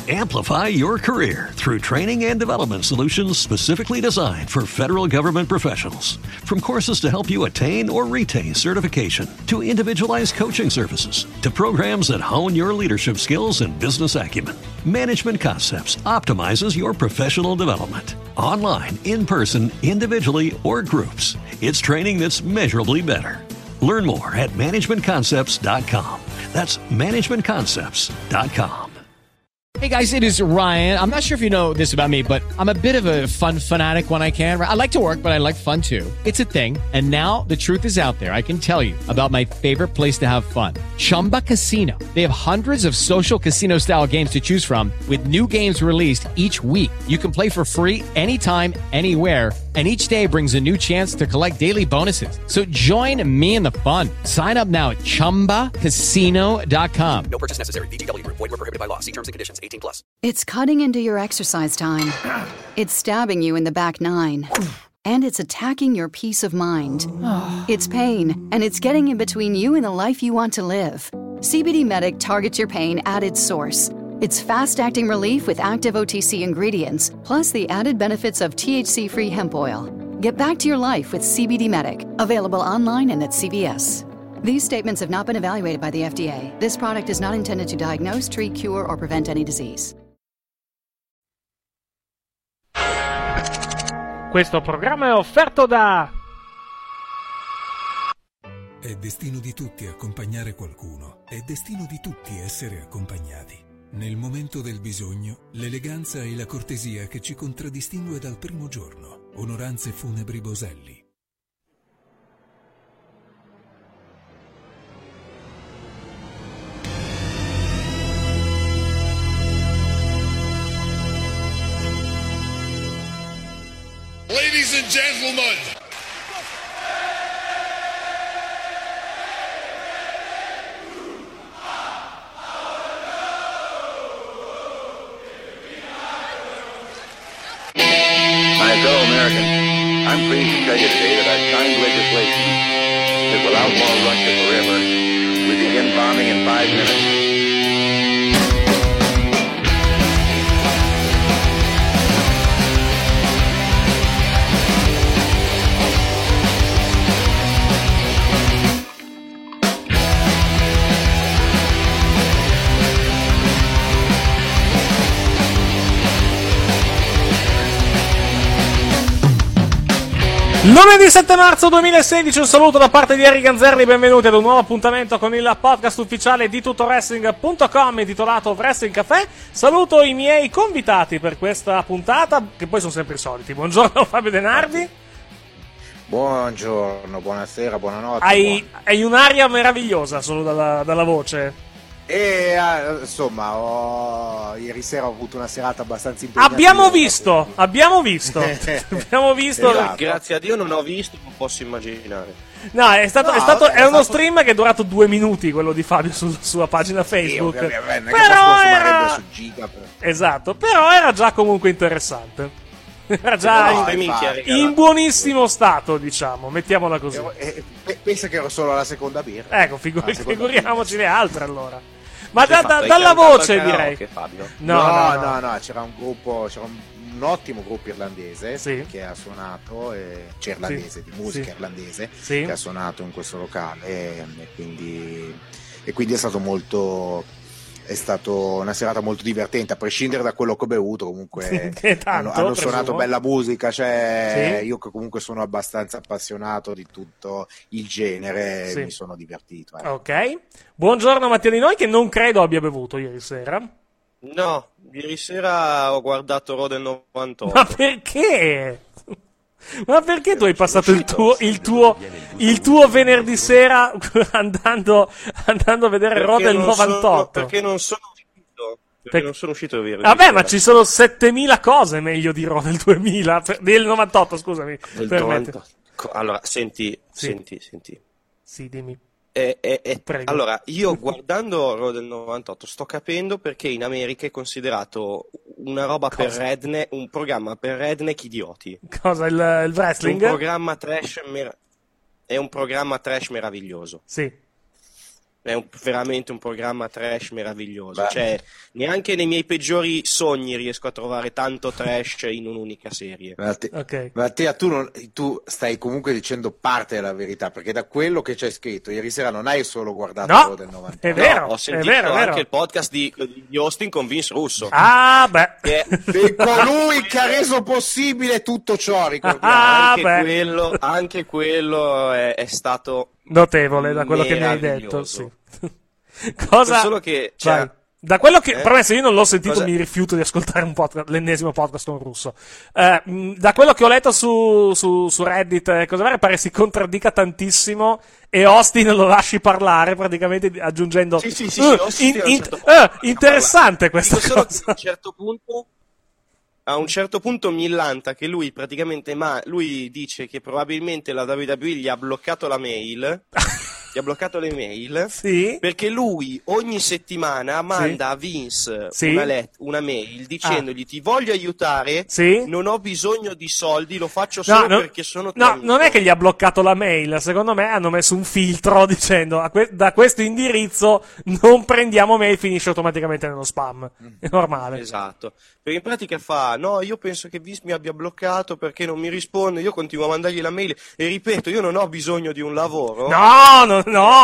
Amplify your career through training and development solutions specifically designed for federal government professionals. From courses to help you attain or retain certification, to individualized coaching services, to programs that hone your leadership skills and business acumen, Management Concepts optimizes your professional development. Online, in person, individually, or groups, it's training that's measurably better. Learn more at managementconcepts.com. That's managementconcepts.com. Hey guys, it is Ryan. I'm not sure if you know this about me, but I'm a bit of a fun fanatic when I can. I like to work, but I like fun too. It's a thing. And now the truth is out there. I can tell you about my favorite place to have fun. Chumba Casino. They have hundreds of social casino style games to choose from with new games released each week. You can play for free anytime, anywhere. And each day brings a new chance to collect daily bonuses. So join me in the fun. Sign up now at ChumbaCasino.com. No purchase necessary. VGW Group. Void where prohibited by law. See terms and conditions. 18+. It's cutting into your exercise time. It's stabbing you in the back nine. And it's attacking your peace of mind. It's pain, and it's getting in between you and the life you want to live. CBD Medic targets your pain at its source. It's fast-acting relief with active OTC ingredients, plus the added benefits of THC-free hemp oil. Get back to your life with CBD Medic, available online and at CVS. These statements have not been evaluated by the FDA. This product is not intended to diagnose, treat, cure, or prevent any disease. Questo programma è offerto da... È destino di tutti accompagnare qualcuno. È destino di tutti essere accompagnati. Nel momento del bisogno, l'eleganza e la cortesia che ci contraddistingue dal primo giorno. Onoranze Funebri Boselli. Ladies and gentlemen, My fellow Americans, I'm pleased to tell you today that I've signed legislation that will outlaw Russia forever. We begin bombing in 5 minutes. Lunedì 7 marzo 2016, un saluto da parte di Harry Ganzerli, benvenuti ad un nuovo appuntamento con il podcast ufficiale di tutowrestling.com intitolato Wrestling Café. Saluto i miei convitati per questa puntata, che poi sono sempre i soliti. Buongiorno Fabio Denardi. Buongiorno, buonasera, buonanotte. Hai un'aria meravigliosa solo dalla voce. E insomma, ieri sera ho avuto una serata abbastanza impegnativa. Abbiamo visto. Grazie a Dio non ho visto, non posso immaginare. No, è uno stream che è durato 2 minuti, quello di Fabio sulla sua pagina Facebook. Però era su Giga, esatto, però era già comunque interessante. Era già in buonissimo stato, diciamo, mettiamola così. Pensa che ero solo alla seconda birra. Ecco, figuriamoci le altre allora. Ma dalla voce direi. No, c'era un gruppo, un ottimo gruppo irlandese che ha suonato, irlandese, di musica irlandese, che ha suonato in questo locale e quindi è stato è stata una serata molto divertente, a prescindere da quello che ho bevuto. Comunque hanno suonato bella musica, io che comunque sono abbastanza appassionato di tutto il genere, mi sono divertito. Ok, buongiorno Mattia Di Noi, che non credo abbia bevuto ieri sera. No, ieri sera ho guardato Raw del 98. Ma perché? Ma perché tu hai passato il tuo venerdì sera andando a vedere Raw del 98? Perché non sono uscito. Non sono uscito venerdì. Vabbè, ma ci sono 7000 cose meglio di Raw del 2000, del 98, scusami. Del 98. Allora, senti. Sì, dimmi. Allora, io guardando Raw del 98 sto capendo perché in America è considerato una roba per redneck, un programma per redneck idioti. Cosa, il wrestling? Un programma trash è un programma trash meraviglioso. Sì. è veramente un programma trash meraviglioso. Cioè, neanche nei miei peggiori sogni riesco a trovare tanto trash in un'unica serie. Mattia, tu stai comunque dicendo parte della verità, perché da quello che c'è scritto ieri sera non hai solo guardato del 90. È vero, ho sentito anche il podcast di Austin con Vince Russo. Ah, beh. Colui che ha reso possibile tutto ciò, ricordiamo. Anche quello è stato notevole da quello che mi hai detto, sì. Solo che da quello che promesso, io non l'ho sentito, mi rifiuto di ascoltare l'ennesimo podcast con Russo. Da quello che ho letto su Reddit e cose varie, pare si contraddica tantissimo e Austin lo lasci parlare praticamente aggiungendo interessante questa cosa. A un certo punto millanta che lui praticamente lui dice che probabilmente la WWE gli ha bloccato la mail. Gli ha bloccato le mail perché lui ogni settimana manda a Vince una mail dicendogli ti voglio aiutare, non ho bisogno di soldi, lo faccio solo perché sono tuo amico. Non è che gli ha bloccato la mail, secondo me hanno messo un filtro dicendo da questo indirizzo non prendiamo mail, finisce automaticamente nello spam. È normale. Esatto. Perché in pratica no, io penso che Vince mi abbia bloccato perché non mi risponde, io continuo a mandargli la mail e ripeto, io non ho bisogno di un lavoro. No!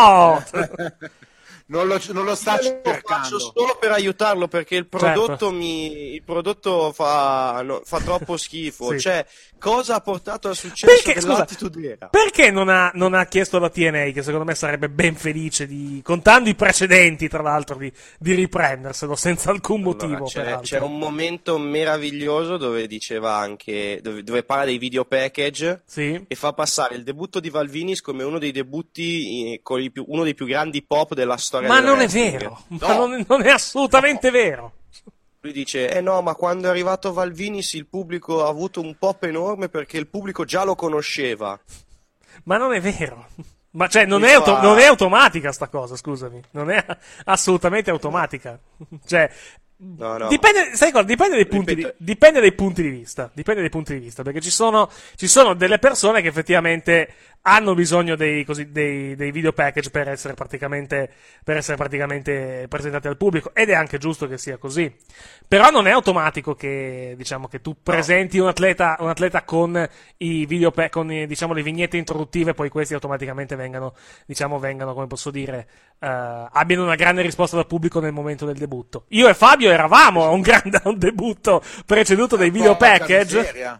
Non lo sta cercando. Lo faccio solo per aiutarlo perché il prodotto fa troppo schifo. Cioè, cosa ha portato al successo dell'Attitude Era? Perché non ha chiesto alla TNA, che secondo me sarebbe ben felice contando i precedenti, tra l'altro, di riprenderselo senza alcun motivo. C'è un momento meraviglioso dove diceva anche dove parla dei video package e fa passare il debutto di Val Venis come uno dei debutti con uno dei più grandi pop della storia. Ma non è vero, non è assolutamente vero. Lui dice, no, ma quando è arrivato Val Venis il pubblico ha avuto un pop enorme perché il pubblico già lo conosceva. Ma non è vero. Ma cioè, non è automatica sta cosa, scusami. Non è assolutamente automatica. Cioè, no. Dipende, sai cosa? Dipende dai punti di vista. Dipende dai punti di vista, perché ci sono delle persone che effettivamente hanno bisogno dei video package per essere praticamente presentati al pubblico, ed è anche giusto che sia così. Però non è automatico che, diciamo, che tu presenti un atleta con i video con diciamo le vignette introduttive, poi questi automaticamente vengano, come posso dire, abbiano una grande risposta dal pubblico nel momento del debutto. Io e Fabio eravamo a un debutto preceduto dai video package.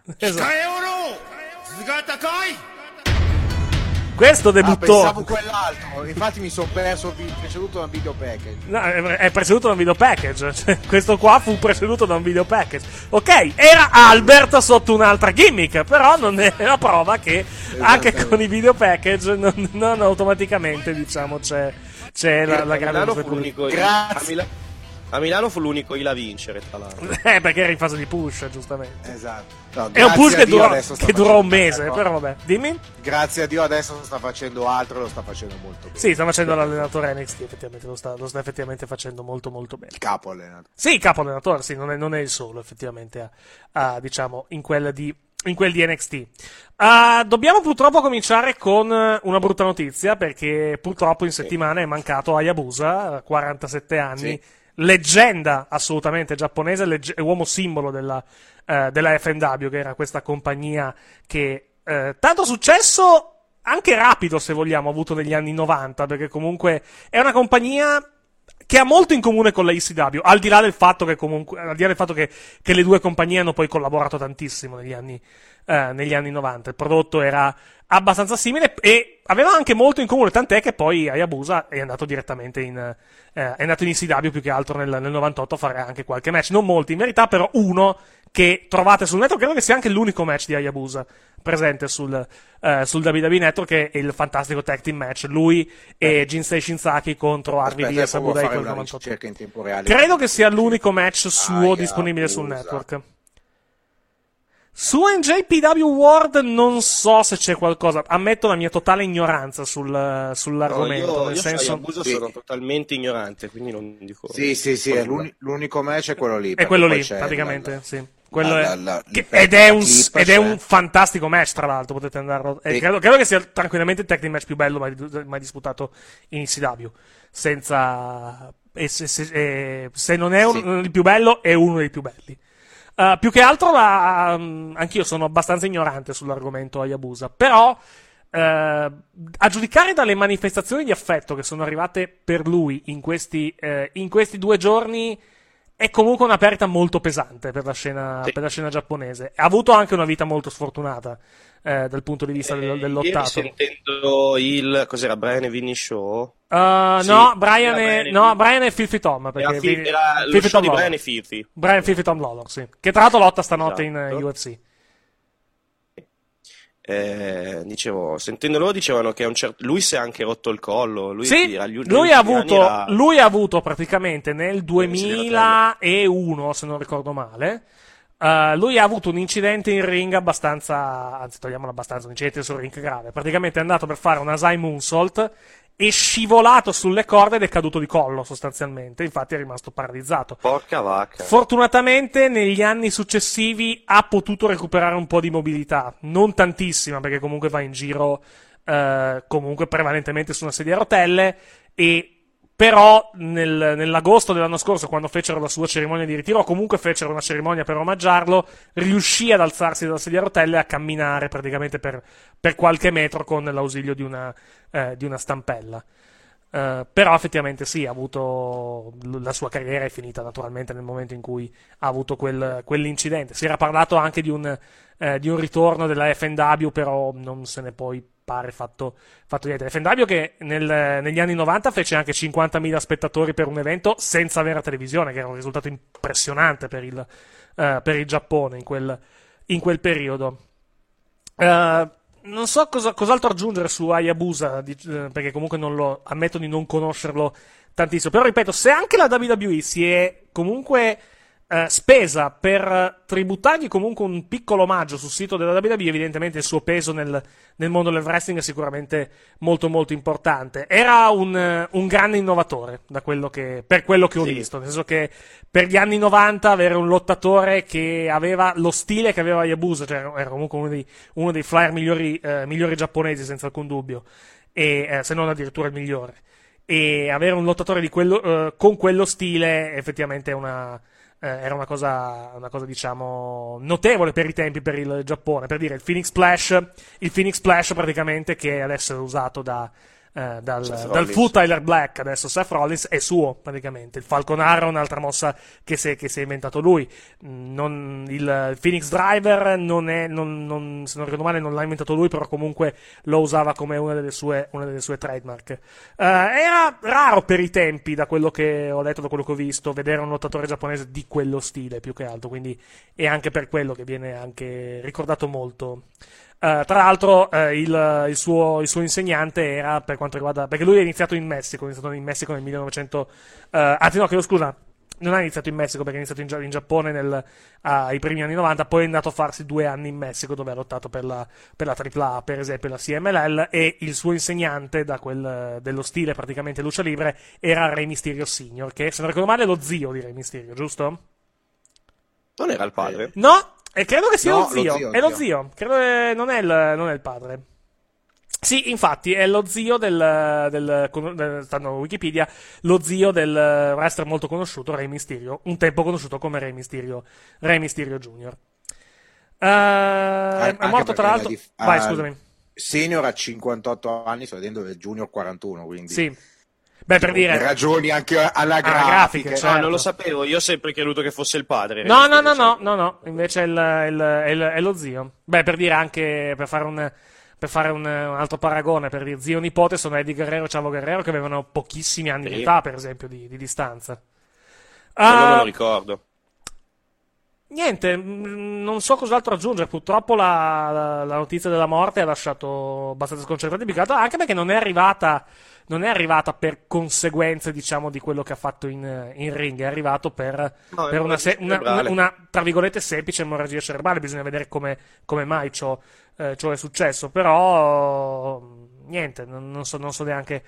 Questo debuttò. Pensavo quell'altro, infatti mi sono perso preceduto da un video package. No, è preceduto da un video package. Cioè, questo qua fu preceduto da un video package. Ok, era Albert sotto un'altra gimmick, però non è la prova che anche con i video package non automaticamente, diciamo, c'è la grande Grazie. A Milano fu l'unico heel a vincere, tra l'altro. Perché era in fase di push, giustamente. Esatto. No, è un push che durò un mese, però vabbè. Dimmi? Grazie a Dio adesso sta facendo altro, lo sta facendo molto bene. Sì, sta facendo l'allenatore NXT, effettivamente, lo sta effettivamente facendo molto molto bene. Il capo allenatore. Sì, il capo allenatore, sì, non è il solo, effettivamente, diciamo, in quel di NXT. Dobbiamo purtroppo cominciare con una brutta notizia, perché purtroppo in settimana è mancato Hayabusa, 47 anni. Sì. Leggenda assolutamente giapponese, uomo simbolo della FMW, che era questa compagnia che tanto successo, anche rapido se vogliamo, ha avuto negli anni 90, perché comunque è una compagnia che ha molto in comune con la ECW, al di là del fatto che le due compagnie hanno poi collaborato tantissimo negli anni 90. Il prodotto era abbastanza simile e aveva anche molto in comune, tant'è che poi Hayabusa è andato direttamente in ECW più che altro nel 98 a fare anche qualche match, non molti in verità, però uno che trovate sul network, credo che sia anche l'unico match di Hayabusa presente sul WWE Network, che è il fantastico tag team match, lui e Jinsei Shinzaki contro RVD e Sabu Dai col 98. In tempo reale. Credo che sia l'unico match suo disponibile sul network. Su NJPW World non so se c'è qualcosa, ammetto la mia totale ignoranza sull'argomento. No, nel senso, sono totalmente ignorante, quindi non dico. Sì, è l'unico match è quello lì. È quello lì, praticamente, sì. ed è un fantastico match, tra l'altro, potete andarlo. Credo che sia tranquillamente il tag team match più bello mai disputato in ECW. Senza. Se non è il più bello, è uno dei più belli. Più che altro anch'io sono abbastanza ignorante sull'argomento Hayabusa, però a giudicare dalle manifestazioni di affetto che sono arrivate per lui in questi 2 giorni, è comunque una perdita molto pesante per la scena giapponese. Ha avuto anche una vita molto sfortunata dal punto di vista del lottato. Ieri sentendo cos'era, Brian e Vinny Show? Brian e Filthy Tom, perché era lo show di Brian e Filthy. Brian Filthy Tom Lawlor, sì. Che tra l'altro lotta stanotte in UFC. Sentendo loro dicevano che lui si è anche rotto il collo. Lui ha avuto praticamente nel 2001, se non ricordo male. Lui ha avuto un incidente in ring un incidente sul ring grave. Praticamente è andato per fare un Asai Moonsault, è scivolato sulle corde ed è caduto di collo sostanzialmente, infatti è rimasto paralizzato. Porca vacca. Fortunatamente negli anni successivi ha potuto recuperare un po' di mobilità, non tantissima, perché comunque va in giro comunque prevalentemente su una sedia a rotelle, però nell'agosto dell'anno scorso, quando fecero la sua cerimonia di ritiro, o comunque fecero una cerimonia per omaggiarlo, riuscì ad alzarsi dalla sedia a rotelle e a camminare praticamente per qualche metro con l'ausilio di una stampella. Però effettivamente sì, ha avuto la sua carriera è finita naturalmente nel momento in cui ha avuto quell'incidente. Si era parlato anche di un ritorno della FNW, però non se ne poi pare fatto niente. FNW che negli anni 90 fece anche 50.000 spettatori per un evento senza avere televisione, che era un risultato impressionante per il Giappone in quel periodo. Non so cos'altro aggiungere su Hayabusa, perché comunque ammetto di non conoscerlo tantissimo. Però ripeto, se anche la WWE si è comunque spesa per tributargli comunque un piccolo omaggio sul sito della WWE, evidentemente il suo peso nel mondo del wrestling è sicuramente molto molto importante. Era un grande innovatore per quello che ho visto, nel senso che per gli anni 90 avere un lottatore che aveva lo stile che aveva Hayabusa, cioè era comunque uno dei flyer migliori giapponesi senza alcun dubbio, e se non addirittura il migliore, e avere un lottatore con quello stile effettivamente era una cosa diciamo notevole per i tempi, per il Giappone. Per dire, il Phoenix Splash praticamente, che adesso è usato dal fu Tyler Black, adesso Seth Rollins, è suo praticamente. Il Falcon Arrow è un'altra mossa che si è inventato lui. Il Phoenix Driver se non ricordo male non l'ha inventato lui, però comunque lo usava come una delle sue trademark. Era raro per i tempi, da quello che ho letto, da quello che ho visto, vedere un lottatore giapponese di quello stile, più che altro, quindi è anche per quello che viene anche ricordato molto. Tra l'altro il suo insegnante era, per quanto riguarda, perché lui è iniziato in Messico nel 1900, anzi no, chiedo scusa, non ha iniziato in Messico, perché ha iniziato in Giappone ai primi anni 90, poi è andato a farsi 2 anni in Messico, dove ha lottato per la AAA, per esempio la CMLL, e il suo insegnante dello stile praticamente lucha libre era Rey Mysterio Senior, che se non ricordo male è lo zio di Rey Mysterio, giusto? Non era il padre? No! E credo che sia lo zio. È lo zio. Credo che non è il padre. Sì, infatti, è lo zio stando a Wikipedia, lo zio del wrestler molto conosciuto, Rey Mysterio, un tempo conosciuto come Rey Mysterio Jr. È morto tra l'altro. Vai, scusami. Senior a 58 anni, sto vedendo del Junior 41, quindi. Sì. Beh, per dire, ragioni anche anagrafiche, certo. Non lo sapevo, io ho sempre creduto che fosse il padre. No, invece è lo zio. Beh, per dire, anche per fare un altro paragone, per dire, zio e nipote sono Eddie Guerrero e Chavo Guerrero, che avevano pochissimi anni di età, per esempio, di distanza. Non me lo ricordo. Niente, non so cos'altro aggiungere. Purtroppo la notizia della morte ha lasciato abbastanza sconcertante, anche perché non è arrivata per conseguenze, diciamo, di quello che ha fatto in ring. È arrivato per una tra virgolette semplice emorragia cerebrale. Bisogna vedere come mai ciò è successo, però niente, non so neanche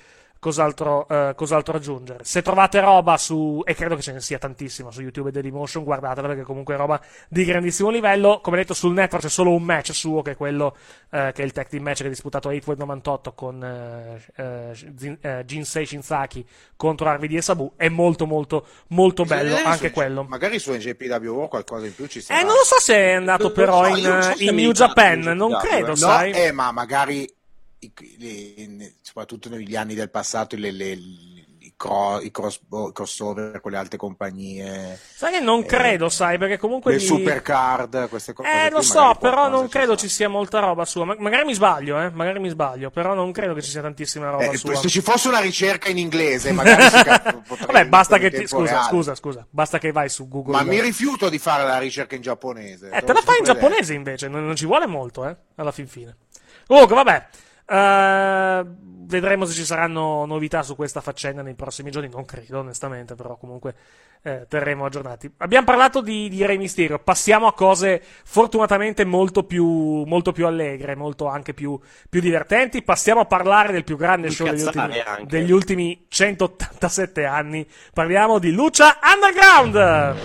cos'altro aggiungere. Se trovate roba e credo che ce ne sia tantissima su YouTube e Dailymotion, guardatela perché comunque è roba di grandissimo livello. Come detto, sul network c'è solo un match suo, che è quello che è il tag team match che ha disputato Eightway 98 con Jinsei Shinzaki contro RVD e Sabu. È molto molto molto bello anche quello. Magari su NJPW qualcosa in più ci sarà. Non lo so se è andato però in New Japan, non credo, sai. Ma magari soprattutto negli anni del passato i crossover con le altre compagnie, sai che non credo, sai, perché comunque le supercard, queste cose lo so, però non credo ci sia molta roba sua. Magari mi sbaglio, però non credo che ci sia tantissima roba sua. Se ci fosse una ricerca in inglese magari vabbè, basta che scusa, basta che vai su Google. Ma mi rifiuto di fare la ricerca in giapponese. Te la fai in giapponese invece, non ci vuole molto, alla fin fine. Comunque, vabbè. Vedremo se ci saranno novità su questa faccenda nei prossimi giorni. Non credo, onestamente, però comunque terremo aggiornati. Abbiamo parlato di Re Mysterio. Passiamo a cose fortunatamente molto più allegre, molto anche più divertenti. Passiamo a parlare del più grande show degli ultimi 187 anni. Parliamo di Lucha Underground.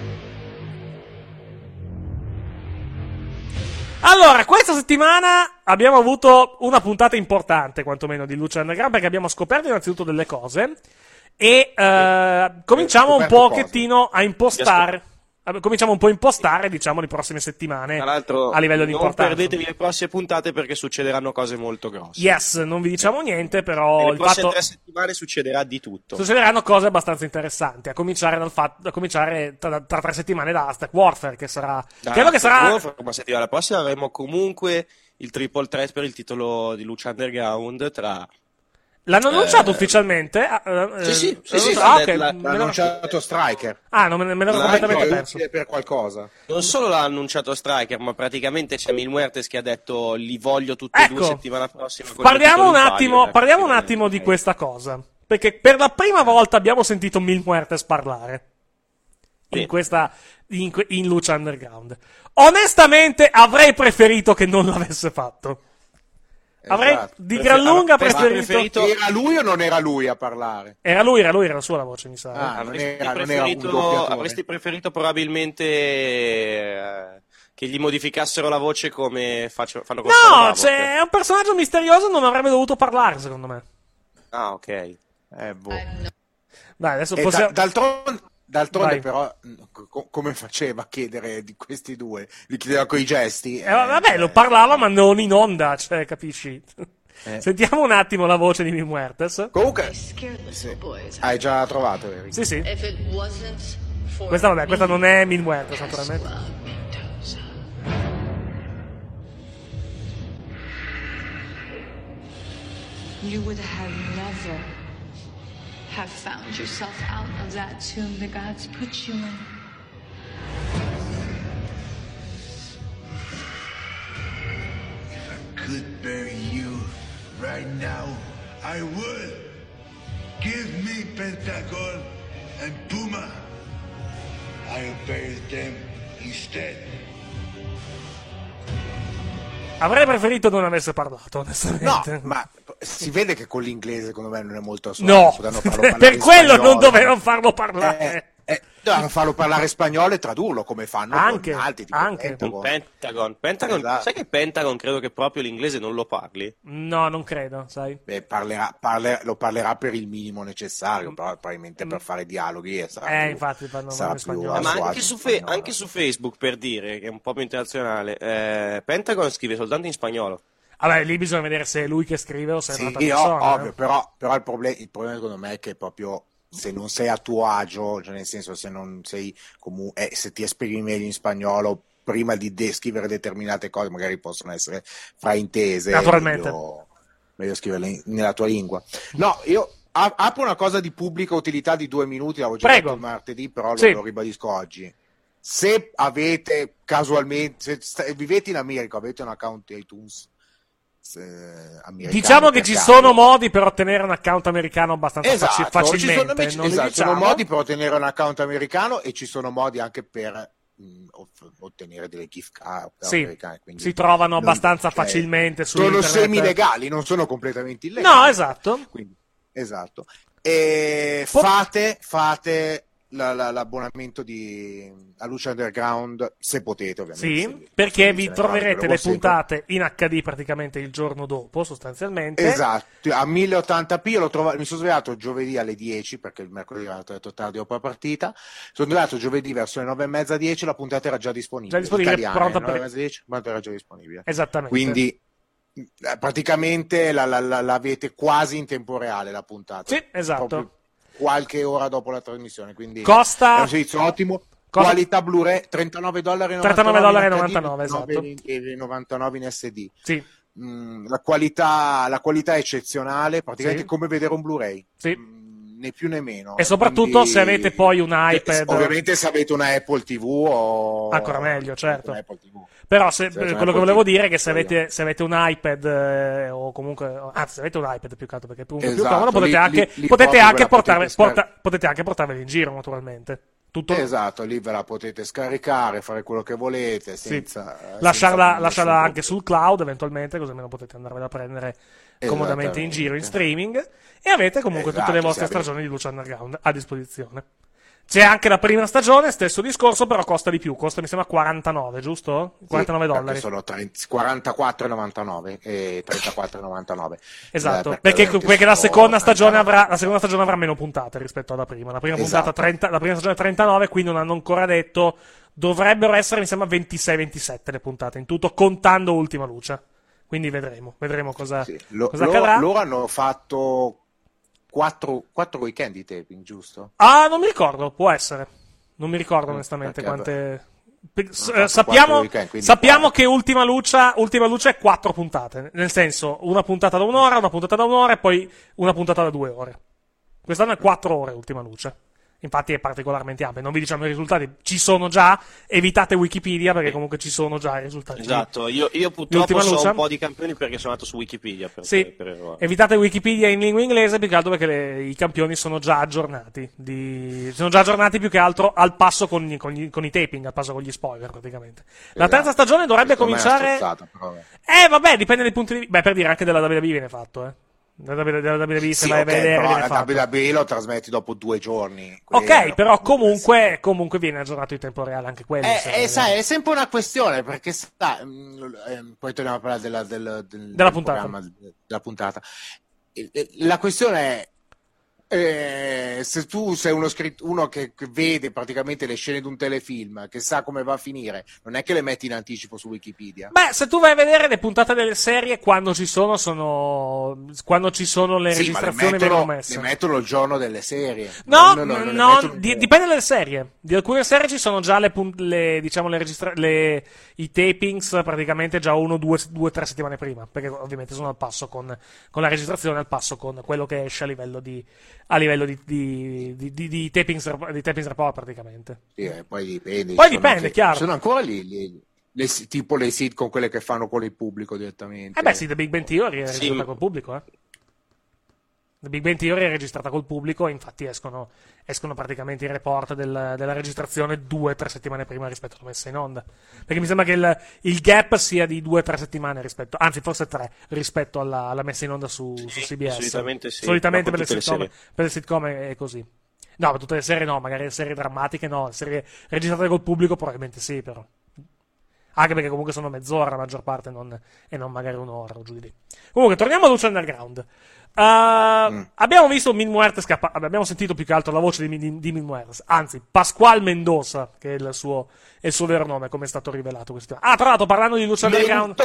Allora, questa settimana abbiamo avuto una puntata importante, quantomeno, di Lucha Underground, perché abbiamo scoperto innanzitutto delle cose e cominciamo un pochettino a impostare. Cominciamo un po' a impostare, diciamo, le prossime settimane a livello di importanza. Non perdetevi le prossime puntate perché succederanno cose molto grosse. Yes, non vi diciamo niente, però nelle prossime 3 settimane succederà di tutto. Succederanno cose abbastanza interessanti, a cominciare tra 3 settimane da Aztec Warfare, che sarà... credo che sarà... Ma settimana prossima avremo comunque il triple threat per il titolo di Lucha Underground tra... L'hanno annunciato ufficialmente? Sì, okay. L'ha annunciato Striker. Non me l'ero completamente perso. Per qualcosa. Non solo l'ha annunciato Striker, ma praticamente c'è Mil Muertes che ha detto li voglio tutte e due settimana prossima. Parliamo un attimo di questa cosa, perché per la prima volta abbiamo sentito Mil Muertes parlare in Lucha Underground. Onestamente avrei preferito che non l'avesse fatto. Avrei di gran lunga preferito. Era lui o non era lui a parlare? Era lui, era la sua la voce, mi sa. Avresti preferito probabilmente che gli modificassero la voce come fanno con No, è un personaggio misterioso, non avrebbe dovuto parlare, secondo me. Ah, ok. Dai, adesso possiamo... D'altronde però, come faceva a chiedere di questi due? Li chiedeva coi gesti? Vabbè, lo parlava ma non in onda, cioè, capisci? Sentiamo un attimo la voce di Mil Muertes. Comunque, hai già trovato, Eric? Sì. Questa non è Mil Muertes, naturalmente. You would have never have found yourself out of that tomb the gods put you in. If I could bury you right now, I would. Give me Pentagon and Puma. I'll bury them instead. Avrei preferito non avesse parlato, onestamente. No, ma si vede che con l'inglese, secondo me, non è molto no, per quello non dovevano farlo parlare. Dovevano farlo parlare spagnolo e tradurlo, come fanno anche, con altri, tipo anche. Pentagon. Esatto. Sai che Pentagon credo che proprio l'inglese non lo parli? No, non credo, sai. Lo parlerà per il minimo necessario, però probabilmente per fare dialoghi infatti sarà più spagnolo. Ma anche su Facebook, per dire, che è un po' più internazionale, Pentagon scrive soltanto in spagnolo. Vabbè, lì bisogna vedere se è lui che scrive o se è un'altra persona. Ovvio, però il problema secondo me è che proprio se non sei a tuo agio, cioè nel senso se non sei se ti esprimi meglio in spagnolo prima di scrivere determinate cose magari possono essere fraintese, naturalmente meglio scriverle nella tua lingua. No, io apro una cosa di pubblica utilità di 2 minuti, l'avevo già detto martedì, però lo ribadisco oggi. Se avete casualmente, se vivete in America, avete un account iTunes diciamo che ci sono modi per ottenere un account americano abbastanza facilmente. Ci sono modi per ottenere un account americano e ci sono modi anche per ottenere delle gift card americane. Quindi si trovano abbastanza facilmente su sono internet. semi-legali, non sono completamente illegali. No, esatto. Quindi Esatto. E fate l'abbonamento a Luce Underground se potete, ovviamente. Sì, perché vi troverete le puntate in HD praticamente il giorno dopo, sostanzialmente. Esatto, a 1080p. Mi sono svegliato giovedì alle 10 perché il mercoledì era detto tardi dopo la partita. Sono svegliato giovedì verso le 9:30, 10, la puntata era già disponibile. Pronta per 9:30, 10, la puntata era già disponibile. Esattamente. Quindi praticamente l'avete quasi in tempo reale la puntata. Sì, esatto. Proprio qualche ora dopo la trasmissione, quindi costa è un servizio ottimo. Qualità Blu-ray $39,99, $39,99, esatto. E 99 in SD. Sì. La qualità è eccezionale, praticamente sì. come vedere un Blu-ray. Sì. Né più né meno. E soprattutto se avete poi un iPad. Ovviamente se avete una Apple TV o ancora meglio, certo. Apple TV. Però quello che volevo dire è che se avete un iPad o comunque se avete un iPad più che altro, perché è più comodo, potete anche portarveli in giro, naturalmente. Tutto... Esatto, lì ve la potete scaricare, fare quello che volete, senza lasciarla anche sul cloud eventualmente, così almeno potete andarvela a prendere comodamente in giro in streaming, e avete comunque tutte le vostre stagioni di Luce Underground a disposizione. C'è anche la prima stagione, stesso discorso, però costa di più, costa mi sembra 49, giusto? $49. Sono 44,99 e 34,99. Esatto, perché la seconda stagione avrà meno puntate rispetto alla prima. La prima puntata la prima stagione è 39, qui non hanno ancora detto, dovrebbero essere mi sembra 26-27 le puntate in tutto, contando Ultima Luce. Quindi vedremo cosa accadrà. Loro hanno fatto 4 weekend di taping, giusto? Ah, non mi ricordo, può essere. Non mi ricordo onestamente quante. Sappiamo che Ultima Luce è 4 puntate. Nel senso, una puntata da un'ora e poi una puntata da 2 ore. Quest'anno è 4 ore Ultima Luce. Infatti è particolarmente ampia. Non vi diciamo i risultati, ci sono già. Evitate Wikipedia perché comunque ci sono già i risultati. Esatto, io purtroppo so un po' di campioni perché sono andato su Wikipedia. Evitate Wikipedia in lingua inglese più che altro perché i campioni sono già aggiornati. Sono già aggiornati più che altro al passo con i taping, al passo con gli spoiler praticamente. La terza stagione dovrebbe cominciare. Vabbè, dipende dai punti di vista. Beh, per dire, anche della WWE viene fatto, della WWE se vai a vedere la WWE lo trasmetti dopo 2 giorni. Ok, però comunque viene aggiornato in tempo reale anche quello. Sai, è sempre una questione, perché poi torniamo a parlare della puntata. La questione è se tu sei uno che vede praticamente le scene di un telefilm, che sa come va a finire, non è che le metti in anticipo su Wikipedia. Beh, se tu vai a vedere le puntate delle serie, quando ci sono le registrazioni vengono messe. Le mettono il giorno delle serie. Dipende dalle serie. Di alcune serie ci sono già i tapings praticamente già 1, 2, 3 settimane prima, perché ovviamente sono al passo con la registrazione, al passo con quello che esce a livello di tapings report praticamente. Poi dipende. Chiaro. Sono ancora lì tipo le sitcom, quelle che fanno con il pubblico direttamente. The Big Bang Theory è registrata col pubblico, The Big Bang Theory è registrata col pubblico, infatti escono praticamente i report della registrazione 2-3 settimane prima rispetto alla messa in onda. Perché mi sembra che il gap sia di 2-3 settimane anzi forse 3 rispetto alla messa in onda su CBS. Solitamente sì. Solitamente per le sitcom è così. No, per tutte le serie no, magari le serie drammatiche no, le serie registrate col pubblico probabilmente sì, però. Anche perché comunque sono mezz'ora la maggior parte e non magari un'ora o giù di lì. Comunque, torniamo a Luce Underground. Abbiamo visto Mil Muertes abbiamo sentito più che altro la voce di Mil Muertes, anzi Pascual Mendoza, che è il suo vero nome, come è stato rivelato quest'anno. Tra l'altro, parlando di Luce Underground,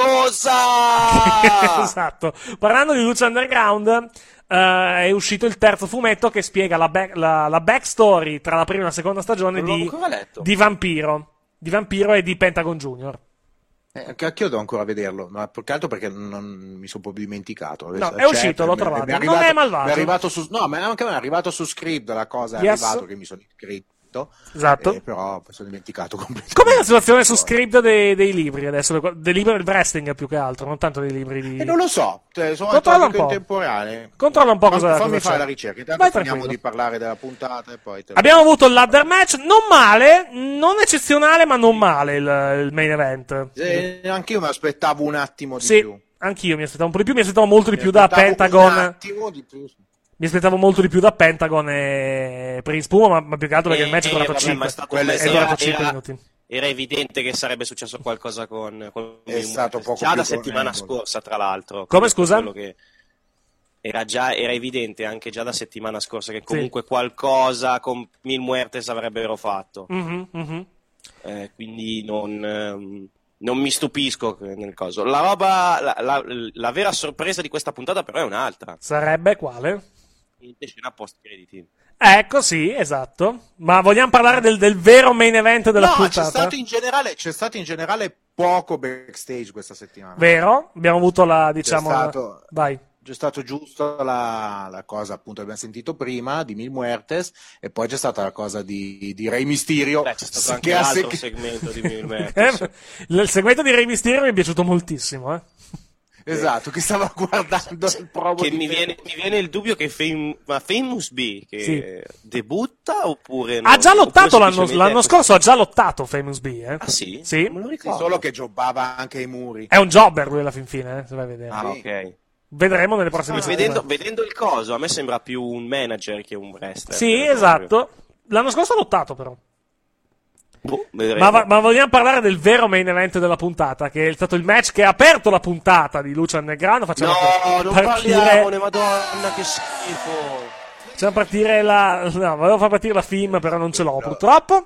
esatto, parlando di Luce Underground, è uscito il terzo fumetto che spiega la backstory tra la prima e la seconda stagione di Vampiro e di Pentagon Junior. Anche io devo ancora vederlo, ma più che altro perché non mi sono proprio dimenticato. No, è uscito, l'ho trovato. Non è malvagio. Mi è arrivato anche a me è arrivato su Script, la cosa è arrivato che mi sono iscritto. Esatto. Però sono dimenticato completamente. Com'è la situazione su Script dei libri adesso? Dei libri del wrestling più che altro, non tanto dei libri di. Non lo so, sono andato in temporale. Controlla un po' fammi fare la ricerca. Intanto finiamo di parlare della puntata e poi abbiamo avuto il ladder match, non male, non eccezionale, ma non male il main event. Anch'io mi aspettavo un attimo di più. Anch'io mi aspettavo un po' di più, mi aspettavo molto di più da Pentagon. Un attimo di più. Mi aspettavo molto di più da Pentagon e Prince Puma, ma più che altro perché il match è durato 5 minuti. Era evidente che sarebbe successo qualcosa con è stato poco già più da settimana scorsa, tra l'altro. Come, scusa? Che era evidente anche già da settimana scorsa che comunque qualcosa con Mil Muertes avrebbero fatto. Quindi non mi stupisco nel caso. La vera sorpresa di questa puntata però è un'altra. Sarebbe quale? In scena post crediti. Ecco, sì, esatto. Ma vogliamo parlare del vero main event della puntata? C'è stato in generale poco backstage questa settimana. Vero? Abbiamo avuto vai. C'è stato giusto la cosa, appunto, abbiamo sentito prima di Mil Muertes, e poi c'è stata la cosa di Rey Mysterio. C'è stato anche l'altro segmento di Mil Muertes. Il segmento di Rey Mysterio mi è piaciuto moltissimo, Esatto, che stava guardando il promo che mi viene il dubbio che Famous B che debutta oppure ha già lottato l'anno scorso, ha già lottato Famous B, Ah sì? Sì. Non me lo ricordo. Solo che jobbava anche i muri. È un jobber lui alla fin fine, se vai a vedere. Ok. Vedremo nelle prossime settimane. Vedendo il coso, a me sembra più un manager che un wrestler. Sì, esatto. L'anno scorso ha lottato però. Ma vogliamo parlare del vero main event della puntata, che è stato il match che ha aperto la puntata di Lucha Underground. Non parliamone, madonna, che schifo. Facciamo partire volevo far partire la film, però non ce l'ho purtroppo.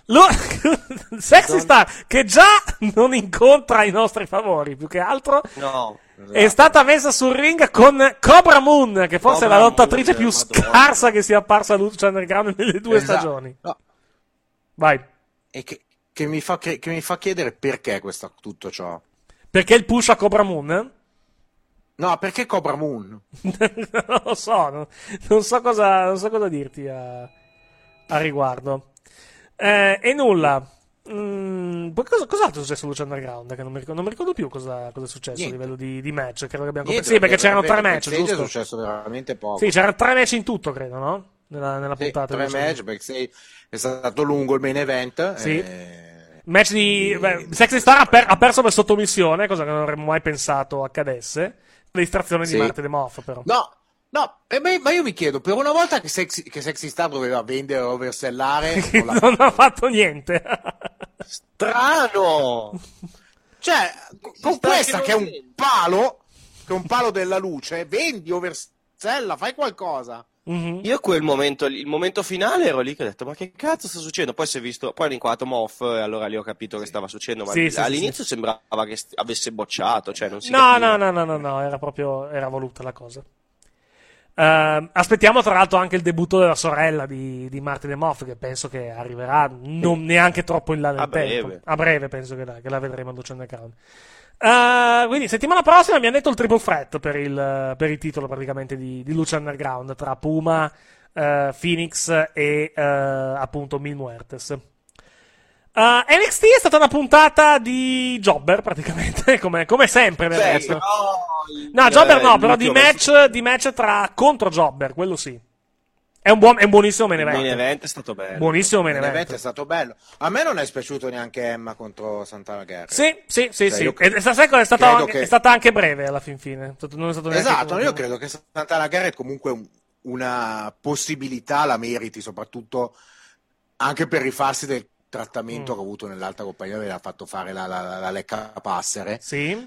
Sexy Star, che già non incontra i nostri favori, più che altro. No. È stata messa sul ring con Cobra Moon, che forse è la lottatrice più scarsa che sia apparsa a Lucha Underground nelle 2 stagioni. No. Vai. E che mi fa chiedere perché tutto ciò. Perché il push a Cobra Moon? No, perché Cobra Moon? Non lo so, non so cosa dirti a riguardo. E nulla. Cos'altro è successo a Lucha Underground? Che non mi ricordo più cosa è successo a livello di match. Credo che abbiamo sì, perché c'erano 3 match, giusto? È successo veramente poco. Sì, c'erano 3 match in tutto, credo, no? Nella puntata. 3 match, perché è stato lungo il main event. Sì. Match di Sexy Star ha perso per sottomissione, cosa che non avremmo mai pensato accadesse. La distrazione di Marte De Moff, però. No, ma io mi chiedo, per una volta che Sexy Star doveva vendere o oversellare, non ha fatto niente. Strano! Cioè, con questa che è un palo della luce, vendi, oversella, fai qualcosa. Mm-hmm. Io il momento finale ero lì che ho detto ma che cazzo sta succedendo, poi si è visto, poi hanno inquadrato Moff e allora lì ho capito che stava succedendo, ma all'inizio sembrava che avesse bocciato, cioè non si capiva. No, era voluta la cosa. Aspettiamo tra l'altro anche il debutto della sorella di Marty De Moff, che penso che arriverà non neanche troppo in là nel tempo. A breve penso che la vedremo a Lucha Underground. Quindi settimana prossima mi hanno detto il triple threat per il titolo praticamente di Lucha Underground tra Puma, Phoenix e appunto Mil Muertes. NXT è stata una puntata di jobber praticamente come sempre del resto. No, jobber no, però di match contro jobber, quello sì. È un buonissimo main event. Il main event è stato bello. Buonissimo main event. È stato bello. A me non è spiaciuto neanche Emma contro Santana Guerra. Sì. È stata anche breve alla fine. Non è stato esatto, io credo che Santana Guerra comunque una possibilità la meriti, soprattutto anche per rifarsi del trattamento che ha avuto nell'altra compagnia, aveva fatto fare la lecca passere. Sì.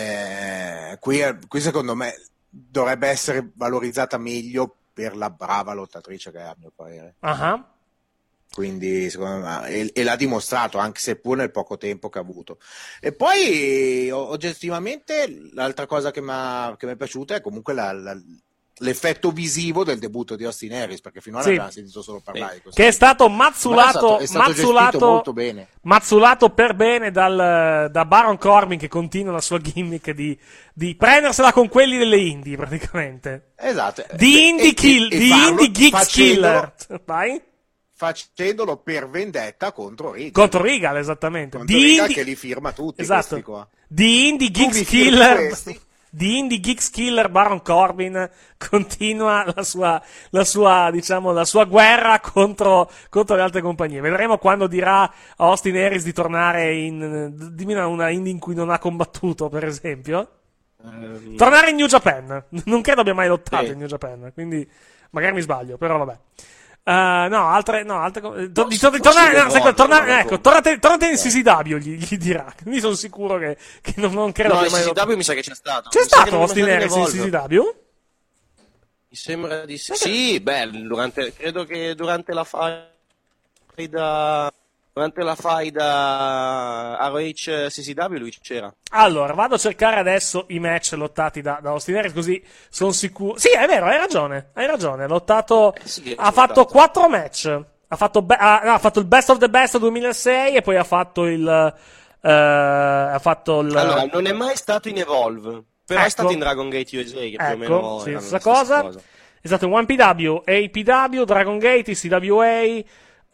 Qui secondo me dovrebbe essere valorizzata meglio per la brava lottatrice che è, a mio parere. Uh-huh. Quindi secondo me e l'ha dimostrato, anche seppur nel poco tempo che ha avuto. E poi oggettivamente l'altra cosa che mi è piaciuta è comunque l'effetto visivo del debutto di Austin Harris, perché finora abbiamo sentito solo parlare di questo. Che è stato mazzulato molto bene. Mazzulato per bene da Baron Corbin, che continua la sua gimmick di prendersela con quelli delle indie praticamente. Esatto. Di indie geeks killer. Vai. Facendolo per vendetta contro Regal. Contro Regal, esattamente. Contro Regal che li firma tutti, esatto. questi qua. Di indie geeks killer. Di Indie Geeks Killer Baron Corbin continua la sua guerra contro le altre compagnie. Vedremo quando dirà a Austin Harris di tornare dimmi una indie in cui non ha combattuto, per esempio. Tornare in New Japan. Non credo abbia mai lottato in New Japan, quindi magari mi sbaglio, però vabbè. Tornate in CCW, gli dirà. Quindi sono sicuro che non credo No, abbia in mai CCW lottato. mi sa che c'è stato. C'è stato Austin Aries in CCW? Mi sembra di sì. Sì, credo che durante la faida ROH CCW lui c'era. Allora, vado a cercare adesso i match lottati da Austin Aries, così sono sicuro. Sì, è vero, hai ragione. Ha lottato, ha fatto 4 match. Ha fatto il Best of the Best 2006 e poi ha fatto Allora, non è mai stato in Evolve, però è stato in Dragon Gate USA, che più o meno sì, era stessa la cosa. cosa. È stato in 1PW, APW, Dragon Gate, CWA,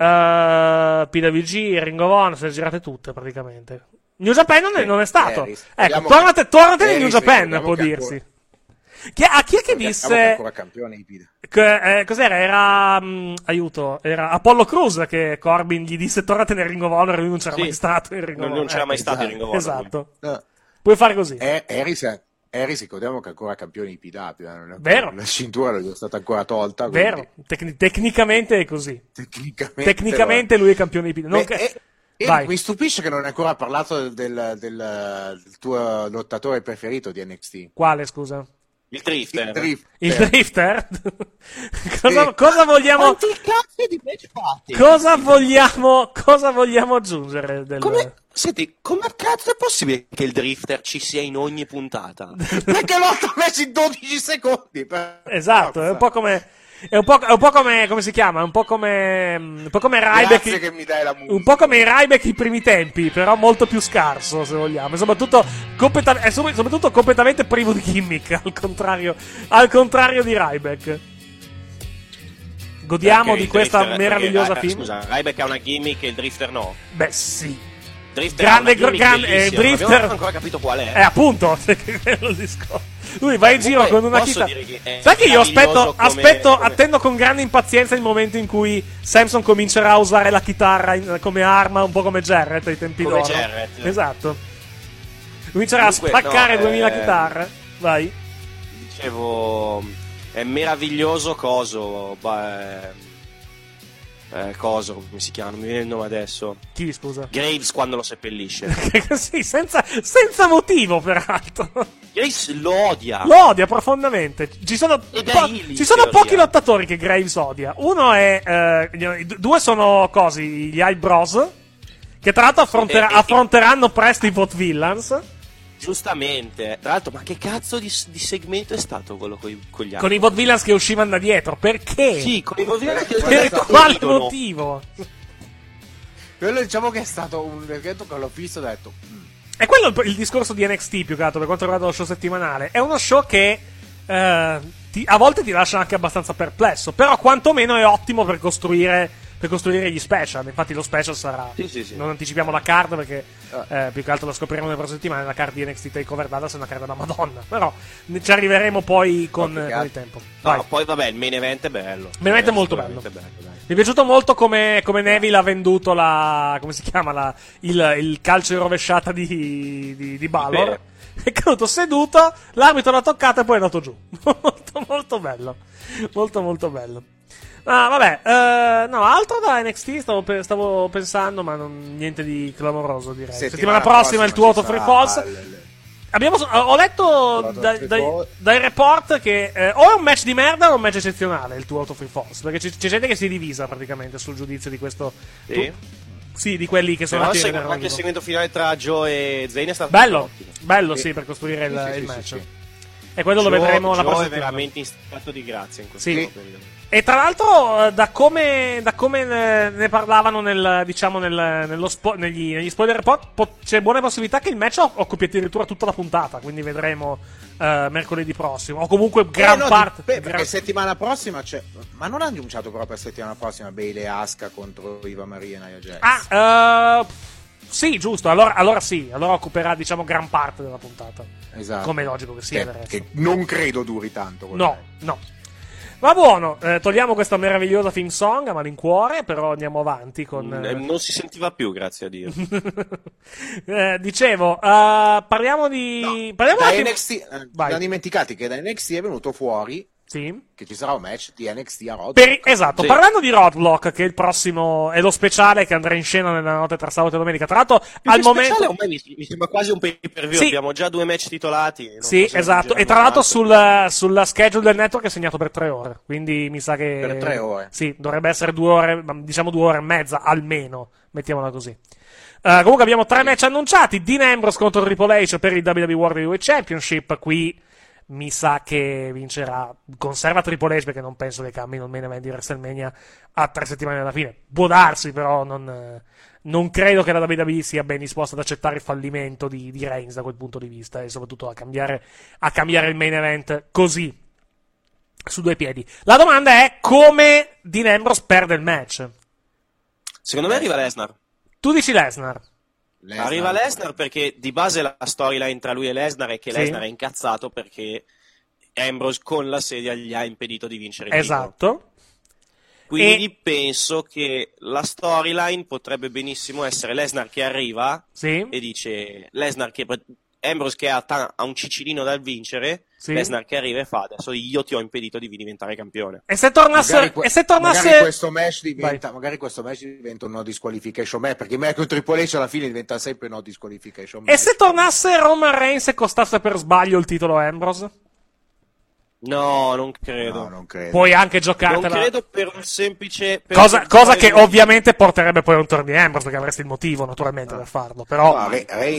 PWG, Ring of Honor, se le girate tutte praticamente. New Japan non è stato. Ecco, tornate in New Japan, può dirsi. A chi è che disse? Ancora campione IPW. Cos'era? Era aiuto, era Apollo Crews che Corbin gli disse tornate nel Ring of Honor e lui non c'era mai stato in Ring of Honor. Non c'era mai stato in Ring of Honor. Esatto. Puoi fare così. Harris, ricordiamo che è ancora campione IPW. Vero. La cintura non gli è stata ancora tolta. Vero. Tecnicamente è così. Tecnicamente lui è campione IPW. Mi stupisce che non hai ancora parlato del tuo lottatore preferito di NXT. Quale, scusa? Il Drifter. Il Drifter? Cosa vogliamo? Quanti cazzo di match fatti? Cosa vogliamo aggiungere? Senti, come cazzo è possibile che il Drifter ci sia in ogni puntata? Perché lotta messi in 12 secondi. Esatto, è un po' come. È un po' come si chiama? Un po' come Ryback. Che mi dai la musica. Un po' come i Ryback i primi tempi, però molto più scarso, se vogliamo. Soprattutto completamente privo di gimmick, al contrario di Ryback. Godiamo di questa meravigliosa film. Scusa, Ryback ha una gimmick e il Drifter no? Beh, sì. Drifter Drifter. Non abbiamo ancora capito qual è. Appunto, quello il discorso. Lui va in giro con una chitarra. Sai che io attendo con grande impazienza il momento in cui Samson comincerà a usare la chitarra come arma, un po' come Jarrett ai tempi d'oro. Jarrett. Esatto. Comincerà a spaccare 2000 chitarre. Vai. Dicevo, è meraviglioso coso, come si chiama? Non mi viene il nome adesso. Chi, scusa? Graves quando lo seppellisce. Sì, senza motivo, peraltro. Graves lo odia. Lo odia profondamente. Ci sono pochi lottatori che Graves odia. Uno è. Due sono gli Hype Bros. Che tra l'altro affronteranno presto i Vote Villains. Giustamente. Tra l'altro, ma che cazzo di segmento è stato quello con gli altri? Con i Vote Villains che uscivano da dietro. Perché? Sì, con i Vote Villains che per quale motivo? Quello diciamo che è stato un evento che l'ho visto e ho detto. È quello il discorso di NXT più che altro per quanto riguarda lo show settimanale. È uno show che a volte ti lascia anche abbastanza perplesso, però quantomeno è ottimo per costruire gli special. Infatti lo special sarà sì. Non anticipiamo la card perché più che altro lo scopriremo nelle prossime settimane. La card di NXT TakeOver Dallas è una card da Madonna, però ci arriveremo poi con il tempo. No, poi vabbè, il main event è bello. Il main event è molto bello. Mi è piaciuto molto come Neville ha venduto come si chiama il calcio in rovesciata di Balor. È caduto seduto, l'arbitro l'ha toccata e poi è andato giù. Molto molto bello. Molto molto bello. Vabbè, no, altro da NXT stavo pensando, ma niente di clamoroso, direi. Settimana prossima il tuo Out of Free Falls. Ho letto dai report che o è un match di merda o un match eccezionale il tuo Out of Free Falls, perché c'è gente che si è divisa praticamente sul giudizio di questo. Sì, di quelli che sono anche il segmento finale tra Joe e Zayn è stato bello, sì, per costruire il match. Sì. E quello lo vedremo la prossima. Joe è veramente in stato di grazia in questo periodo. E tra l'altro, da come ne parlavano negli spoiler report, c'è buona possibilità che il match occupi addirittura tutta la puntata. Quindi vedremo mercoledì prossimo. O comunque parte. Perché settimana prossima c'è. Ma non ha annunciato proprio per settimana prossima Bayley e Asuka contro Eva Marie e Nia Jax? Sì, giusto. Allora sì. Allora occuperà, gran parte della puntata. Esatto. Come è logico che sia. Che non credo duri tanto. No. Va buono, togliamo questa meravigliosa theme song a malincuore, però andiamo avanti con... Non si sentiva più, grazie a Dio. Dicevo, parliamo di... parliamo da NXT, abbiamo dimenticati che da NXT è venuto fuori che ci sarà un match di NXT a Roadblock. Esatto, parlando di Roadblock, che è il prossimo, è lo speciale che andrà in scena nella notte tra sabato e domenica. Tra l'altro, al momento... mi sembra quasi un pay-per-view, abbiamo già 2 match titolati. Sì, esatto, e tra l'altro sulla schedule del network è segnato per 3 ore, quindi mi sa che... Per 3 ore? Sì, dovrebbe essere 2 ore, diciamo 2 ore e mezza, almeno, mettiamola così. Comunque abbiamo 3 match annunciati, Dean Ambrose contro Triple H per il WWE World Heavyweight Championship, qui... mi sa che vincerà, conserva Triple H perché non penso che cambino il main event di WrestleMania a 3 settimane dalla fine. Può darsi, però non credo che la WWE sia ben disposta ad accettare il fallimento di Reigns da quel punto di vista, e soprattutto a cambiare il main event così, su 2 piedi. La domanda è come Dean Ambrose perde il match. Secondo me arriva Lesnar. Tu dici Lesnar? Arriva Lesnar perché di base la storyline tra lui e Lesnar è che Lesnar è incazzato perché Ambrose con la sedia gli ha impedito di vincere il titolo. Esatto. Quindi penso che la storyline potrebbe benissimo essere Lesnar che arriva e dice Ambrose che ha un cicilino da vincere, Lesnar che arriva e fa adesso io ti ho impedito di diventare campione. E se tornasse magari questo match diventa un no disqualification match, perché me con Triple H alla fine diventa sempre no disqualification match. E se tornasse Roman Reigns e costasse per sbaglio il titolo a Ambrose? No, non credo. Non credo. Puoi anche giocartela. Non credo per un semplice... cosa che ovviamente porterebbe poi a un torneo di Ambrose, perché avresti il motivo naturalmente per farlo. Però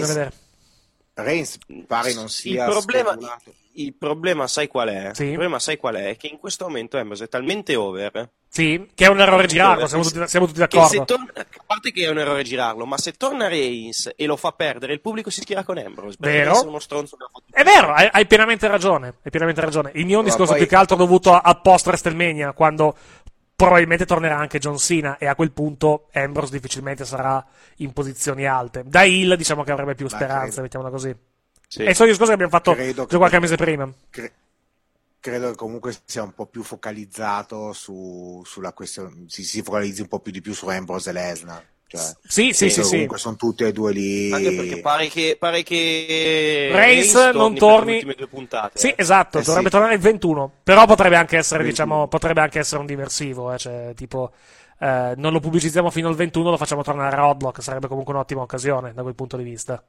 Reigns pare non sia il problema sai qual è? Il problema sai qual è? Che in questo momento Ambrose è talmente over. Sì, che è un errore girarlo, siamo tutti d'accordo. A parte che è un errore girarlo, ma se torna Reigns e lo fa perdere, il pubblico si schiera con Ambrose. Vero? È vero, hai pienamente ragione. Il mio discorso più che altro dovuto a post WrestleMania, quando probabilmente tornerà anche John Cena, e a quel punto Ambrose difficilmente sarà in posizioni alte. Da heel diciamo che avrebbe più speranze, mettiamola così. Sì. È il solito discorso che abbiamo fatto già qualche mese prima. Credo che comunque sia un po' più focalizzato sulla questione, si focalizzi un po' più di più su Ambrose e Lesnar. Cioè, sì. Comunque sono tutti e due lì. Anche perché pare che Reigns non torni. Le ultime 2 puntate. Sì, esatto, dovrebbe tornare il 21. Però potrebbe anche essere, potrebbe anche essere un diversivo, cioè tipo non lo pubblicizziamo fino al 21, lo facciamo tornare a Roadblock, sarebbe comunque un'ottima occasione da quel punto di vista.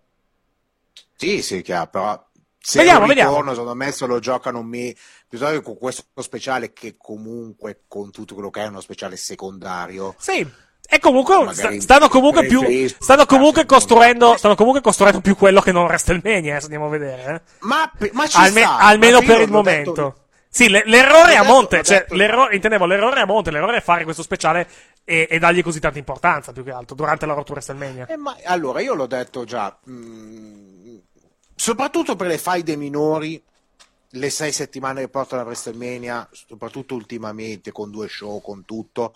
Sì, chiaro, però se vediamo. Secondo me se lo giocano piuttosto che con questo speciale, che comunque con tutto quello che è uno speciale secondario. Sì. E comunque stanno comunque costruendo più quello che non WrestleMania, se andiamo a vedere. Ma ci sta, almeno per il momento. Sì, l'errore a monte, l'errore a monte, l'errore è fare questo speciale e dargli così tanta importanza, più che altro, durante la rottura WrestleMania. Allora, io l'ho detto già, soprattutto per le faide minori, le 6 settimane che portano a WrestleMania, soprattutto ultimamente, con 2 show, con tutto,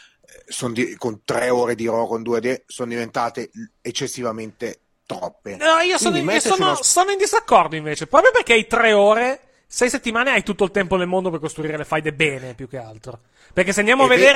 con 3 ore di Raw, con 2 sono diventate eccessivamente troppe. No, io sono in disaccordo invece, proprio perché hai 3 ore, 6 settimane hai tutto il tempo del mondo per costruire le faide bene, più che altro. Perché se andiamo a vedere,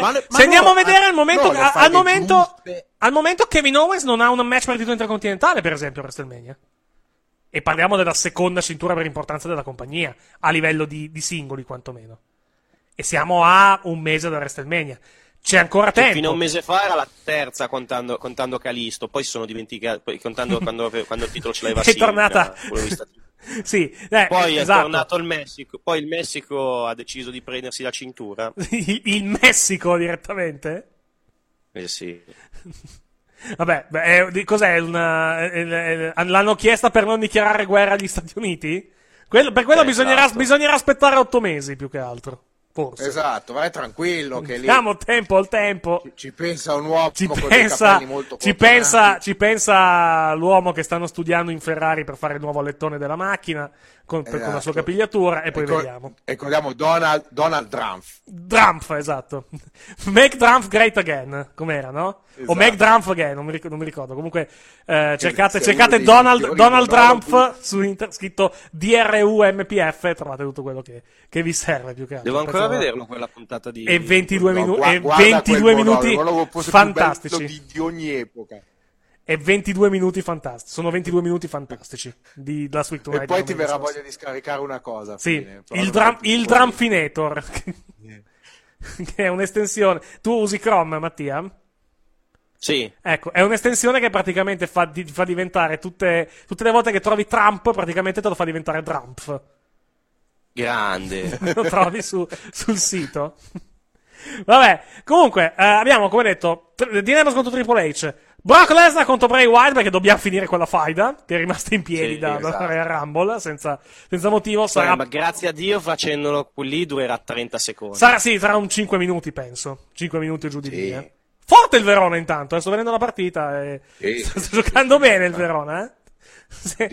al momento Kevin Owens non ha un match per il titolo intercontinentale, per esempio, a WrestleMania. E parliamo della seconda cintura per importanza della compagnia, a livello di singoli quantomeno. E siamo a un mese da WrestleMania. C'è ancora tempo. Fino a un mese fa era la terza contando Kalisto, poi si sono dimenticati, contando quando il titolo ce l'aveva. È tornata. Sì, poi esatto. È tornato il Messico, poi il Messico ha deciso di prendersi la cintura. Il Messico direttamente? Sì. Vabbè, cos'è? L'hanno chiesta per non dichiarare guerra agli Stati Uniti? Per quello bisognerà aspettare 8 mesi, più che altro. Forse. Esatto, vai tranquillo che lì diamo tempo al tempo. Ci pensa un uomo con dei capelli molto ci pensa l'uomo che stanno studiando in Ferrari per fare il nuovo alettone della macchina, con la sua capigliatura e poi vediamo. Ricordiamo Donald Trump. Trump, esatto. Make Trump great again, com'era, no? Esatto. O Make Trump again, non mi ricordo. Comunque cercate Donald Trump su scritto DRUMPF, trovate tutto quello che vi serve più che altro. Devo ancora vederlo quella puntata di... E 22 minuti fantastici. Di ogni epoca. E 22 minuti fantastici. Sono 22 minuti fantastici di Last Week Tonight. E poi ti verrà voglia di scaricare una cosa. Sì, il Drumpfinator. Che è un'estensione. Tu usi Chrome, Mattia? Sì. Ecco, è un'estensione che praticamente fa diventare tutte le volte che trovi Trump, praticamente te lo fa diventare Trump. Grande. Lo trovi sul sito. Vabbè, comunque, abbiamo, come detto, Dynamite contro Triple H. Brock Lesnar contro Bray Wyatt, perché dobbiamo finire quella faida che è rimasta in piedi da Royal Rumble senza motivo. Sarà... ma grazie a Dio facendolo lì durerà 30 secondi. Sarà un 5 minuti, penso. 5 minuti giù di lì. Forte il Verona intanto, sto vedendo la partita e sta giocando bene il Verona, eh? Se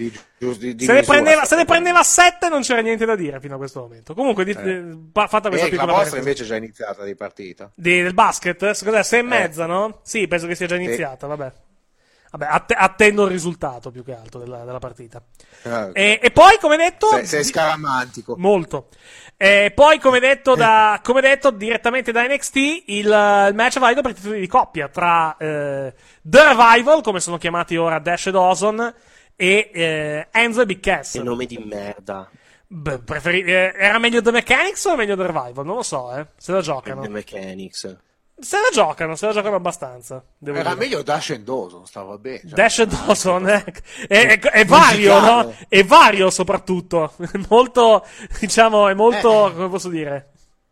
ne prendeva 7 non c'era niente da dire fino a questo momento. Comunque fatta questa piccola la vostra invece è già iniziata di partita del basket? Cos'è? 6:30, no? Sì, penso che sia già iniziata. Vabbè, attendo il risultato più che altro della partita. E poi, come detto, sei scaramantico molto. E poi, come detto direttamente da NXT, il match valido per i titoli di coppia tra The Revival, come sono chiamati ora Dash e Dawson, e Enzo e Big Cass. Che nome di merda. Beh, era meglio The Mechanics o meglio The Revival? Non lo so, Se la giocano. The Mechanics. Se la giocano abbasto. Era meglio Dash e Dawson, stava bene. Dash e Dawson è vario, no? È vario soprattutto. Molto, diciamo, è molto, come posso dire?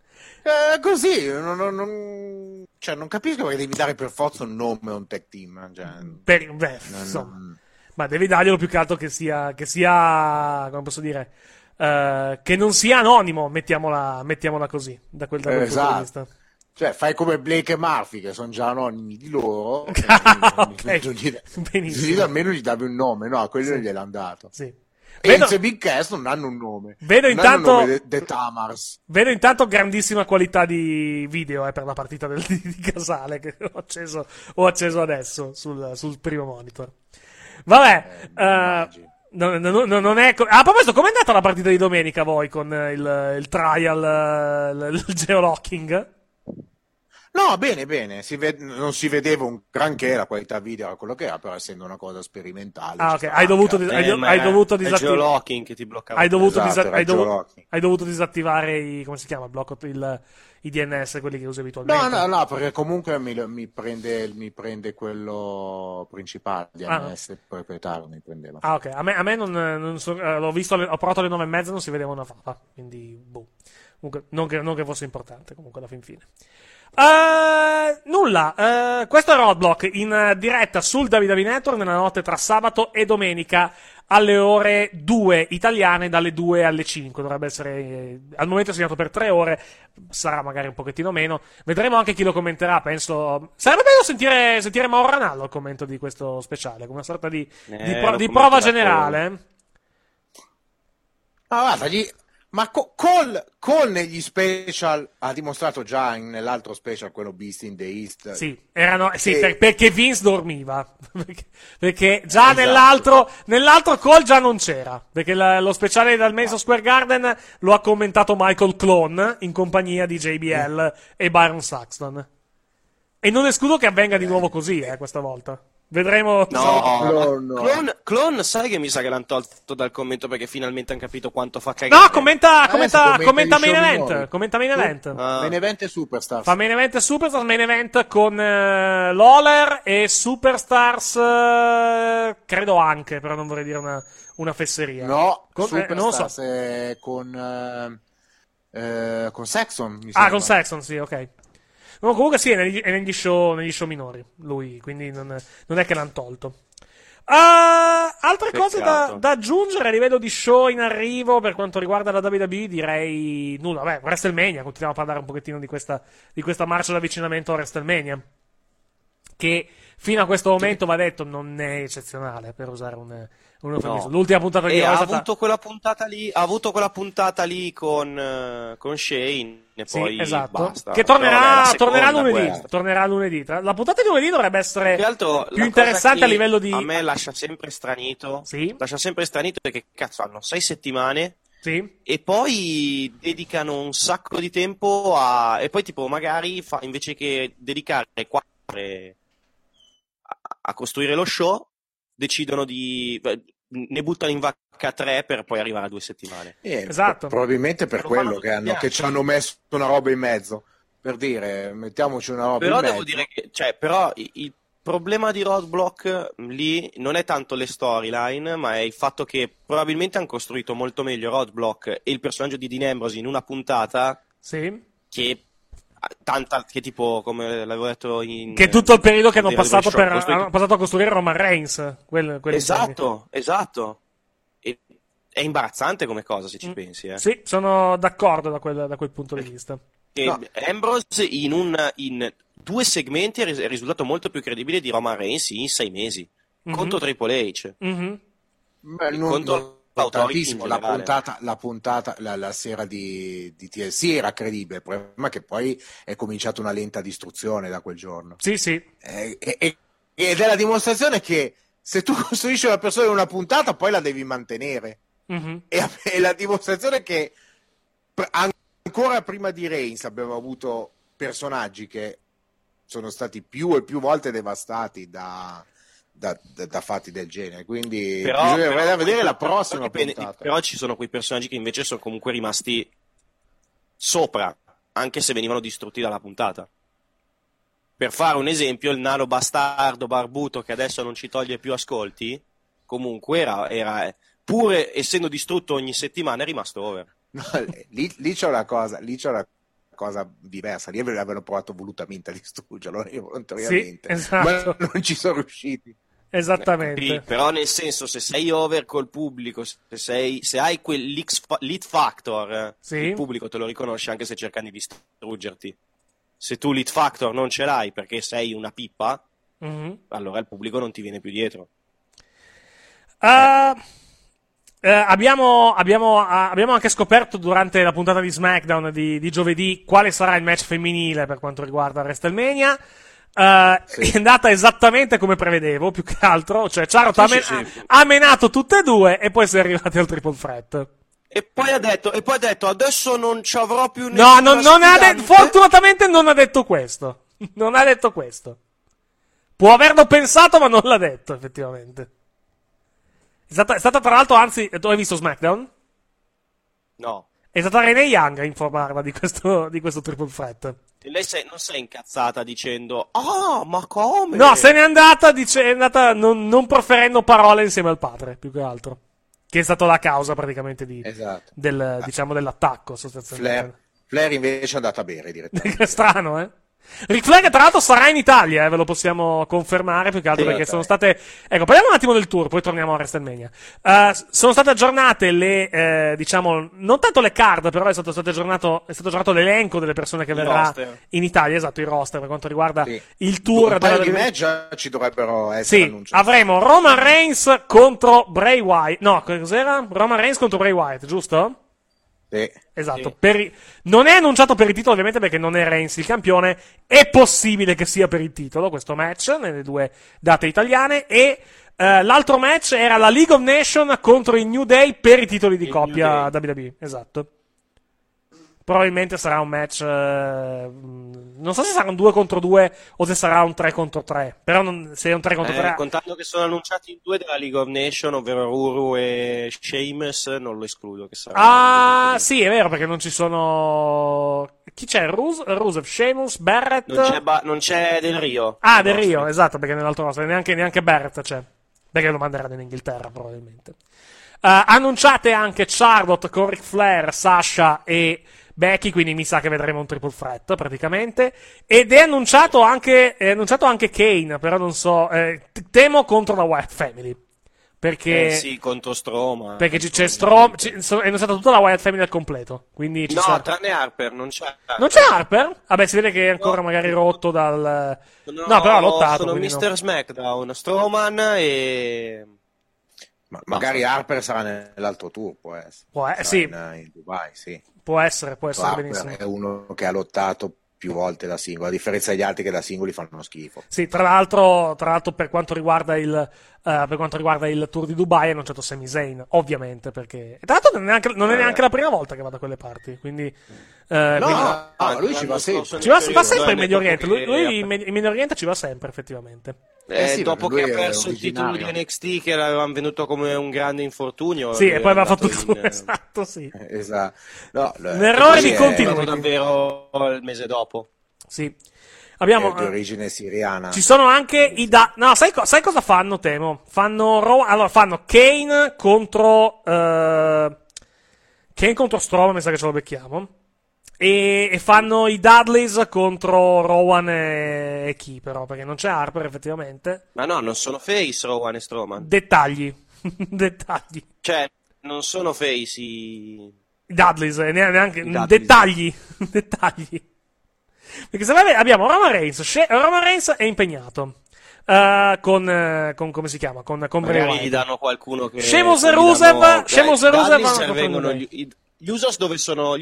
Così, non capisco perché devi dare per forza un nome a un tag team. Insomma. Ma devi darglielo più che altro che sia, come posso dire, che non sia anonimo, mettiamola così, da quel punto di vista. Cioè, fai come Blake e Murphy, che sono già anonimi di loro. Benissimo. Almeno gli davi un nome, no? A quelli non gliel'hanno dato. Sì. Enzo e Big Cass non hanno un nome. Vedo intanto The Tamars. Vedo intanto grandissima qualità di video per la partita di Casale che ho acceso adesso sul primo monitor. Vabbè, non è. A proposito, com'è andata la partita di domenica voi con il trial, il geolocking? No, bene. Non si vedeva un granché, la qualità video era quello che era, però essendo una cosa sperimentale. Ah, ok. Hai dovuto disattivare. Il geolocking che ti bloccava. Hai dovuto disattivare come si chiama? Il blocco, i DNS, quelli che usi abitualmente. No, perché comunque mi prende quello principale, DNS proprietario mi prendeva. Ah, ok. A me non so, l'ho visto, ho provato alle 9:30, non si vedeva una fava, quindi boh. Comunque, non che fosse importante, comunque alla fin fine. Nulla, questo è Roadblock in diretta sul WWE Network nella notte tra sabato e domenica alle ore 2 italiane, dalle 2 alle 5. Dovrebbe essere, al momento è segnato per 3 ore, sarà magari un pochettino meno. Vedremo anche chi lo commenterà, penso. Sarebbe bello sentire Mauro Ranallo al commento di questo speciale, come una sorta di prova generale. Guarda, ma Cole negli special ha dimostrato già nell'altro special, quello Beast in the East. Sì, perché Vince dormiva. perché già nell'altro Cole già non c'era. Perché lo speciale dal Madison Square Garden lo ha commentato Michael Clone in compagnia di JBL e Byron Saxton. E non escludo che avvenga di nuovo così, questa volta. Vedremo. No. Clone, sai che mi sa che l'hanno tolto dal commento perché finalmente hanno capito quanto fa cagare. No, commenta main event. Commenta main event. Main event e Superstars. Fa main event e Superstars. Main event con Lawler e Superstars. Credo anche, però non vorrei dire una fesseria. No, Superstars non so. Con Saxon. Mi sembra. Con Saxon, sì, ok. No, comunque sì, è negli show minori lui, quindi non è che l'hanno tolto. Altre cose da aggiungere a livello di show in arrivo per quanto riguarda la WWE, direi nulla. Beh, WrestleMania, continuiamo a parlare un pochettino di questa marcia d'avvicinamento a WrestleMania, che fino a questo momento, va detto, non è eccezionale, per usare un eufemismo. L'ultima puntata di ha avuto quella puntata lì con Shane e poi basta. Che tornerà lunedì. La puntata di lunedì dovrebbe essere più interessante a livello di... A me lascia sempre stranito. Lascia sempre stranito perché cazzo hanno 6 settimane. Sì. E poi dedicano un sacco di tempo e poi tipo magari invece che dedicare 4 ore a costruire lo show, decidono ne buttano in vacca 3 per poi arrivare a 2 settimane. Esatto. Probabilmente per quello che ci hanno messo una roba in mezzo, per dire mettiamoci una roba però in mezzo. Devo dire che però il problema di Roadblock lì non è tanto le storyline, ma è il fatto che probabilmente hanno costruito molto meglio Roadblock e il personaggio di Dean Ambrose in una puntata che tipo, come l'avevo detto che tutto il periodo che hanno passato a costruire Roman Reigns. Esatto. È imbarazzante come cosa, se ci pensi. Sì, sono d'accordo da quel punto di vista. Ambrose in 2 segmenti è risultato molto più credibile di Roman Reigns in 6 mesi contro Triple H. Tantissimo. La puntata la sera di TLC era credibile, il problema è che poi è cominciata una lenta distruzione da quel giorno. Sì. Ed è la dimostrazione che se tu costruisci una persona in una puntata poi la devi mantenere. E la dimostrazione che ancora prima di Reigns abbiamo avuto personaggi che sono stati più e più volte devastati da fatti del genere, quindi bisogna vedere la prossima puntata. Però ci sono quei personaggi che invece sono comunque rimasti sopra, anche se venivano distrutti dalla puntata. Per fare un esempio, il nano bastardo barbuto che adesso non ci toglie più ascolti, comunque era pur essendo distrutto ogni settimana è rimasto over. No, lì c'è una cosa diversa, lì avevano provato volutamente a distruggerlo volontariamente, esatto. Ma non ci sono riusciti. Esattamente. Sì, però nel senso, se sei over col pubblico, se hai quel lead factor, il pubblico te lo riconosce anche se cercano di distruggerti. Se tu lead factor non ce l'hai perché sei una pippa, allora il pubblico non ti viene più dietro. Abbiamo anche scoperto durante la puntata di SmackDown di giovedì quale sarà il match femminile per quanto riguarda WrestleMania. È andata esattamente come prevedevo, più che altro, cioè Charlotte ha menato tutte e due e poi si è arrivati al triple threat. E poi ha detto adesso non ci avrò più fortunatamente non ha detto questo. Non ha detto questo. Può averlo pensato, ma non l'ha detto, effettivamente. È stata tra l'altro, anzi, tu hai visto SmackDown? No. È stata Renee Young a informarla di questo triple threat. E lei non si è incazzata dicendo ma come? No, se n'è andata, non proferendo parole insieme al padre, più che altro. Che è stata la causa praticamente dell'attacco, sostanzialmente. Flair invece è andata a bere direttamente. Che strano, eh? Ric Flair, tra l'altro, sarà in Italia, ve lo possiamo confermare, più che altro perché sono state... Ecco, parliamo un attimo del tour, poi torniamo a WrestleMania. Sono state aggiornate non tanto le card, però è stato aggiornato l'elenco delle persone che verrà in Italia, esatto, i roster, per quanto riguarda il tour. Un paio di match ci dovrebbero essere annunciati. Avremo Roman Reigns contro Bray Wyatt. No, cos'era? Roman Reigns contro Bray Wyatt, giusto? Esatto, non è annunciato per il titolo ovviamente perché non è Reigns il campione, è possibile che sia per il titolo questo match nelle 2 date italiane e l'altro match era la League of Nations contro il New Day per i titoli di coppia WWE, esatto. Probabilmente sarà un match non so se sarà un 2 contro 2 o se sarà un 3 contro 3, però se è un 3 contro 3 contando che sono annunciati 2 della League of Nations, ovvero Uru e Sheamus, non lo escludo che sarà sì, è vero, perché non ci sono... Chi c'è? Rusev, Sheamus, Barrett, non c'è Del Rio. Del Rio, esatto, perché nell'altro roster neanche Barrett c'è, perché lo manderanno in Inghilterra probabilmente. Annunciate anche Charlotte con Ric Flair, Sasha e Becky, quindi mi sa che vedremo un triple threat praticamente. Ed è annunciato anche Kane, però non so, temo contro la Wyatt Family. Perché sì, contro Strowman. Perché c'è Strowman, è stata tutta la Wyatt Family al completo. Quindi tranne Harper, non c'è Harper. Non c'è Harper? Vabbè, si vede che è ancora magari rotto dal... No, però ha lottato. Sono Mr. SmackDown, Strowman e... magari Harper sarà nell'altro tour, può essere. Sì. In Dubai, sì. Può essere Harper benissimo. È uno che ha lottato più volte da singolo, a differenza degli altri che da singoli fanno schifo. Sì, tra l'altro per quanto riguarda il tour di Dubai è annunciato Sami Zayn, ovviamente, perché tra l'altro non è neanche la prima volta che va da quelle parti, quindi lui ci va sempre. Va sempre in Medio Oriente, lui in Medio Oriente ci va sempre, effettivamente. Dopo che ha perso il titolo di NXT, che l'avevano venuto come un grande infortunio, sì, e poi aveva fatto tutto esatto, sì. Esatto. No, l'errore di continuity davvero il mese dopo. Sì. Abbiamo di origine siriana. Ci sono anche no, sai cosa fanno, temo? Fanno Kane contro Strowman, mi sa che ce lo becchiamo. E fanno i Dudleys contro Rowan e chi, però, perché non c'è Harper, effettivamente. Ma no, non sono face Rowan e Strowman. Dettagli. Cioè, non sono face i Dudleys, neanche i Dudleys. Dettagli. Perché se abbiamo Roman Reigns è impegnato. Con come si chiama? Con Bray Wyatt. Gli danno qualcuno che Sheamus e Rusev servengono gli Usos dove sono?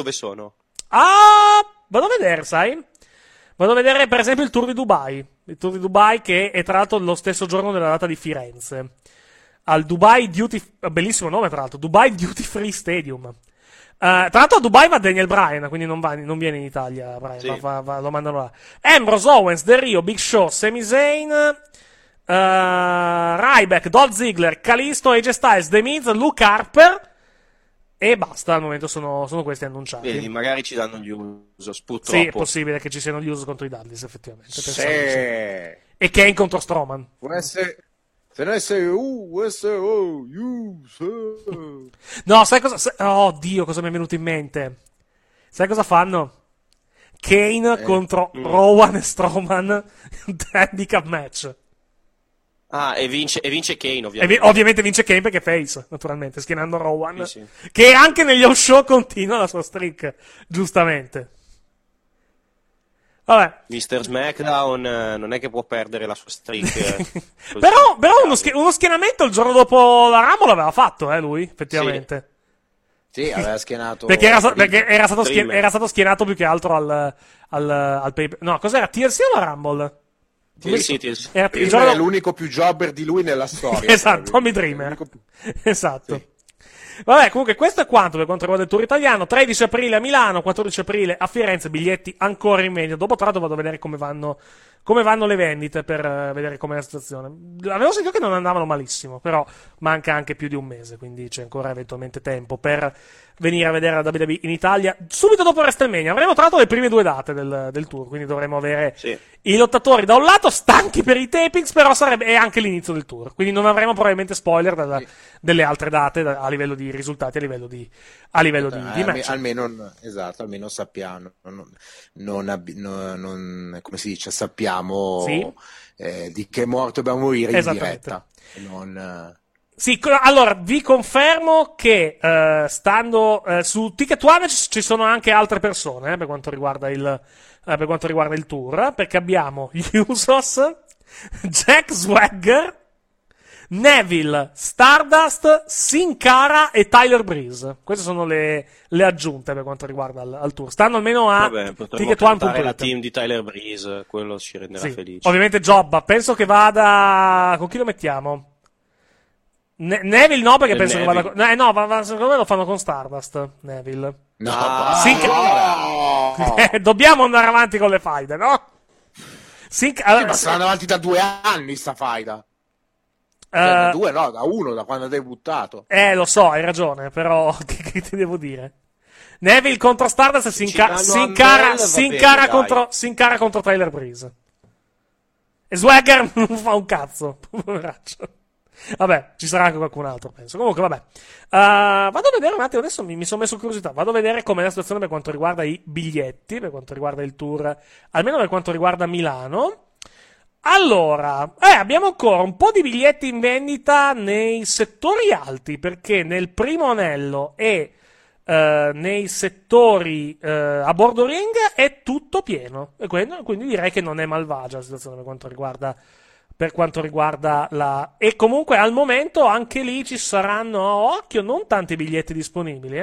Vado a vedere, sai? Vado a vedere per esempio il Tour di Dubai. Il Tour di Dubai, che è tra l'altro lo stesso giorno della data di Firenze. Al Dubai bellissimo nome tra l'altro, Dubai Duty Free Stadium. Tra l'altro a Dubai va Daniel Bryan, quindi non viene in Italia Bryan, sì. Lo mandano là. Ambrose, Owens, Del Rio, Big Show, Sami Zayn, Ryback, Dolph Ziggler, Kalisto, AJ Styles, The Miz, Luke Harper e basta. Al momento sono questi annunciati. Vedi, magari ci danno gli Usos, purtroppo. Sì, è possibile che ci siano gli Usos contro i Dudleys, effettivamente. Sì. E Kane contro Strowman. Può essere... Se no SU, no, sai cosa? Oh Dio, cosa mi è venuto in mente? Sai cosa fanno? Kane contro Rowan e Strowman handicap match. E vince Kane, ovviamente. Ovviamente vince Kane perché face, naturalmente, schienando Rowan, sì. Che anche negli house show continua la sua streak, giustamente. Vabbè. Mr. SmackDown non è che può perdere la sua streak. però uno schienamento il giorno dopo la Rumble l'aveva fatto, lui, effettivamente. Sì, aveva schienato. perché era stato schienato più che altro al paper. No, cos'era? TLC o la Rumble? TLC. È l'unico più jobber di lui nella storia. Esatto, Tommy Dreamer. Esatto. Sì. Vabbè, comunque questo è quanto per quanto riguarda il tour italiano. 13 aprile a Milano, 14 aprile a Firenze, biglietti ancora in vendita. Dopo tra l'altro vado a vedere come vanno le vendite per vedere com'è la situazione. Avevo sentito che non andavano malissimo, però manca anche più di un mese, quindi c'è ancora eventualmente tempo per venire a vedere la WWE in Italia subito dopo WrestleMania. Avremo tra l'altro le prime 2 date del tour, quindi dovremo avere i lottatori da un lato stanchi per i tapings, però è anche l'inizio del tour, quindi non avremo probabilmente spoiler delle altre date a livello di risultati, a livello di match. Almeno sappiamo, come si dice, sappiamo di che morte dobbiamo morire in diretta. Sì, allora vi confermo che stando su Ticket One ci sono anche altre persone per quanto riguarda il tour, perché abbiamo gli Usos, Jack Swagger, Neville, Stardust, Sin Cara e Tyler Breeze. Queste sono le aggiunte per quanto riguarda al tour. Stanno almeno a TicketOne.it. La team di Tyler Breeze, quello ci renderà felice. Ovviamente Jobba, penso che vada... Con chi lo mettiamo? Neville no, perché penso Neville. che vada... secondo me lo fanno con Stardust, Neville. No, dobbiamo andare avanti con le faide, no? Ma stanno avanti da 2 anni sta faida. Da 2 no, da 1, da quando hai debuttato. Lo so, hai ragione, però che ti devo dire? Neville contro Stardust e Sin Cara contro Tyler Breeze. E Swagger non fa un cazzo, poveraccio. Vabbè, ci sarà anche qualcun altro, penso. Comunque, vabbè. Vado a vedere un attimo, adesso mi sono messo curiosità. Vado a vedere com'è la situazione per quanto riguarda i biglietti, per quanto riguarda il tour, almeno per quanto riguarda Milano. Allora, abbiamo ancora un po' di biglietti in vendita nei settori alti, perché nel primo anello e nei settori a bordo ring è tutto pieno, e quindi direi che non è malvagia la situazione per quanto riguarda la... E comunque al momento anche lì ci saranno, occhio, non tanti biglietti disponibili,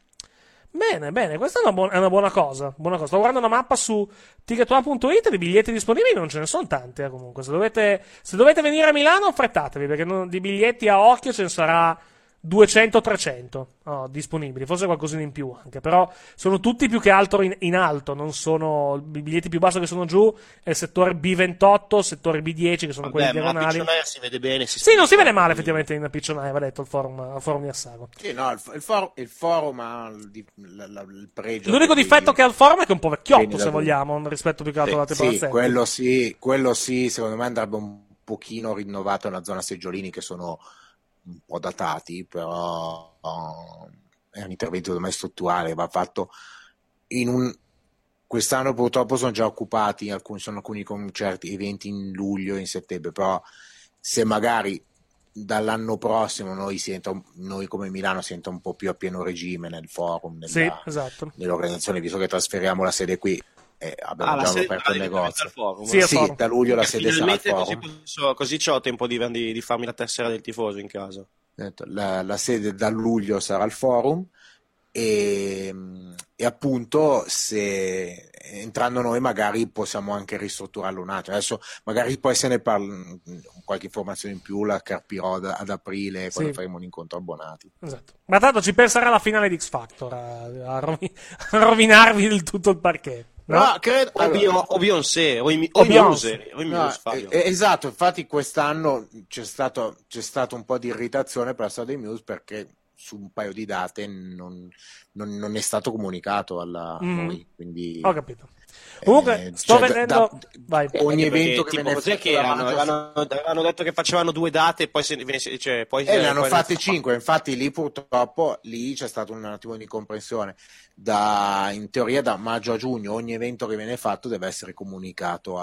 Bene, questa è una buona cosa. Sto guardando una mappa su ticketone.it, di biglietti disponibili non ce ne sono tanti, comunque. Se dovete venire a Milano, affrettatevi, perché di biglietti a occhio ce ne sarà 200-300 disponibili, forse qualcosina in più anche, però sono tutti più che altro in alto, non sono i biglietti più bassi che sono giù, è il settore B28, il settore B10 che sono quelli diagonali. Ma si vede bene, non si vede male effettivamente in Piccionaia, va detto il forum di Assago. Sì, no, il forum ha il pregio. L'unico difetto che ha il forum è che è un po' vecchiotto, se vogliamo, rispetto più che altro alla temporale. Quello sì, secondo me andrebbe un pochino rinnovato nella zona seggiolini, che sono un po' datati, però è un intervento secondo me strutturale, va fatto quest'anno purtroppo sono già occupati, sono alcuni concerti, eventi in luglio, in settembre, però se magari dall'anno prossimo noi come Milano siamo un po' più a pieno regime nel forum, nell'organizzazione, visto che trasferiamo la sede qui, abbiamo già aperto il negozio. Sì, da luglio la sede sarà al forum. Così c'ho tempo di farmi la tessera del tifoso in casa. La sede da luglio sarà al forum e appunto, se entrando noi magari possiamo anche ristrutturarlo un attimo. Adesso magari poi se ne parla qualche informazione in più, la capirò ad aprile, quando faremo un incontro abbonati. Esatto. Ma tanto ci penserà la finale di X Factor a rovinarvi del tutto il parquet. No, credo o Beyoncé o Muse. Esatto, infatti quest'anno c'è stato un po' di irritazione per la storia dei Muse, perché su un paio di date non è stato comunicato a noi, quindi ho capito. Comunque sto vedendo ogni evento che viene fatto, che avevano detto che facevano 2 date e poi ne hanno fatte 5, infatti lì purtroppo c'è stato un attimo di incomprensione. In teoria da maggio a giugno ogni evento che viene fatto deve essere comunicato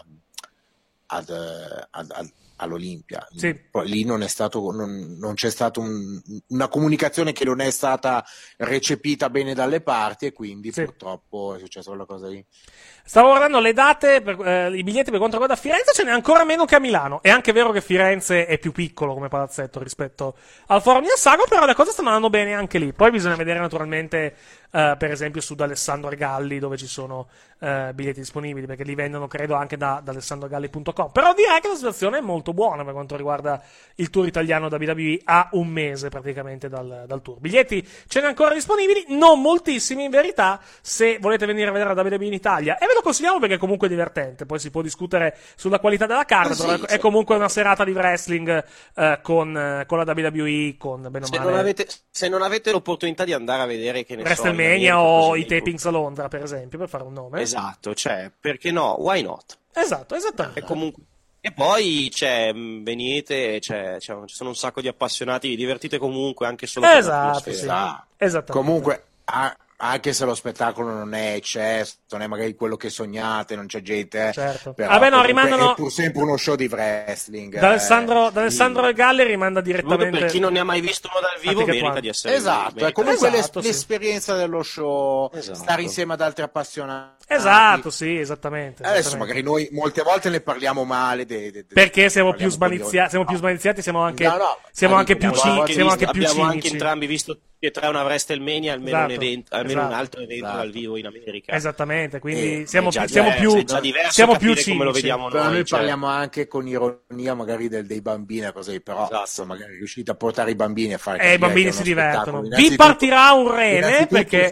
all'Olimpia. Poi lì non c'è stata una comunicazione che non è stata recepita bene dalle parti, e quindi purtroppo è successa quella cosa lì. Stavo guardando le date, i biglietti per quanto riguarda Firenze, ce n'è ancora meno che a Milano. È anche vero che Firenze è più piccolo come palazzetto rispetto al forum di Assago, però le cose stanno andando bene anche lì. Poi bisogna vedere naturalmente, per esempio, su D'Alessandro Galli, dove ci sono biglietti disponibili, perché li vendono credo anche da alessandrogalli.com. Però direi che la situazione è molto buona per quanto riguarda il tour italiano WWE a un mese praticamente dal tour. Biglietti ce n'è ancora disponibili, non moltissimi in verità, se volete venire a vedere la WWE in Italia, e ve lo consigliamo perché è comunque divertente. Poi si può discutere sulla qualità della card, però è comunque una serata di wrestling con la WWE, con bene o male. Se non avete l'opportunità di andare a vedere, che ne WrestleMania o i tapings a Londra, per esempio, per fare un nome. Esatto, perché no? Why not? Esatto, esattamente. E poi venite, ci sono un sacco di appassionati, divertite comunque anche solo per l'atmosfera. Esattamente. Comunque anche se lo spettacolo non è eccesso, non è magari quello che sognate, non c'è gente, però rimandano... è pur sempre uno show di wrestling. D'Alessandro Galli rimanda direttamente. Per chi non ne ha mai visto uno dal vivo, merita di essere è comunque l'esperienza dello show, stare insieme ad altri appassionati. Esattamente. Adesso magari noi molte volte ne parliamo male perché siamo più smaniziati, siamo anche più cinici. Abbiamo anche entrambi visto che tra una WrestleMania almeno un altro evento dal vivo in America. Esattamente, quindi siamo più cinici. Come lo vediamo però noi parliamo anche con ironia magari dei bambini, così, però magari riuscite a portare i bambini a fare i bambini si divertono. Vi partirà un rene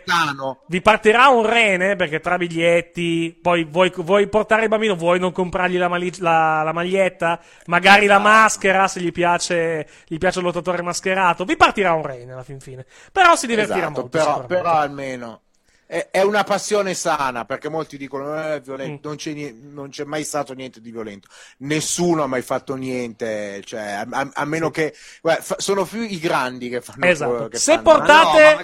perché tra biglietti poi vuoi portare il bambino, vuoi non comprargli la maglietta, magari la maschera se gli piace il lottatore mascherato, vi partirà un rene alla fin fine. Però si divertirà molto. Però almeno è una passione sana, perché molti dicono violento, non c'è mai stato niente di violento, nessuno ha mai fatto niente, cioè a meno che sono più i grandi che fanno esatto. Se portate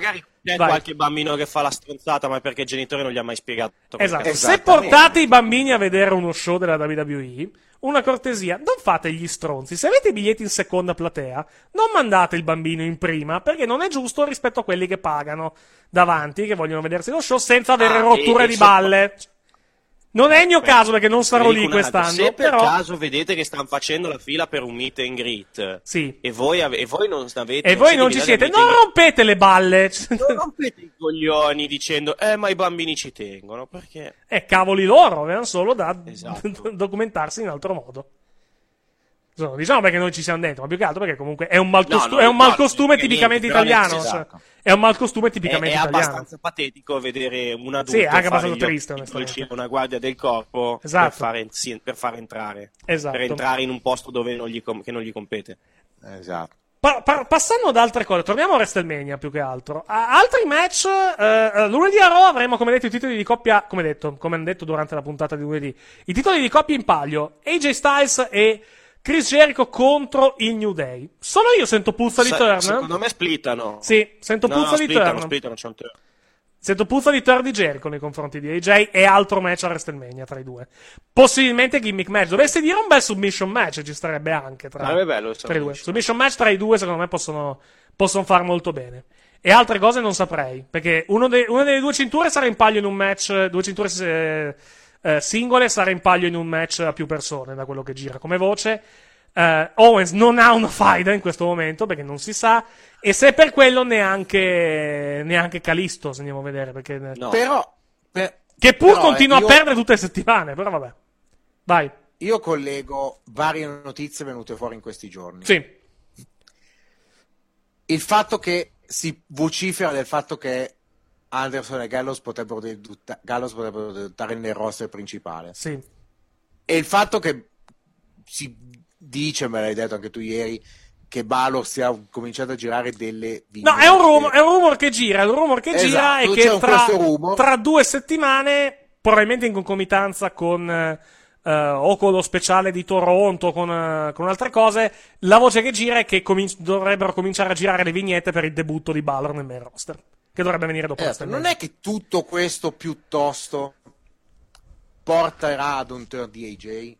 C'è qualche bambino che fa la stronzata, ma perché i genitori non gli ha mai spiegato. Esatto. Se portate i bambini a vedere uno show della WWE, una cortesia, non fate gli stronzi. Se avete i biglietti in seconda platea, non mandate il bambino in prima, perché non è giusto rispetto a quelli che pagano davanti, che vogliono vedersi lo show senza avere rotture di balle. Non è il mio caso, perché non sarò lì quest'anno. Se per però... caso vedete che stanno facendo la fila per un meet and greet, sì. e voi non avete, e voi non ci siete, non rompete le balle. Non rompete i coglioni dicendo ma i bambini ci tengono, perché cavoli loro, avevano solo da documentarsi in altro modo. Diciamo perché noi ci siamo dentro, ma più che altro perché comunque è un malcostume tipicamente italiano. Esatto. È un malcostume tipicamente italiano. È abbastanza patetico vedere un adulto anche fare abbastanza triste, onestamente, una guardia del corpo per far entrare, per entrare in un posto dove che non gli compete. Esatto. Passando ad altre cose, torniamo a WrestleMania più che altro. Altri match, lunedì a Raw avremo, come detto, i titoli di coppia, come hanno detto durante la puntata di lunedì, i titoli di coppia in palio, AJ Styles e Chris Jericho contro il New Day. Solo io sento puzza di turn? Secondo me splittano. Sì, sento puzza di turn. C'è un turn. Sento puzza di turn di Jericho nei confronti di AJ e altro match a WrestleMania tra i due. Possibilmente gimmick match. Dovessi dire un bel submission match, ci starebbe anche tra i due. Submission match tra i due secondo me possono far molto bene. E altre cose non saprei, perché una delle due cinture sarà in palio in un match, due cinture singole sarà in palio in un match a più persone, da quello che gira come voce. Owens non ha una faida in questo momento perché non si sa, e se per quello neanche Kalisto, se andiamo a vedere, perché che pur continua a perdere tutte le settimane, però vabbè. Vai. Io collego varie notizie venute fuori in questi giorni. Sì. Il fatto che si vocifera del fatto che Anderson e Gallows potrebbero debuttare nel roster principale. Sì. E il fatto che si dice, me l'hai detto anche tu ieri, che Balor stia cominciando a girare delle vignette. No, è un rumor che gira. Il rumor che gira è che tra 2 settimane, probabilmente in concomitanza con o con lo speciale di Toronto, con altre cose, la voce che gira è che dovrebbero cominciare a girare le vignette per il debutto di Balor nel main roster, che dovrebbe venire dopo. Non è che tutto questo piuttosto porterà ad un turn di AJ?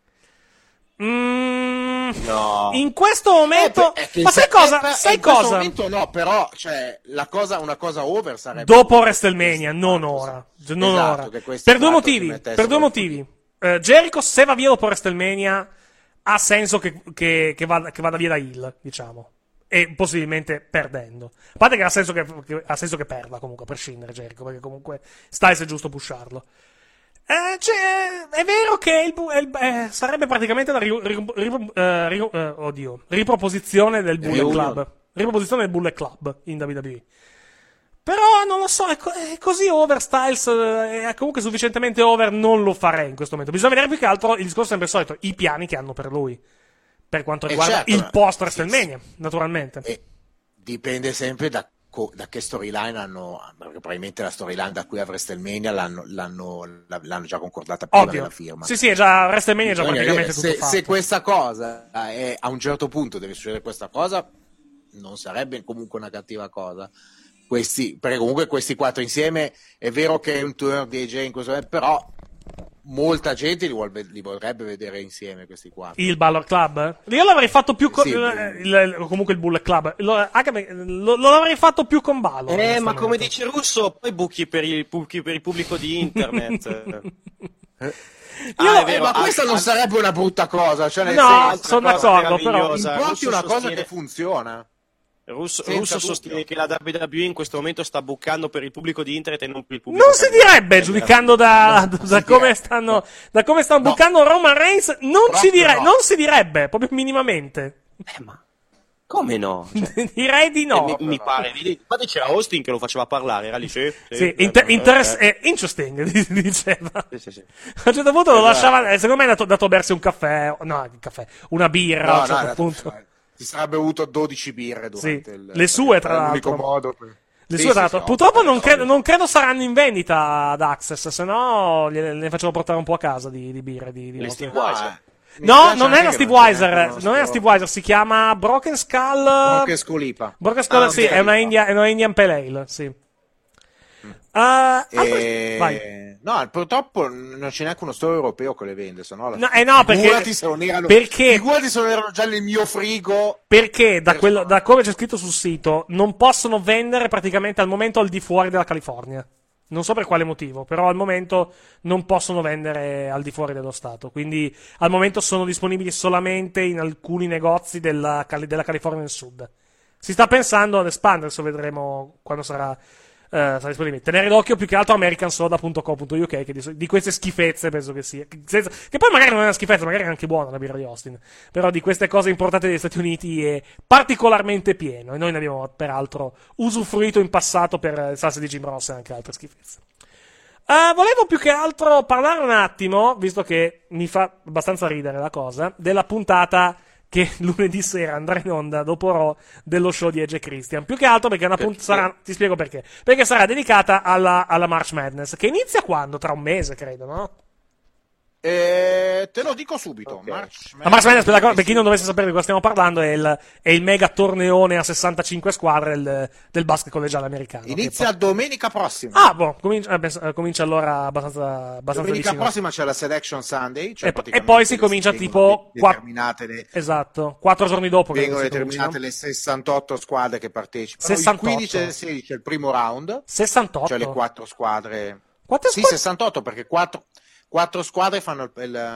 No. In questo momento, ma sai cosa? In questo momento no, però una cosa over sarebbe dopo WrestleMania, non ora. Per due motivi. Jericho, se va via dopo WrestleMania, ha senso che vada via da heel, diciamo, e possibilmente perdendo. A parte che ha senso che perda comunque, a prescindere, Jericho, perché comunque Styles è giusto pusharlo. È vero che sarebbe praticamente la riproposizione del Bullet Club. Riproposizione del Bullet Club in WWE. Però non lo so, è così over Styles, è comunque sufficientemente over, non lo farei in questo momento. Bisogna vedere più che altro, il discorso è sempre il solito, i piani che hanno per lui, per quanto riguarda il post WrestleMania, naturalmente. Dipende sempre da che storyline hanno, perché probabilmente la storyline da qui a WrestleMania l'hanno già concordata prima della firma. Sì, è già WrestleMania è già praticamente tutto fatto. Se questa cosa a un certo punto deve succedere questa cosa, non sarebbe comunque una cattiva cosa. Perché comunque questi 4 insieme è vero che è un turn di AJ in questo momento, però molta gente li vorrebbe vedere insieme questi 4. Il Balor Club? Io l'avrei fatto più comunque il Bullet Club lo avrei fatto più con Balor. Ma come dice Russo, poi buchi per il pubblico di internet. Ma questa non sarebbe una brutta cosa, cioè sono d'accordo, però importi una cosa che funziona. Russo sostiene che la WWE in questo momento sta bucando per il pubblico di internet e non per il pubblico. Non si direbbe, giudicando da come stanno bucando Roman Reigns, non si direbbe, proprio minimamente. Ma come no? Cioè, direi di no. Mi pare. Infatti c'era Austin che lo faceva parlare, era lì. Interesting, diceva. Sì. A un certo punto lo lasciava, secondo me è andato a bersi un caffè, una birra a un certo punto. Si sarebbe bevuto 12 birre durante le sue, tra l'altro. Modo Purtroppo non credo saranno in vendita ad Access, se no ne facevo portare un po' a casa di birre di Steve Weiser. No, non è la Steve Weiser, non è la Steve Weiser, si chiama Broken Skull. Broken Skull IPA. Broken Skull, sì, è una Indian Pale Ale, sì. Vai. No, purtroppo non c'è neanche uno store europeo che le vende, se no figurati se non erano, figurati se non erano già nel mio frigo. Perché da come c'è scritto sul sito non possono vendere praticamente al momento al di fuori della California. Non so per quale motivo, però al momento non possono vendere al di fuori dello stato. Quindi al momento sono disponibili solamente in alcuni negozi della California del Sud. Si sta pensando ad espandersi, vedremo quando sarà disponibile. Tenere d'occhio più che altro americansoda.co.uk, che di queste schifezze penso che sia. Che poi magari non è una schifezza, magari è anche buona la birra di Austin. Però di queste cose importate dagli Stati Uniti è particolarmente pieno. E noi ne abbiamo peraltro usufruito in passato per salse di Jim Ross e anche altre schifezze. Volevo più che altro parlare un attimo, visto che mi fa abbastanza ridere la cosa, della puntata che lunedì sera andrà in onda dopo Raw dello show di Edge e Christian. Più che altro perché ti spiego perché. Perché sarà dedicata alla March Madness, che inizia quando? Tra un mese, credo, no? Te lo dico subito. Okay. La March Madness, per chi non dovesse sapere di cosa stiamo parlando, è il mega torneone a 65 squadre del basket collegiale americano. Inizia domenica prossima. Comincia allora abbastanza domenica vicino. Prossima c'è la Selection Sunday, cioè e poi si comincia tipo 4 giorni dopo. Vengono determinate le 68 squadre che partecipano. 68. Il 15 e il 16 è il primo round. 68. Cioè le 4 squadre. Quante squadre? Sì, 68 perché 4 squadre fanno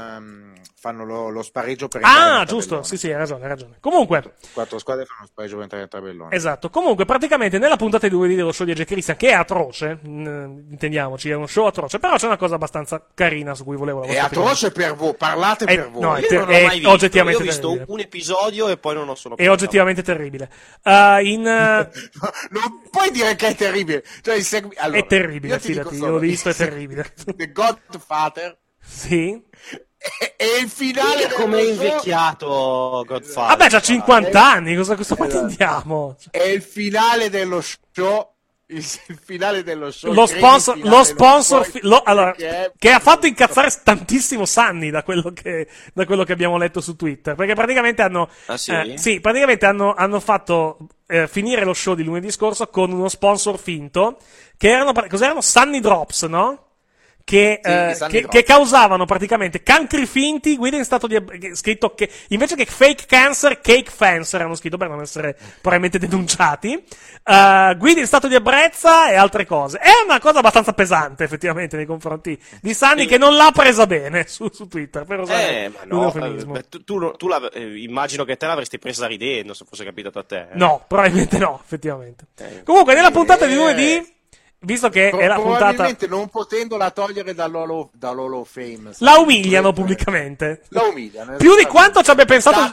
lo spareggio per entrare nel giusto, sì, hai ragione. Comunque 4 squadre fanno lo spareggio per entrare nel tabellone. Esatto. Comunque praticamente nella puntata di lunedì dello show di Edge Christian, che è atroce, intendiamoci, è uno show atroce, però c'è una cosa abbastanza carina su cui volevo lavorare. È atroce per voi, parlate per voi. No, io non l'ho mai visto. Oggettivamente io ho visto un episodio e poi non ho solo È oggettivamente terribile. Non puoi dire che è terribile. Cioè, allora, è terribile, fidati, io l'ho visto, è terribile. The Godfather. Sì. E il finale come è invecchiato Godfather. Vabbè, c'ha 50 anni, cosa pretendiamo? È il finale dello show. Il finale dello show. Lo sponsor che ha fatto incazzare tantissimo Sunny da quello che abbiamo letto su Twitter, perché praticamente hanno hanno fatto finire lo show di lunedì scorso con uno sponsor finto che cos'erano? Sunny Drops, no? Che causavano praticamente cancri finti, guide in stato di scritto che invece che fake cancer, cake fancer hanno scritto per non essere probabilmente denunciati, guide in stato di ebbrezza e altre cose. È una cosa abbastanza pesante effettivamente nei confronti di Sunny, che non l'ha presa bene su Twitter, per usare un eufemismo. Tu immagino che te l'avresti presa ridendo se fosse capitato a te. No, probabilmente no, effettivamente. Comunque nella puntata di lunedì, visto che è la puntata, probabilmente non potendola togliere dall'Hall of Fame, la umiliano pubblicamente. La umiliano più di quanto ci abbia pensato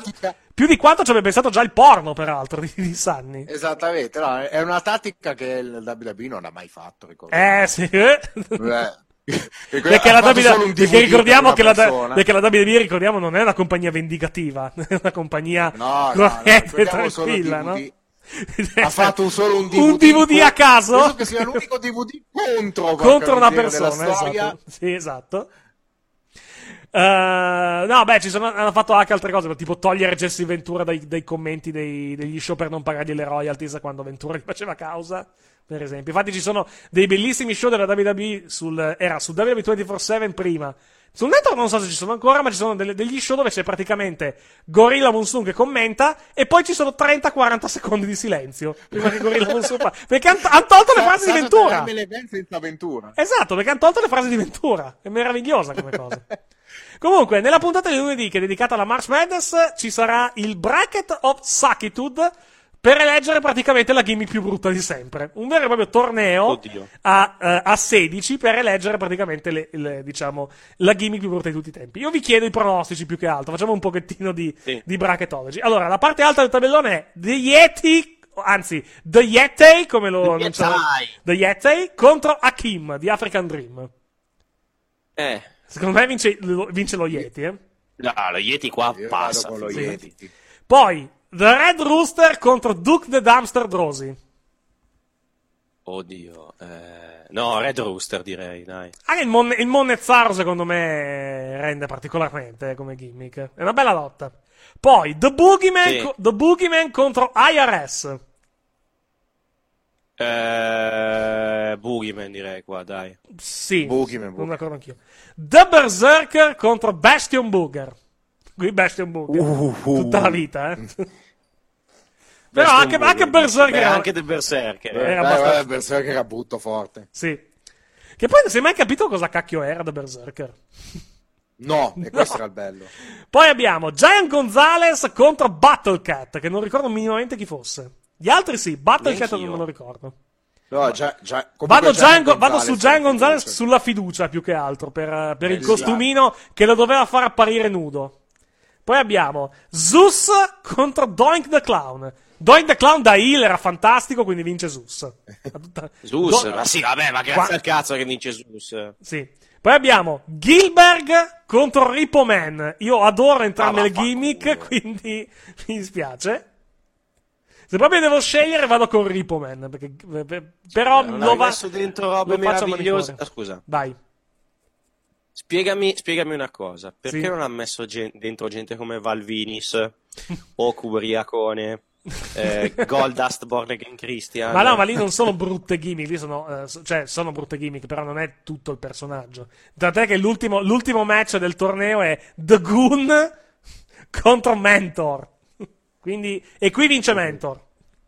già il porno, peraltro, di Sunny. Esattamente, no, è una tattica che il WWE non ha mai fatto, ricordo. Sì. Perché ricordiamo che la WWE, ricordiamo, non è una compagnia vendicativa, è una compagnia corretta e tranquilla, no? Ha fatto solo un DVD, un DVD a caso? Penso che sia l'unico DVD contro una persona, esatto. Sì, esatto. Hanno fatto anche altre cose, tipo togliere Jesse Ventura dai commenti degli show per non pagargli le royalties quando Ventura gli faceva causa, per esempio. Infatti ci sono dei bellissimi show della WWE era su WWE 24/7 prima. Sul network non so se ci sono ancora, ma ci sono degli show dove c'è praticamente Gorilla Monsoon che commenta e poi ci sono 30-40 secondi di silenzio prima che Gorilla Monsoon perché hanno tolto le frasi di Ventura. Esatto, perché hanno tolto le frasi di Ventura. È meravigliosa come cosa. Comunque, nella puntata di lunedì che è dedicata alla March Madness ci sarà il Bracket of Suckitude per eleggere praticamente la gimmick più brutta di sempre. Un vero e proprio torneo a 16 per eleggere praticamente la gimmick più brutta di tutti i tempi. Io vi chiedo i pronostici più che altro. Facciamo un pochettino di bracketology. Allora, la parte alta del tabellone è The Yeti, come lo annunciamo. The Yeti contro Hakim di African Dream. Secondo me vince lo Yeti, No, lo Yeti qua passa. Con lo Yeti. Poi The Red Rooster contro Duke the Dumpster Drosi. Oddio. No, Red Rooster direi, dai. Anche il Monnezzaro secondo me rende particolarmente come gimmick. È una bella lotta. Poi The Boogeyman contro IRS. Boogeyman direi qua, dai. Sì, Boogeyman. sono d'accordo anch'io. The Berserker contro Bastion Booger. Qui Bastion Booger. Tutta la vita, Però anche Berserker. Anche The Berserker. Berserker era brutto forte. Sì. Che poi non si è mai capito cosa cacchio era The Berserker. No, e questo era il bello. Poi abbiamo Giant Gonzalez contro Battle Cat, che non ricordo minimamente chi fosse. Gli altri sì, Battle Cat non me lo ricordo. No, vado su Giant Gonzalez sulla fiducia più che altro per il costumino che lo doveva far apparire nudo. Poi abbiamo Zeus contro Doink the Clown. Doink the Clown da heel era fantastico, quindi vince Zeus. Zeus? Ma sì, vabbè, ma grazie al cazzo che vince Zeus. Sì. Poi abbiamo Gilbert contro Repo Man. Io adoro entrambe le gimmick, quindi mi dispiace. Se proprio devo scegliere vado con Repo Man, però lo va messo dentro robe meravigliose. Scusa. Vai. Spiegami una cosa, perché non ha messo dentro gente come Val Venis o Cuberiacone, Goldust, Born Again Christian? Ma no, ma lì non sono brutte gimmick, lì sono brutte gimmick, però non è tutto il personaggio. Tant'è che l'ultimo match del torneo è The Goon contro Mentor. E qui vince Mentor.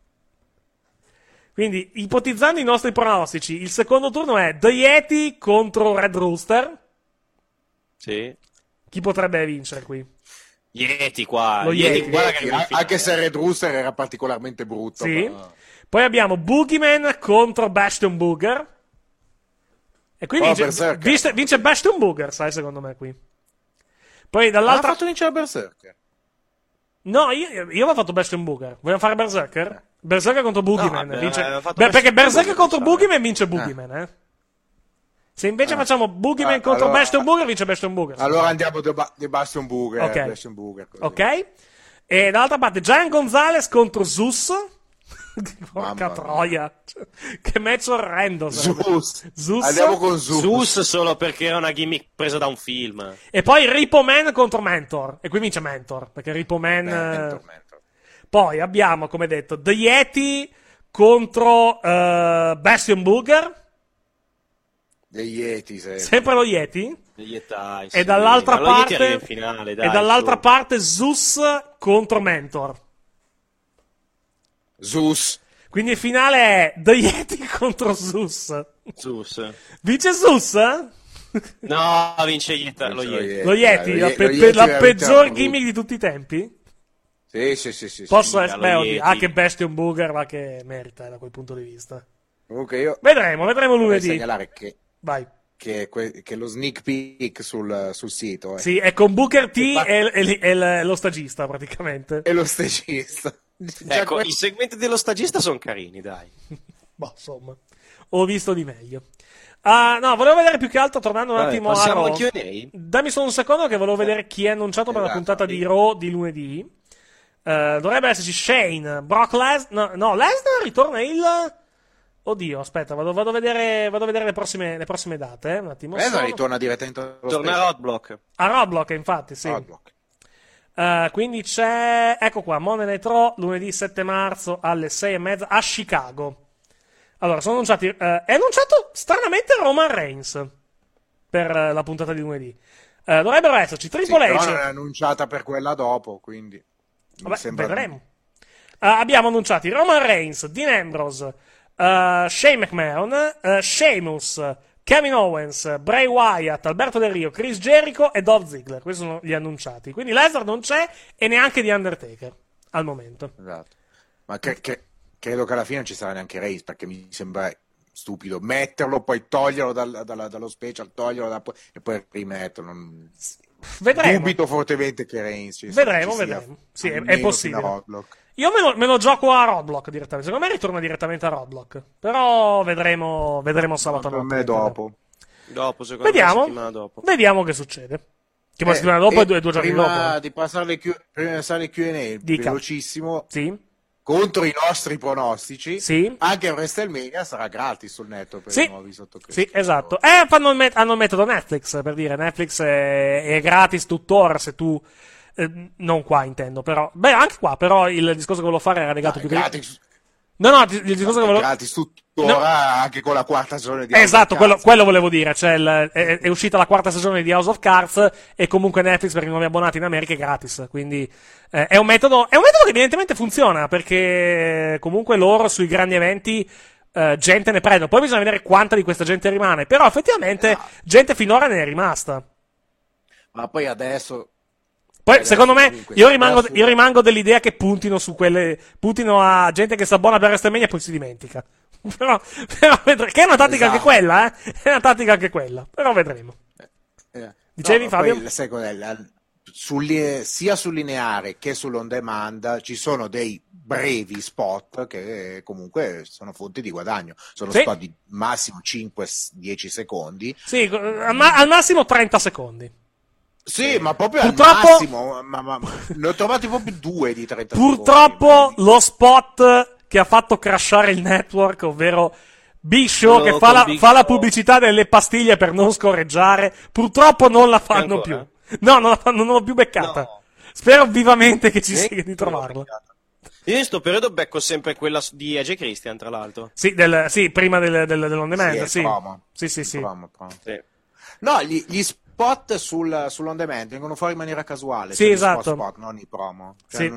Quindi, ipotizzando i nostri pronostici, il secondo turno è The Yeti contro Red Rooster. Sì. Chi potrebbe vincere qui? Yeti qua. Lo Yeti. Anche se Red Rooster era particolarmente brutto. Sì. Poi abbiamo Boogeyman contro Bastion Booger. E qui vince Bastion Booger, sai, secondo me qui. Poi dall'altra... Ha fatto vincere Berserker. No, io avevo fatto Bastion Booger. Vogliamo fare Berserker? Berserker contro Boogeyman. Perché Berserker contro Boogeyman vince Boogeyman, Se invece facciamo Boogeyman contro Bastion Booger, vince Bastion Booger. Allora andiamo di Bastion Booger. Ok. Bastion Booger, ok. E dall'altra parte Giant Gonzalez contro Zeus. Porca troia. Che match orrendo. Zeus. Andiamo con Zeus. Zeus solo perché era una gimmick presa da un film. E poi Repo Man contro Mentor. E qui vince Mentor. Perché Repo Man... Mentor. Poi abbiamo, come detto, The Yeti contro Bastion Booger. The Yeti, sempre lo Yeti. Yeti, e dall'altra parte finale, dai, e dall'altra parte Zeus contro Mentor. Zeus. Quindi il finale è The Yeti contro Zeus. Vince Zeus? No, vince lo Yeti. Lo Yeti, la peggior gimmick di tutti i tempi? Sì. Posso essere... che Bastion Booger va che merita da quel punto di vista. Comunque io... Vedremo lunedì. Segnalare che... Vai. Che lo sneak peek sul sito. Sì, è con Booker T e lo stagista praticamente. E lo stagista. Ecco, i segmenti dello stagista sono carini, dai. Boh, insomma, ho visto di meglio. No, volevo vedere più che altro, tornando un attimo a Raw. Q&A? Dammi solo un secondo che volevo vedere chi è annunciato per la puntata di Raw di lunedì. Dovrebbe esserci Shane, Brock Lesnar. No, Lesnar ritorna il... Oddio, aspetta, vado a vedere le prossime date, un attimo. Lesnar ritorna direttamente torna a Roadblock. A Roadblock, infatti, sì. Quindi c'è, ecco qua, Monday Night Raw, lunedì 7 marzo alle 6:30 a Chicago. Allora, sono annunciati, è annunciato stranamente Roman Reigns per la puntata di lunedì. Dovrebbero esserci Triple H. Non è annunciata per quella dopo, quindi vedremo. Abbiamo annunciati Roman Reigns, Dean Ambrose, Shane McMahon, Sheamus, Kevin Owens, Bray Wyatt, Alberto Del Rio, Chris Jericho e Dolph Ziggler. Questi sono gli annunciati. Quindi Lesnar non c'è e neanche The Undertaker al momento. Esatto. Ma credo che alla fine non ci sarà neanche Reigns, perché mi sembra stupido metterlo, poi toglierlo dallo special, e poi rimetterlo. Vedremo. Dubito fortemente che Reigns vedremo. Sì, è possibile. Io me lo gioco a Roadblock direttamente. Secondo me ritorna direttamente a Roadblock. Però vedremo sabato notte. Per me dopo. Secondo vediamo. me settimana dopo. Vediamo che succede. Che poi settimana dopo e 2 giorni dopo. Prima di passare le Q&A, velocissimo. Sì. Contro i nostri pronostici, sì. Anche WrestleMania sarà gratis sul netto per i nuovi sottoscritti. Sì, esatto. Hanno il metodo Netflix, per dire. Netflix è gratis tuttora se tu... non qua intendo, però... Beh, anche qua, però il discorso che volevo fare era legato più gratis. No, il discorso che volevo... gratis tuttora, anche con la quarta stagione di Esatto, House of Cards. quello volevo dire, cioè è uscita la quarta stagione di House of Cards e comunque Netflix per i nuovi abbonati in America è gratis, quindi è un metodo che evidentemente funziona, perché comunque loro sui grandi eventi gente ne prendono, poi bisogna vedere quanta di questa gente rimane, però effettivamente gente finora ne è rimasta. Ma poi adesso... Poi, secondo me, io rimango dell'idea che puntino a gente che si abbona per WrestleMania e poi si dimentica. però che è una tattica anche quella, È una tattica anche quella. Però vedremo. Dicevi, Fabio? Poi, sia sul lineare che sull'on demand ci sono dei brevi spot che comunque sono fonti di guadagno. Sono spot di massimo 5-10 secondi. Sì, al massimo 30 secondi. Sì, ma proprio purtroppo, al massimo, ma ne ho trovati proprio 2 di 30 purtroppo secondi. Lo spot che ha fatto crashare il network, ovvero Biscio che fa la pubblicità delle pastiglie per non scorreggiare, purtroppo non la fanno più. No, non l'ho più beccata. No. Spero vivamente che ci sia di trovarla. Io in sto periodo becco sempre quella di AJ Christian, tra l'altro. Sì, prima dell'on demand, sì. Sì. Promo. No, gli spot sull'on demand vengono fuori in maniera casuale. Sì, esatto. Spot, non i promo. Cioè,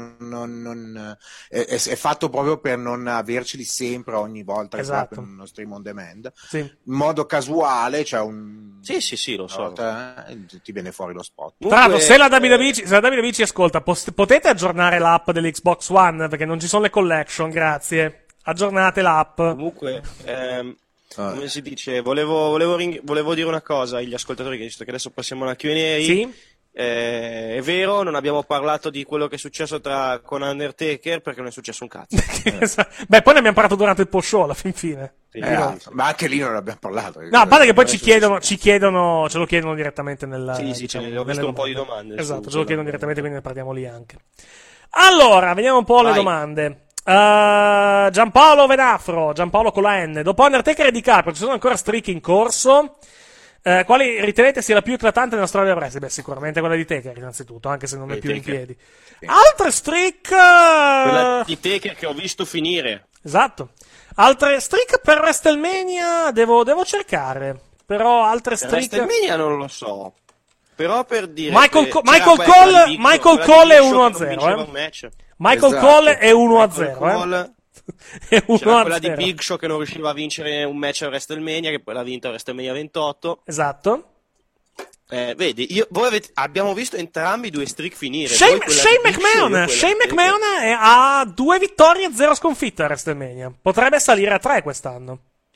è fatto proprio per non averceli sempre ogni volta che esatto. proprio uno stream on demand. Sì. In modo casuale c'è un... Sì, lo so. Ti viene fuori lo spot. Tra l'altro, se la WWE ci ascolta, potete aggiornare l'app dell'Xbox One, perché non ci sono le collection, grazie. Aggiornate l'app. Comunque... come si dice, volevo dire una cosa agli ascoltatori, visto che adesso passiamo alla Q&A. Sì? È vero, non abbiamo parlato di quello che è successo con Undertaker, perché non è successo un cazzo. Beh, poi ne abbiamo parlato durante il post show alla fin fine. Ma anche lì non abbiamo parlato. No, a parte che poi ce lo chiedono direttamente nel... Sì, ho visto un po' di domande. Esatto, ce lo chiedono direttamente, quindi ne parliamo lì anche. Allora, vediamo un po' le domande. Giampaolo Venafro, Giampaolo con la N. Dopo Undertaker e DiCaprio ci sono ancora streak in corso? Quali ritenete sia la più eclatante nella storia del wrestling? Beh, sicuramente quella di Taker, innanzitutto, anche se non è più in piedi. Sì. Altre streak... Quella di Taker che ho visto finire. Esatto. Altre streak per WrestleMania devo cercare. Però altre streak... Per WrestleMania non lo so. Però per dire... Michael Cole è 1-0, Michael Cole è 1-0, C'era quella di Big Show che non riusciva a vincere un match a WrestleMania, che poi l'ha vinto a WrestleMania 28. Esatto. Vedi, abbiamo visto entrambi 2 streak finire. Shane McMahon ha 2 vittorie e 0 sconfitte a WrestleMania. Potrebbe salire a 3 quest'anno.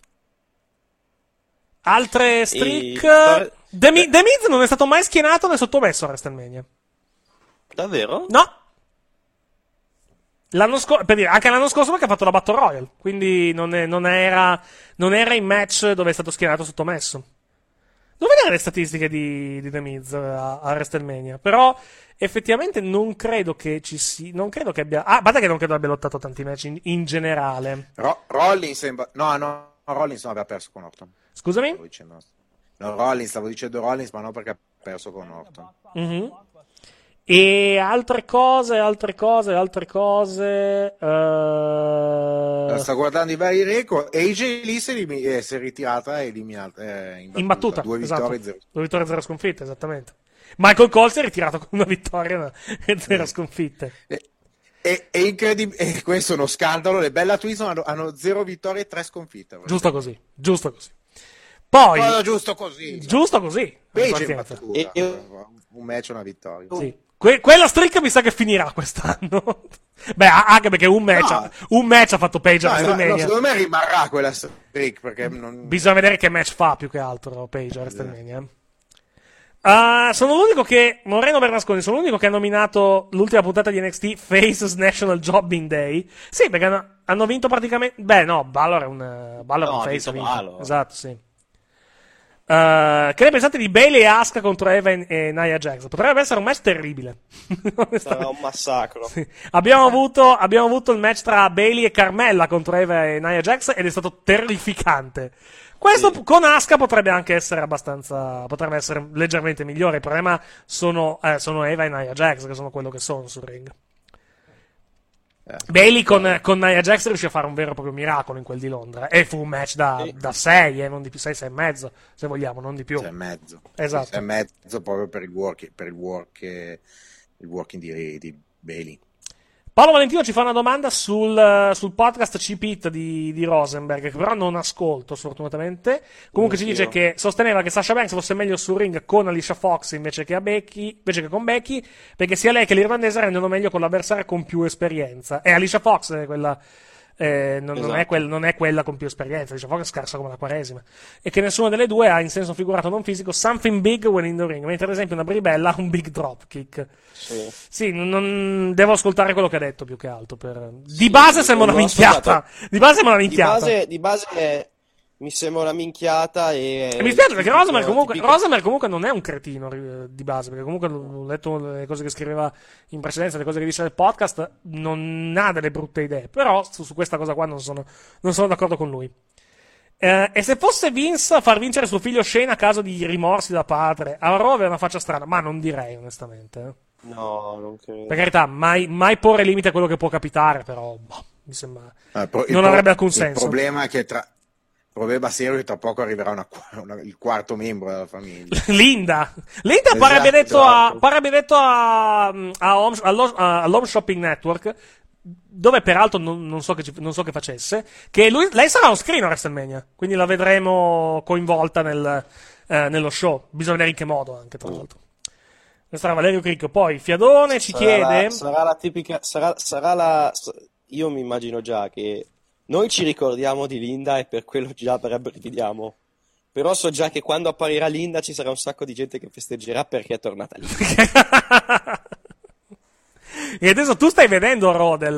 Altre streak... The Miz non è stato mai schienato né sottomesso a WrestleMania. Davvero? No. Anche l'anno scorso perché ha fatto la Battle Royale, quindi non era in match dove è stato schierato sottomesso. Devo vedere le statistiche di The Miz a WrestleMania, però effettivamente non credo che abbia... a parte che non credo abbia lottato tanti match in generale. Rollins Rollins non aveva perso con Orton. Scusami? Stavo dicendo Rollins, ma non perché ha perso con Orton. Mm-hmm. E altre cose. Sta guardando i vari record. AJ Lee si è ritirata e eliminata. Imbattuta. 2 vittorie, 0. 2 vittorie e 0 sconfitte, esattamente. Michael Cole si è ritirato con 1 vittoria e 0 sconfitte. È incredibile. E questo è uno scandalo. Le Bella Twins hanno 0 vittorie e 3 sconfitte. Giusto così. Poi. Giusto così. Un match e una vittoria. Sì. Quella streak mi sa che finirà quest'anno. Beh, anche perché un match ha fatto Page a WrestleMania. Secondo me rimarrà quella streak, perché bisogna vedere che match fa più che altro Page a WrestleMania. Sono l'unico che Moreno Bernasconi ha nominato l'ultima puntata di NXT Faces National Jobbing Day. Sì, perché hanno vinto praticamente... Beh, no, Balor è un face. Esatto, sì. Che ne pensate di Bayley e Asuka contro Eva e Nia Jax? Potrebbe essere un match terribile. Sarà un massacro. Sì. Abbiamo avuto il match tra Bayley e Carmella contro Eva e Nia Jax ed è stato terrificante. Questo con Asuka potrebbe anche essere potrebbe essere leggermente migliore. Il problema sono Eva e Nia Jax, che sono quello che sono sul ring. Bailey con Nia Jax riuscì a fare un vero e proprio miracolo in quel di Londra, e fu un match da 6, non di più, 6 e mezzo, se vogliamo, non di più. 6 e mezzo. Esatto. 6 e mezzo proprio per il working di Bailey. Paolo Valentino ci fa una domanda sul podcast Cheap It di Rosenberg, che però non ascolto sfortunatamente. Comunque ci dice che sosteneva che Sasha Banks fosse meglio sul ring con Alicia Fox invece che con Becky, perché sia lei che l'irlandese rendono meglio con l'avversaria con più esperienza. E Alicia Fox è quella... non è quella con più esperienza, Alicia Fox è scarsa come la Quaresima, e che nessuna delle due ha in senso figurato non fisico something big when in the ring, mentre ad esempio una Brie Bella ha un big drop kick. Sì, non devo ascoltare quello che ha detto più che altro di base sembra una minchiata. Di base mi sembra una minchiata e mi spiace perché Rosenberg comunque non è un cretino di base, perché comunque ho letto le cose che scriveva in precedenza, le cose che dice nel podcast, non ha delle brutte idee, però su questa cosa qua non sono d'accordo con lui. E se fosse Vince a far vincere suo figlio Shane a caso di rimorsi da padre, a Raw aveva una faccia strana, ma non direi onestamente. No, non credo. Per carità, mai porre limite a quello che può capitare, però mi sembra non avrebbe alcun senso. Il problema è che il problema serio è che tra poco arriverà il quarto membro della famiglia. Linda esatto, pare abbia detto all'Home Shopping Network, dove peraltro non so che facesse, che lei sarà on screen a WrestleMania, quindi la vedremo coinvolta nello show. Bisogna vedere in che modo anche, tra l'altro. Questo era Valerio Cricco. Poi Fiadone ci chiede... Sarà la tipica... Io mi immagino già che noi ci ricordiamo di Linda e per quello già rabbrividiamo. Però so già che quando apparirà Linda ci sarà un sacco di gente che festeggerà perché è tornata Linda. E adesso tu stai vedendo Raw del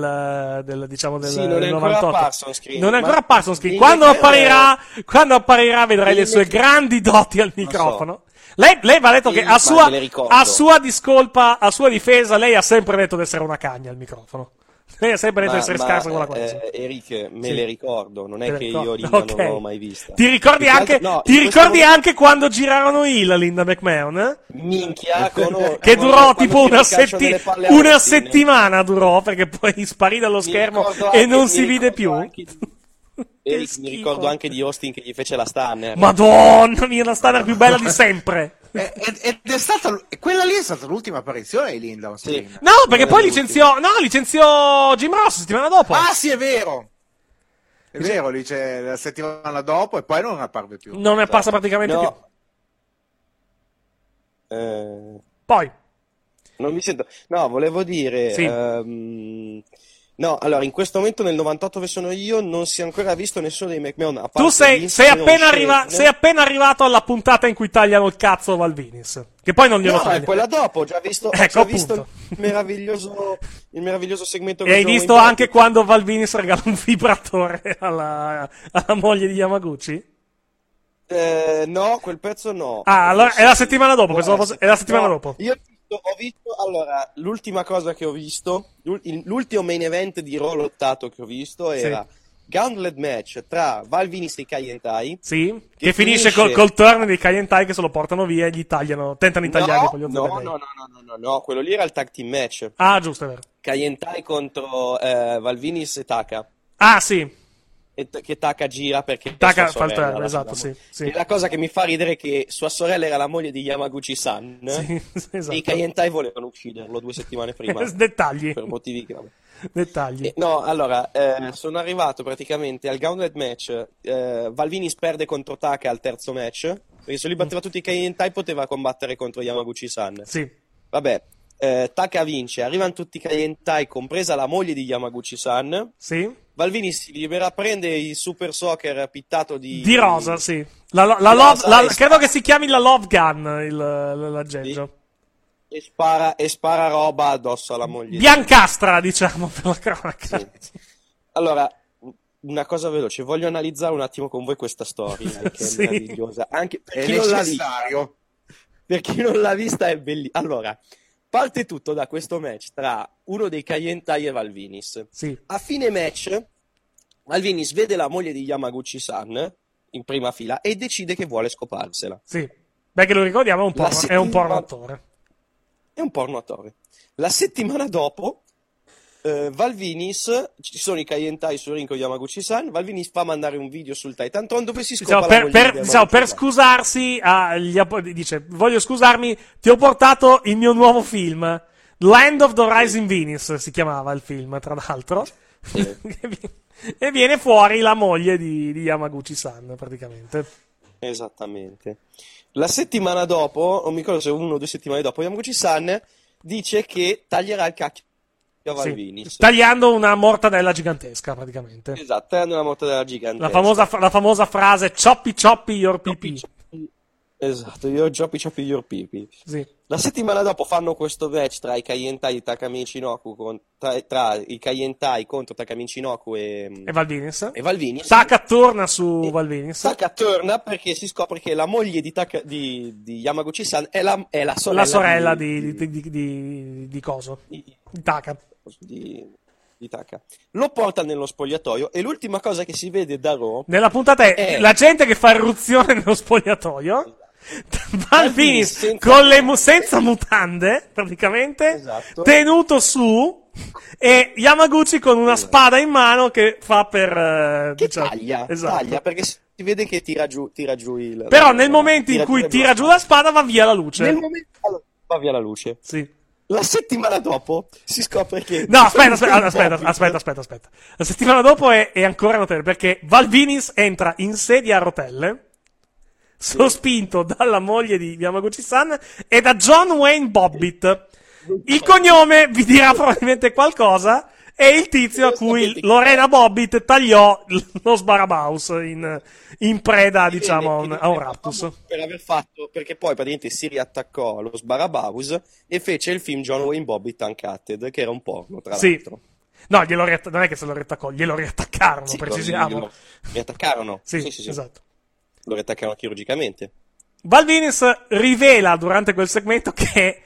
non è 98. ancora apparso on screen. Non è ancora apparso on screen. Quando apparirà vedrai le sue grandi doti al microfono. Lei va detto che a sua discolpa, a sua difesa, lei ha sempre detto di essere una cagna al microfono. Lei ha sempre detto di essere scarsa con la cosa. Eric, me le ricordo, non è che io Linda non l'ho mai vista. Ti ricordi anche quando girarono la Linda McMahon? Minchia, che durò tipo una settimana durò, perché poi sparì dallo schermo e non si vide più. Mi ricordo anche di Austin che gli fece la Stunner. Madonna mia, la Stunner più bella di sempre. Ed è stata quella lì è stata l'ultima apparizione di Linda. Sì. No, perché poi licenziò Jim Ross la settimana dopo. Ah, sì, è vero. È vero, lì c'è la settimana dopo e poi non apparve più. Non ne passa praticamente più. Poi non mi sento. No, volevo dire sì. No, allora, in questo momento nel 98 dove sono io non si è ancora visto nessuno dei McMahon. Tu sei appena arrivato alla puntata in cui tagliano il cazzo Val Venis. Che poi non glielo tagliano. No, è quella dopo, ho già visto il meraviglioso segmento che hai visto anche quando Val Venis regala un vibratore alla moglie di Yamaguchi? No, quel pezzo no. Ah, allora è la settimana dopo, è la settimana dopo. Io ho visto, allora, l'ultima cosa che ho visto, l'ultimo main event di Raw lottato che ho visto era Gauntlet match tra Val Venis e Kai Entai. Sì, che finisce col turn dei Kai Entai che se lo portano via e gli tagliano, tentano di tagliarli con gli No, quello lì era il tag team match. Ah, giusto, è vero. Kai Entai contro Val Venis e Taka. Ah, sì. Che Taka gira perché Taka fa il turn, esatto, sì. E la cosa che mi fa ridere è che sua sorella era la moglie di Yamaguchi-san, sì, esatto. E i Kai Entai volevano ucciderlo 2 settimane prima. Dettagli. Per motivi che Dettagli. No, allora, sono arrivato praticamente al Gauntlet match. Val Venis perde contro Taka al terzo match, perché se lui batteva tutti i Kai Entai poteva combattere contro Yamaguchi-san. Sì. Vabbè, Taka vince, arrivano tutti i Kai Entai, compresa la moglie di Yamaguchi-san. Sì. Val Venis si libera, prende il Super Soccer pittato di rosa, sì. Credo che si chiami la Love Gun l'aggeggio. E spara roba addosso alla moglie. Biancastra, diciamo, per la cronaca. Sì. Allora, una cosa veloce, voglio analizzare un attimo con voi questa storia, che è meravigliosa. Anche per chi non l'ha vista. Per chi non l'ha vista è bellissima. Allora, parte tutto da questo match tra uno dei Kai Entai e Val Venis. Sì. A fine match, Val Venis vede la moglie di Yamaguchi-san in prima fila e decide che vuole scoparsela. Sì. Beh, che lo ricordiamo, è un porno attore. È un porno attore. La settimana dopo Val Venis, ci sono i Kaientai sul ring con Yamaguchi-san, Val Venis fa mandare un video sul Titantron dove si scopre per scusarsi dice: voglio scusarmi, ti ho portato il mio nuovo film, Land of the Rising Venus si chiamava il film, tra l'altro. E viene fuori la moglie di Yamaguchi-san, praticamente. Esattamente. La settimana dopo, non mi ricordo se 1 o 2 settimane dopo, Yamaguchi-san dice che taglierà il cacchio a Val Venis. Tagliando una mortadella gigantesca, praticamente. Esatto, tagliando una mortadella gigantesca. La famosa frase choppy choppy your pee. Esatto, io choppy choppy your pee. Sì. La settimana dopo fanno questo match tra i Kaientai di Takami Ichinoku tra i Kaientai contro Takami Ichinoku e Val Venis. Taka torna su Val Venis. Taka torna perché si scopre che la moglie di Yamaguchi-san è la sorella, la sorella di Coso. Di Taka. Di Taka. Lo porta nello spogliatoio e l'ultima cosa che si vede da Raw nella puntata è la gente che fa irruzione nello spogliatoio. Val Venis senza mutande, praticamente, esatto. Tenuto su, e Yamaguchi con una spada in mano che fa per taglia, esatto. Taglia perché si vede che tira giù il. Però nel momento in cui tira giù la spada va via la luce. Va via la luce. Sì. La settimana dopo si scopre che. No, aspetta. La settimana dopo è ancora notevole perché Val Venis entra in sedia a rotelle, sospinto dalla moglie di Yamaguchi-san e da John Wayne Bobbitt. Il cognome vi dirà probabilmente qualcosa. È il tizio a cui Lorena Bobbitt tagliò lo Sbarabaus in preda, diciamo, a un raptus. Per aver fatto, perché poi praticamente si riattaccò allo Sbarabaus e fece il film John Wayne Bobbitt Uncutted, che era un porno, tra l'altro. No, non è che se lo riattaccò, glielo riattaccarono, precisiamo. Lo riattaccarono? Sì, esatto. Lo riattaccarono chirurgicamente. Val Venis rivela durante quel segmento che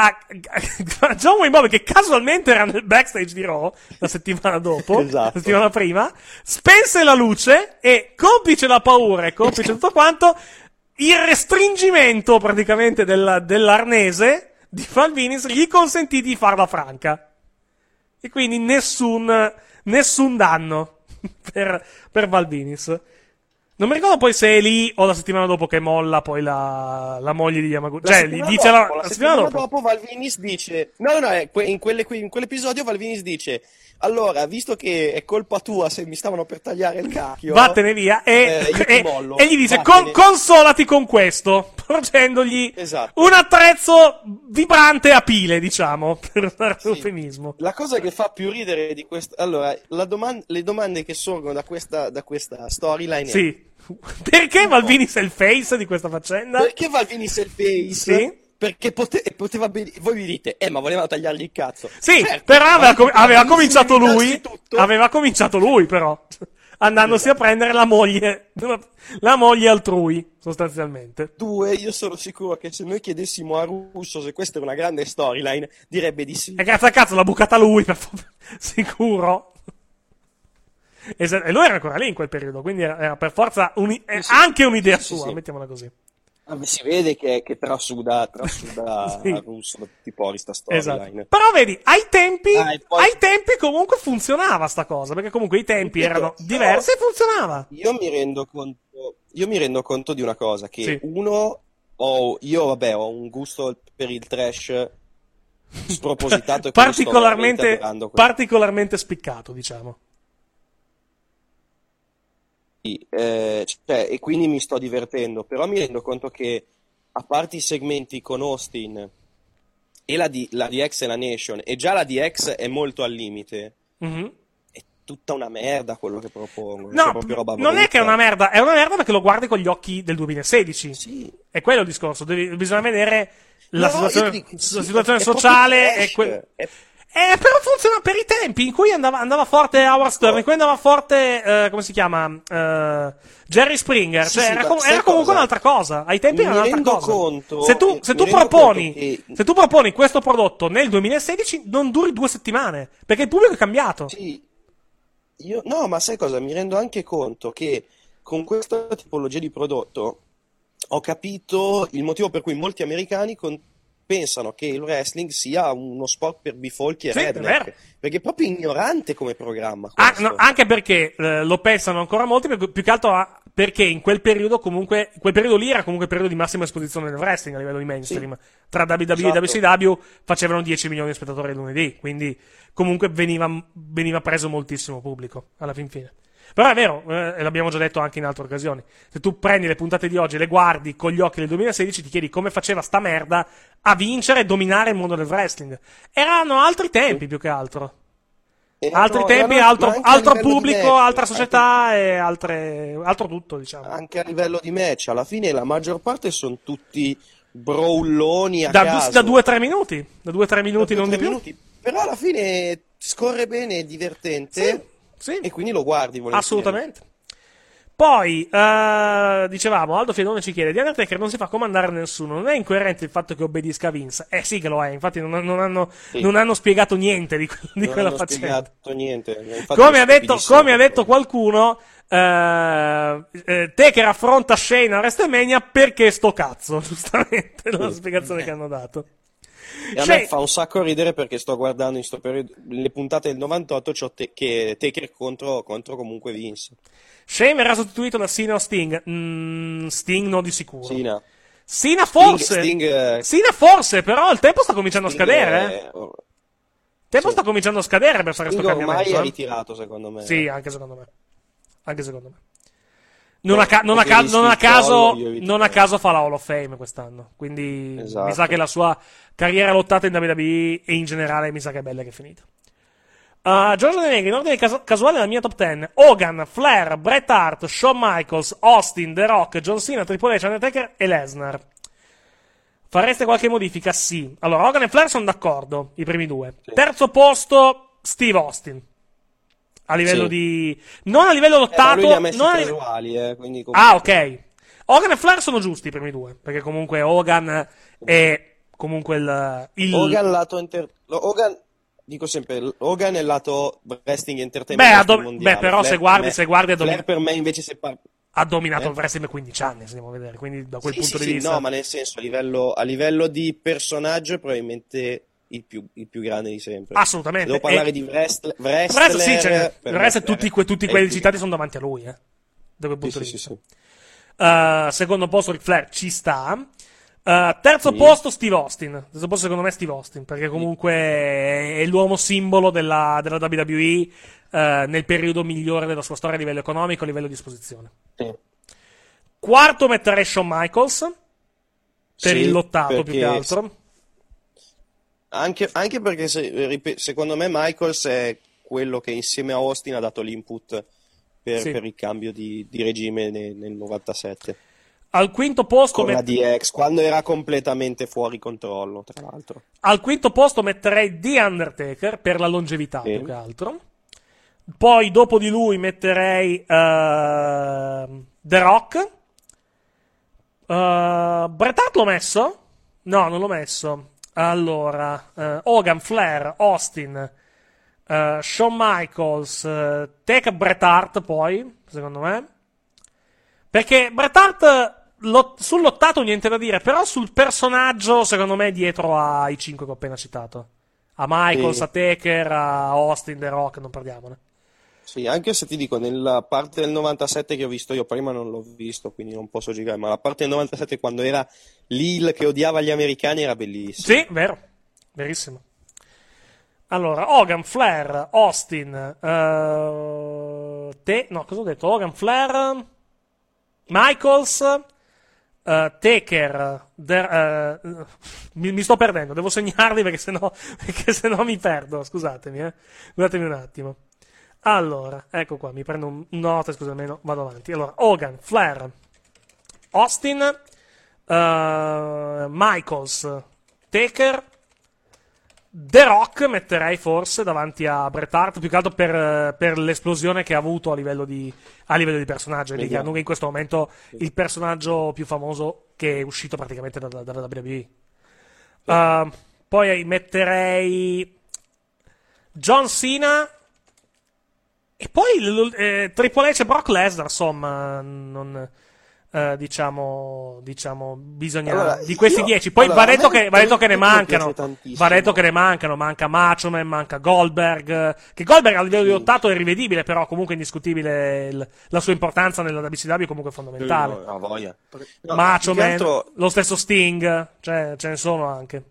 John Wayne Bobbitt, che casualmente era nel backstage di Raw la settimana dopo, esatto. La settimana prima, spense la luce e, complice la paura e complice tutto quanto, il restringimento praticamente dell'arnese di Val Venis gli consentì di farla franca. E quindi nessun danno per Val Venis. Non mi ricordo poi se è lì o la settimana dopo che molla poi la moglie di Yamaguchi. Cioè, gli dice la settimana dopo Val Venis dice. No, in quell'episodio Val Venis dice: allora, visto che è colpa tua se mi stavano per tagliare il cacchio, vattene via. E gli dice: consolati con questo, porgendogli un attrezzo vibrante a pile, diciamo, per usare l'eufemismo. La cosa che fa più ridere di questa. Allora, le domande che sorgono da questa storyline. Sì. Perché Val Venis è il face di questa faccenda? Perché Val Venis è il face? Sì. Perché poteva voi mi dite, ma volevano tagliargli il cazzo. Sì, certo, però aveva cominciato lui. Aveva cominciato lui, però. Andandosi a prendere la moglie altrui, sostanzialmente. Io sono sicuro che se noi chiedessimo a Russo se questa è una grande storyline, direbbe di sì. E cazzo, l'ha bucata lui, sicuro. E lui era ancora lì in quel periodo, quindi era per forza anche un'idea sua, mettiamola così. Si vede che trasuda sì. Russo tipo di sta storyline. Esatto. Però vedi, ai tempi comunque funzionava sta cosa, perché comunque i tempi erano diversi e funzionava. Io mi rendo conto di una cosa, che ho un gusto per il trash spropositato e particolarmente spiccato, diciamo. E quindi mi sto divertendo, però mi rendo conto che a parte i segmenti con Austin e la DX e la Nation, e già la DX è molto al limite, è tutta una merda quello che propongo. No, proprio roba non è che è una merda perché lo guardi con gli occhi del 2016. Sì. È quello il discorso, bisogna vedere la situazione sociale. Però funziona per i tempi in cui andava forte Howard Stern, in cui andava forte, come si chiama? Jerry Springer. Cioè, era comunque un'altra cosa. Ai tempi era un'altra cosa. Se tu proponi questo prodotto nel 2016, non duri 2 settimane. Perché il pubblico è cambiato. Sì. Ma sai cosa? Mi rendo anche conto che con questa tipologia di prodotto ho capito il motivo per cui molti americani pensano che il wrestling sia uno sport per bifolchi e redneck, perché è proprio ignorante come programma. No, anche perché lo pensano ancora molti, più che altro perché in quel periodo comunque, quel periodo lì era comunque il periodo di massima esposizione del wrestling a livello di mainstream. Sì. Tra WWE e WCW facevano 10 milioni di spettatori al lunedì, quindi comunque veniva preso moltissimo pubblico alla fin fine. Però è vero, l'abbiamo già detto anche in altre occasioni, se tu prendi le puntate di oggi e le guardi con gli occhi del 2016 ti chiedi come faceva sta merda a vincere e dominare il mondo del wrestling. Erano altri tempi più che altro. Altri tempi, altro pubblico, altra società e altro tutto, diciamo. Anche a livello di match, alla fine la maggior parte sono tutti brawloni a caso. Da 2-3 minuti, non di più. Minuti. Però alla fine scorre bene, è divertente. Sì. E quindi lo guardi volentieri. Assolutamente. Poi, dicevamo, Aldo Fiedone ci chiede: The Undertaker non si fa comandare nessuno, non è incoerente il fatto che obbedisca a Vince? Sì che lo è, infatti non hanno spiegato niente di quella faccenda. Non hanno spiegato niente. Come ha detto qualcuno, Taker affronta Shane a WrestleMania perché sto cazzo, giustamente, la spiegazione che hanno dato. E a me fa un sacco ridere perché sto guardando in sto periodo le puntate del 98, c'ho Taker contro comunque Vince. Shane verrà sostituito da Cena o Sting? Sting no di sicuro. Cena forse. Cena forse, però il tempo sta cominciando a scadere. Il tempo sta cominciando a scadere per fare questo cambiamento. Ormai è ritirato, secondo me. Sì, anche secondo me. Non a caso fa la Hall of Fame quest'anno, quindi esatto. Mi sa che la sua carriera lottata in WWE e in generale mi sa che è bella che è finita. Giorgio De Negri, in ordine casuale la mia top 10: Hogan, Flair, Bret Hart, Shawn Michaels, Austin, The Rock, John Cena, Triple H, Undertaker e Lesnar. Fareste qualche modifica? Sì. Allora, Hogan e Flair sono d'accordo, i primi due. Sì. Terzo posto, Steve Austin. A livello di... Non a livello lottato... lui li ha messi casuali, quindi... ok. Hogan e Flair sono giusti i primi due, perché comunque Hogan è comunque il... Hogan, dico sempre, Hogan è il lato wrestling entertainment mondiale. Però se guardi... Flair per me invece ha dominato il wrestling 15 anni, se andiamo a vedere, quindi da quel punto di vista... No, ma nel senso, a livello di personaggio probabilmente... Il più grande di sempre. Assolutamente. Devo parlare di wrestler. Sì, cioè, il resto tutti quelli citati sono davanti a lui, da quel punto di vista. Secondo posto Ric Flair ci sta. Terzo posto Steve Austin. Terzo posto secondo me Steve Austin, perché comunque è l'uomo simbolo della WWE nel periodo migliore della sua storia a livello economico, a livello di esposizione. Quarto metterei Shawn Michaels per il lottato più che altro. Anche perché secondo me Michaels è quello che insieme a Austin ha dato l'input per il cambio di regime nel 97. Al quinto posto con la DX, quando era completamente fuori controllo, tra l'altro. Al quinto posto metterei The Undertaker per la longevità più che altro. Poi dopo di lui metterei The Rock. Bret Hart l'ho messo? No, non l'ho messo. Allora, Hogan, Flair, Austin, Shawn Michaels, Taker, Bret Hart poi, secondo me. Perché Bret Hart sul lottato niente da dire, però sul personaggio secondo me dietro ai 5 che ho appena citato. A Michaels, a Taker, a Austin, The Rock, non parliamone. Sì, anche se ti dico, nella parte del 97 che ho visto io, prima non l'ho visto, quindi non posso giocare, ma la parte del 97 quando era l'Hill che odiava gli americani era bellissima. Sì, vero, verissimo. Allora, Hogan, Flair, Austin, cosa ho detto? Hogan, Flair, Michaels, Taker, mi sto perdendo, devo segnarli perché sennò mi perdo, scusatemi un attimo. Allora, ecco qua, mi prendo un nota, scusa, almeno vado avanti. Allora, Hogan, Flair, Austin, Michaels, Taker, The Rock metterei forse davanti a Bret Hart, più che altro per l'esplosione che ha avuto a livello di personaggio, che hanno in questo momento il personaggio più famoso che è uscito praticamente dalla WWE. Poi metterei John Cena e poi Triple H e Brock Lesnar, insomma, diciamo bisogna di questi 10. Poi va detto che ne mancano. Va detto che ne mancano. Manca Macho Man, manca Goldberg. Che Goldberg a livello di lottato è rivedibile, però comunque indiscutibile la sua importanza nella WCW è comunque fondamentale. No, voglia. No, Macho Man, lo stesso Sting, cioè ce ne sono anche.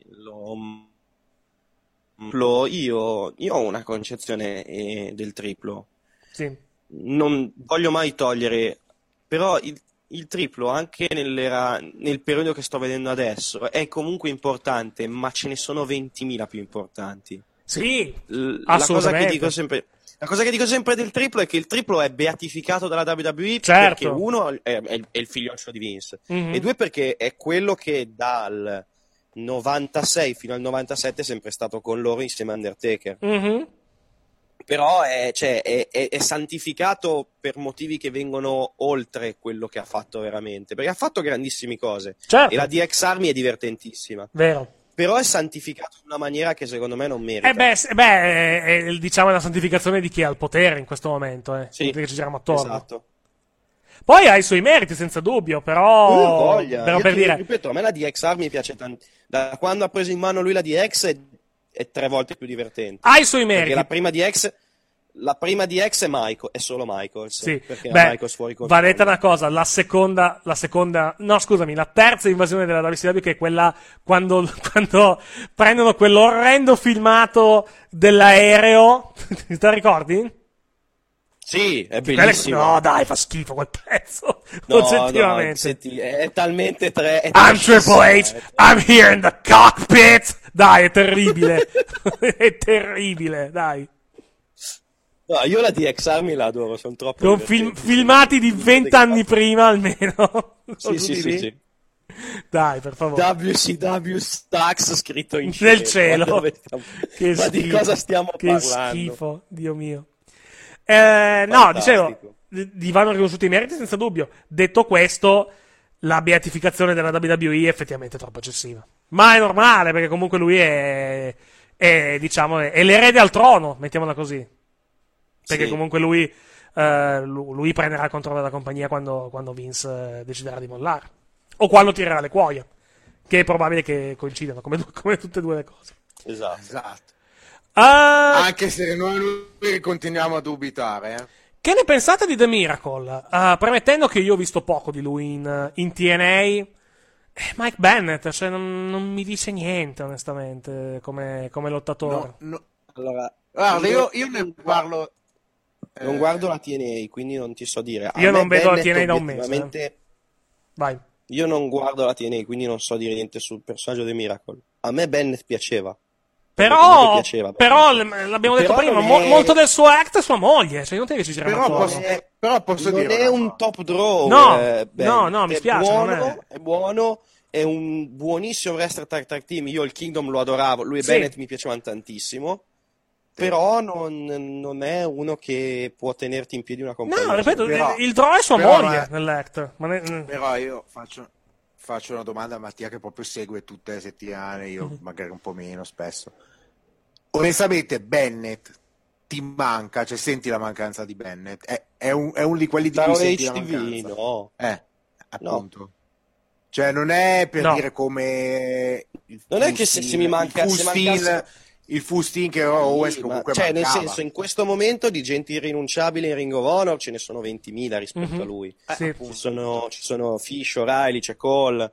Io ho una concezione del triplo. Sì. Non voglio mai togliere, però il triplo anche nel periodo che sto vedendo adesso è comunque importante, ma ce ne sono 20.000 più importanti. Sì, la cosa che dico sempre del triplo è che il triplo è beatificato dalla WWE, certo, perché uno è il figlioccio di Vince, e due perché è quello che dal 96 fino al 97 è sempre stato con loro insieme a Undertaker. Però è santificato per motivi che vengono oltre quello che ha fatto veramente, perché ha fatto grandissime cose, certo, e la DX Army è divertentissima, vero, però è santificato in una maniera che secondo me non merita. Diciamo è la santificazione di chi ha il potere in questo momento, sì, che ci giriamo attorno. Esatto. Poi ha i suoi meriti senza dubbio, però voglia. Però per dire, ripeto, a me la DX Army piace tanto. Da quando ha preso in mano lui la DX è 3 volte più divertente. Ha i suoi meriti. Perché la prima DX è solo Michaels. Sì. Perché Michaels fuori controllo. Va detta una cosa, la terza invasione della WCW, che è quella quando prendono quell'orrendo filmato dell'aereo, te la ricordi? Sì, è bellissimo. No, dai, fa schifo quel pezzo. Oggettivamente. È talmente I'm Triple H, I'm here in the cockpit. Dai, è terribile. È terribile, dai. No, io la DX Army la adoro, sono troppo Sono filmati di 20 anni prima, almeno. Sì. Dai, per favore. WCW Stax scritto in nel cielo. Ma di cosa stiamo parlando? Che schifo, Dio mio. No, dicevo, gli vanno riconosciuti i meriti senza dubbio. Detto questo, la beatificazione della WWE è effettivamente troppo eccessiva. Ma è normale, perché comunque lui è l'erede al trono, mettiamola così. Perché comunque lui prenderà il controllo della compagnia quando Vince deciderà di mollare. O quando tirerà le cuoia. Che è probabile che coincidano, come tutte e due le cose. Esatto. Anche se noi continuiamo a dubitare. Che ne pensate di The Miracle? Premettendo che io ho visto poco di lui in TNA. Mike Bennett, cioè non mi dice niente, onestamente, come lottatore. Allora, guarda, io ne parlo. Non guardo la TNA, quindi non ti so dire. Io non vedo la TNA da un mese. Vai. Io non guardo la TNA, quindi non so dire niente sul personaggio di Miracle. A me Bennett piaceva. Però l'abbiamo detto prima, molto del suo act è sua moglie, cioè non te che ci però posso dire non è un top draw. No, mi spiace. È buono, è un buonissimo wrestler tag team. Io il Kingdom lo adoravo, lui e Bennett mi piacevano tantissimo. Però non è uno che può tenerti in piedi una compagnia. No, ripeto, il draw è sua moglie nell'act. Però io faccio una domanda a Mattia che proprio segue tutte le settimane, io magari un po' meno spesso. Onestamente Bennett ti manca, cioè senti la mancanza di Bennett? È un di quelli di cui senti la mancanza? No. Appunto. No. Cioè non è per dire come non è che se mi manca il Fustin che Owens comunque cioè mancava. nel senso, in questo momento di gente irrinunciabile in Ring of Honor ce ne sono 20.000 rispetto a lui. Sì. Ci sono Fish, O'Reilly, c'è Cole,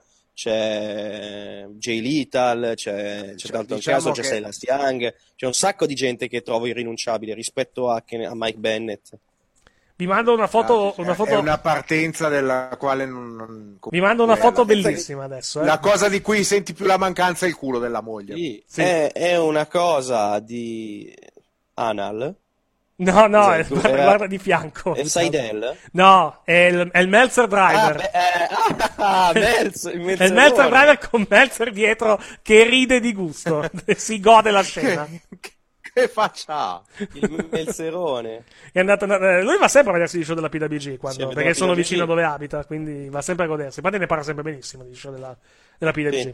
c'è Jay Lethal, c'è Dalton Castle, c'è Silas Young, c'è un sacco di gente che trovo irrinunciabile rispetto a Mike Bennett. Vi mando una foto. È una partenza della quale non vi mando una foto bellissima adesso. La cosa di cui senti più la mancanza è il culo della moglie. Sì. È una cosa di anal. No, guarda di fianco. È il Seidel? No, è il Meltzer Driver. Meltzer, è il Meltzer Driver con Meltzer dietro che ride di gusto. Si gode la scena. Che faccia ha? Il Melzerone. È andato, lui va sempre a vedersi il show della PWG perché sono vicino a dove abita, quindi va sempre a godersi. Infatti ne parla sempre benissimo di show della PWG. Sì.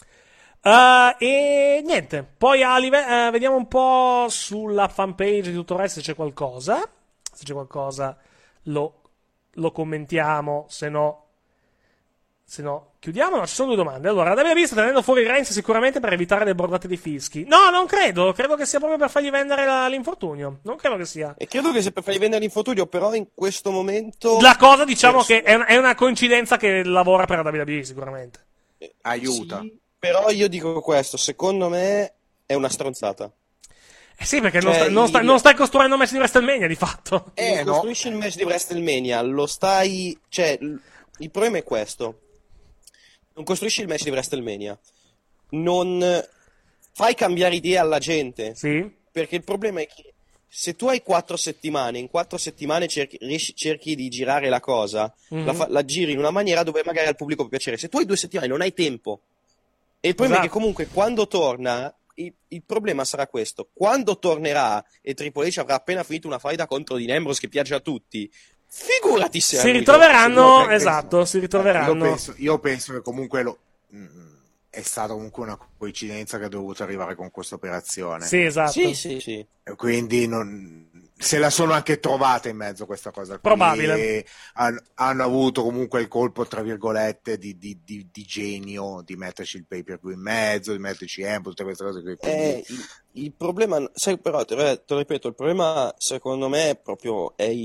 E niente, poi vediamo un po' sulla fanpage di tutto il resto se c'è qualcosa. Se c'è qualcosa lo lo commentiamo, se no chiudiamo. No, ci sono 2 domande. Allora, WWE sta tenendo fuori Reigns sicuramente per evitare le bordate di fischi. No, non credo che sia proprio per fargli vendere l'infortunio. Non credo che sia. E credo che sia per fargli vendere l'infortunio, però in questo momento la cosa, diciamo, che è una coincidenza che lavora per la WWE sicuramente. Aiuta. Sì, però io dico questo, secondo me è una stronzata. Sì, perché non stai costruendo un match di WrestleMania, di fatto. Costruisci il match di WrestleMania, lo stai... Cioè, il problema è questo. Non costruisci il match di WrestleMania. Non fai cambiare idea alla gente. Sì. Perché il problema è che se tu hai 4 settimane, in 4 settimane cerchi di girare la cosa, la giri in una maniera dove magari al pubblico può piacere. Se tu hai 2 settimane non hai tempo. E il problema è che comunque quando torna... Il problema sarà questo: quando tornerà e Triple H avrà appena finito una faida contro Dean Ambrose che piace a tutti, figurati se si ritroveranno. Esatto, si ritroveranno. Io penso che comunque è stata comunque una coincidenza che è dovuta arrivare con questa operazione. Sì, esatto. Sì. Quindi se la sono anche trovata in mezzo a questa cosa qui. Probabile. Hanno avuto comunque il colpo, tra virgolette, di genio di metterci il pay-per-view in mezzo, di metterci tutte queste cose qui. Quindi... il problema, sai, però te lo ripeto, il problema secondo me proprio è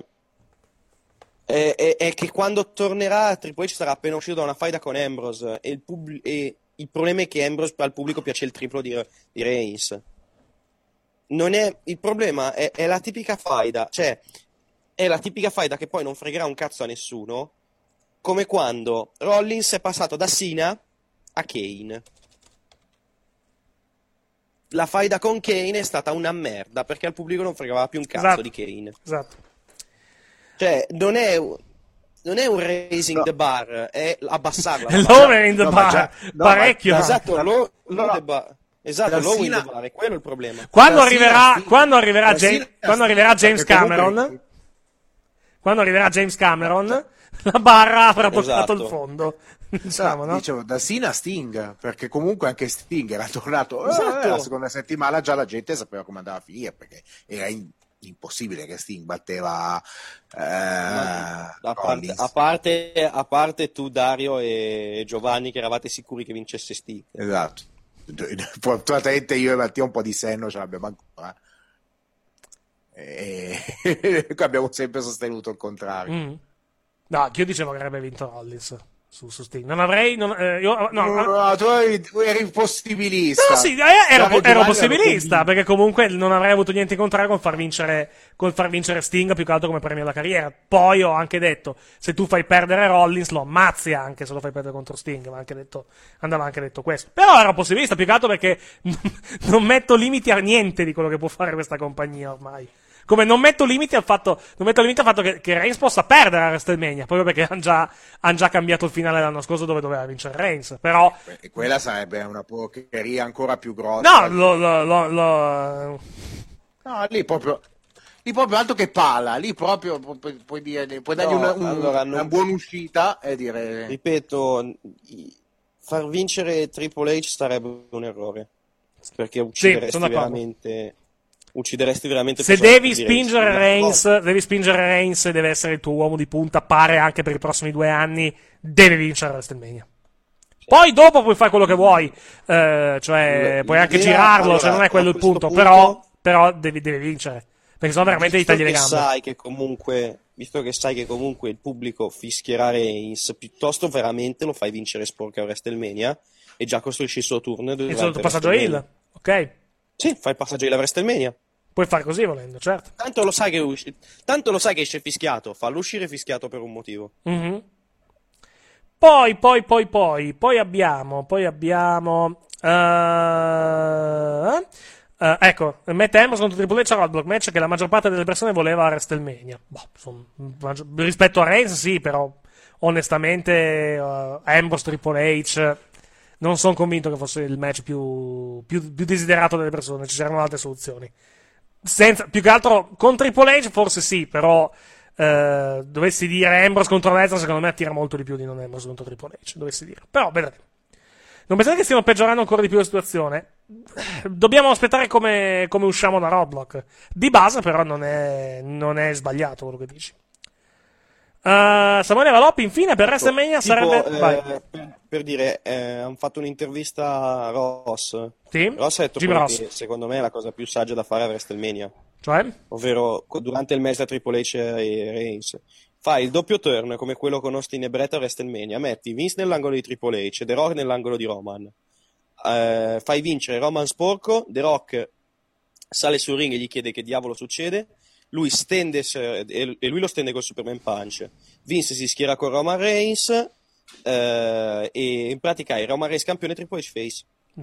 che quando tornerà Triple H sarà appena uscito da una faida con Ambrose e il problema è che Ambrose al pubblico piace il triplo di Reigns. Non è il problema, è la tipica faida, cioè è la tipica faida che poi non fregherà un cazzo a nessuno, come quando Rollins è passato da Cena a Kane. La faida con Kane è stata una merda perché al pubblico non fregava più un cazzo di Kane. Esatto. Cioè non è un raising the bar, è abbassarla. Lowering the bar, parecchio. Esatto, the bar. Esatto, lowering the bar, è quello il problema. Quando arriverà James Cameron, la barra avrà toccato il fondo. Diciamo, no? Dicevo, da Cena a Sting, perché comunque anche Sting era tornato la seconda settimana, già la gente sapeva come andava a finire, perché era impossibile che Sting batteva a parte tu, Dario e Giovanni, che eravate sicuri che vincesse Sting. Esatto. Fortunatamente io e Mattia un po' di senno ce l'abbiamo ancora, e abbiamo sempre sostenuto il contrario. No, io dicevo che avrebbe vinto Rollins su Sting. Non avrei. Tu eri possibilista. No, sì, ero possibilista, perché comunque non avrei avuto niente in contrario con far vincere Sting, più che altro come premio alla carriera. Poi ho anche detto, se tu fai perdere Rollins lo ammazzi anche se lo fai perdere contro Sting. Andava anche detto questo. Però ero possibilista, più che altro perché non metto limiti a niente di quello che può fare questa compagnia ormai. Come non metto limiti al fatto che Reigns possa perdere a WrestleMania, proprio perché hanno già cambiato il finale l'anno scorso dove doveva vincere Reigns. Però e quella sarebbe una porcheria ancora più grossa. No, lì proprio altro che pala, lì proprio puoi dargli una buona uscita e dire. Ripeto, far vincere Triple H sarebbe un errore, perché uccideresti veramente se devi spingere Reigns e deve essere il tuo uomo di punta, pare anche per i prossimi 2 anni, deve vincere WrestleMania. Poi dopo puoi fare quello che vuoi, cioè puoi anche girarlo, cioè non è quello il punto, però devi vincere, perché sennò veramente gli tagli le gambe. Visto che sai che comunque il pubblico fischierà Reigns, piuttosto veramente lo fai vincere sporco a WrestleMania e già costruisci il suo turno. Il passaggio heel, ok? Sì, fai il passaggio heel a WrestleMania. Puoi fare così volendo, certo. Tanto lo sai che esce fischiato, fallo uscire fischiato per un motivo. Mm-hmm. Poi abbiamo ecco, Matt Ambrose contro Triple H a Roadblock, match che la maggior parte delle persone voleva a WrestleMania. Rispetto a Reigns sì, però onestamente Ambrose Triple H non sono convinto che fosse il match più desiderato dalle persone, ci c'erano altre soluzioni. Più che altro con Triple H forse sì, però dovessi dire Ambrose contro Lesnar, secondo me attira molto di più di non Ambrose contro Triple H, dovessi dire. Però vedremo. Non pensate che stiano peggiorando ancora di più la situazione? Dobbiamo aspettare come usciamo da Roadblock. Di base però non è sbagliato quello che dici. Samuele Valoppi, infine, per WrestleMania sarebbe... Per dire, hanno fatto un'intervista a Ross. Sì? Ross ha detto che secondo me è la cosa più saggia da fare a WrestleMania. Cioè? Ovvero, durante il match da Triple H e Reigns, fai il doppio turn come quello con Austin e Brett a WrestleMania, metti Vince nell'angolo di Triple H e The Rock nell'angolo di Roman. Fai vincere Roman sporco, The Rock sale sul ring e gli chiede che diavolo succede, lui stende e lui lo stende col Superman Punch. Vince si schiera con Roman Reigns e in pratica hai Roman Reigns campione, Triple H face.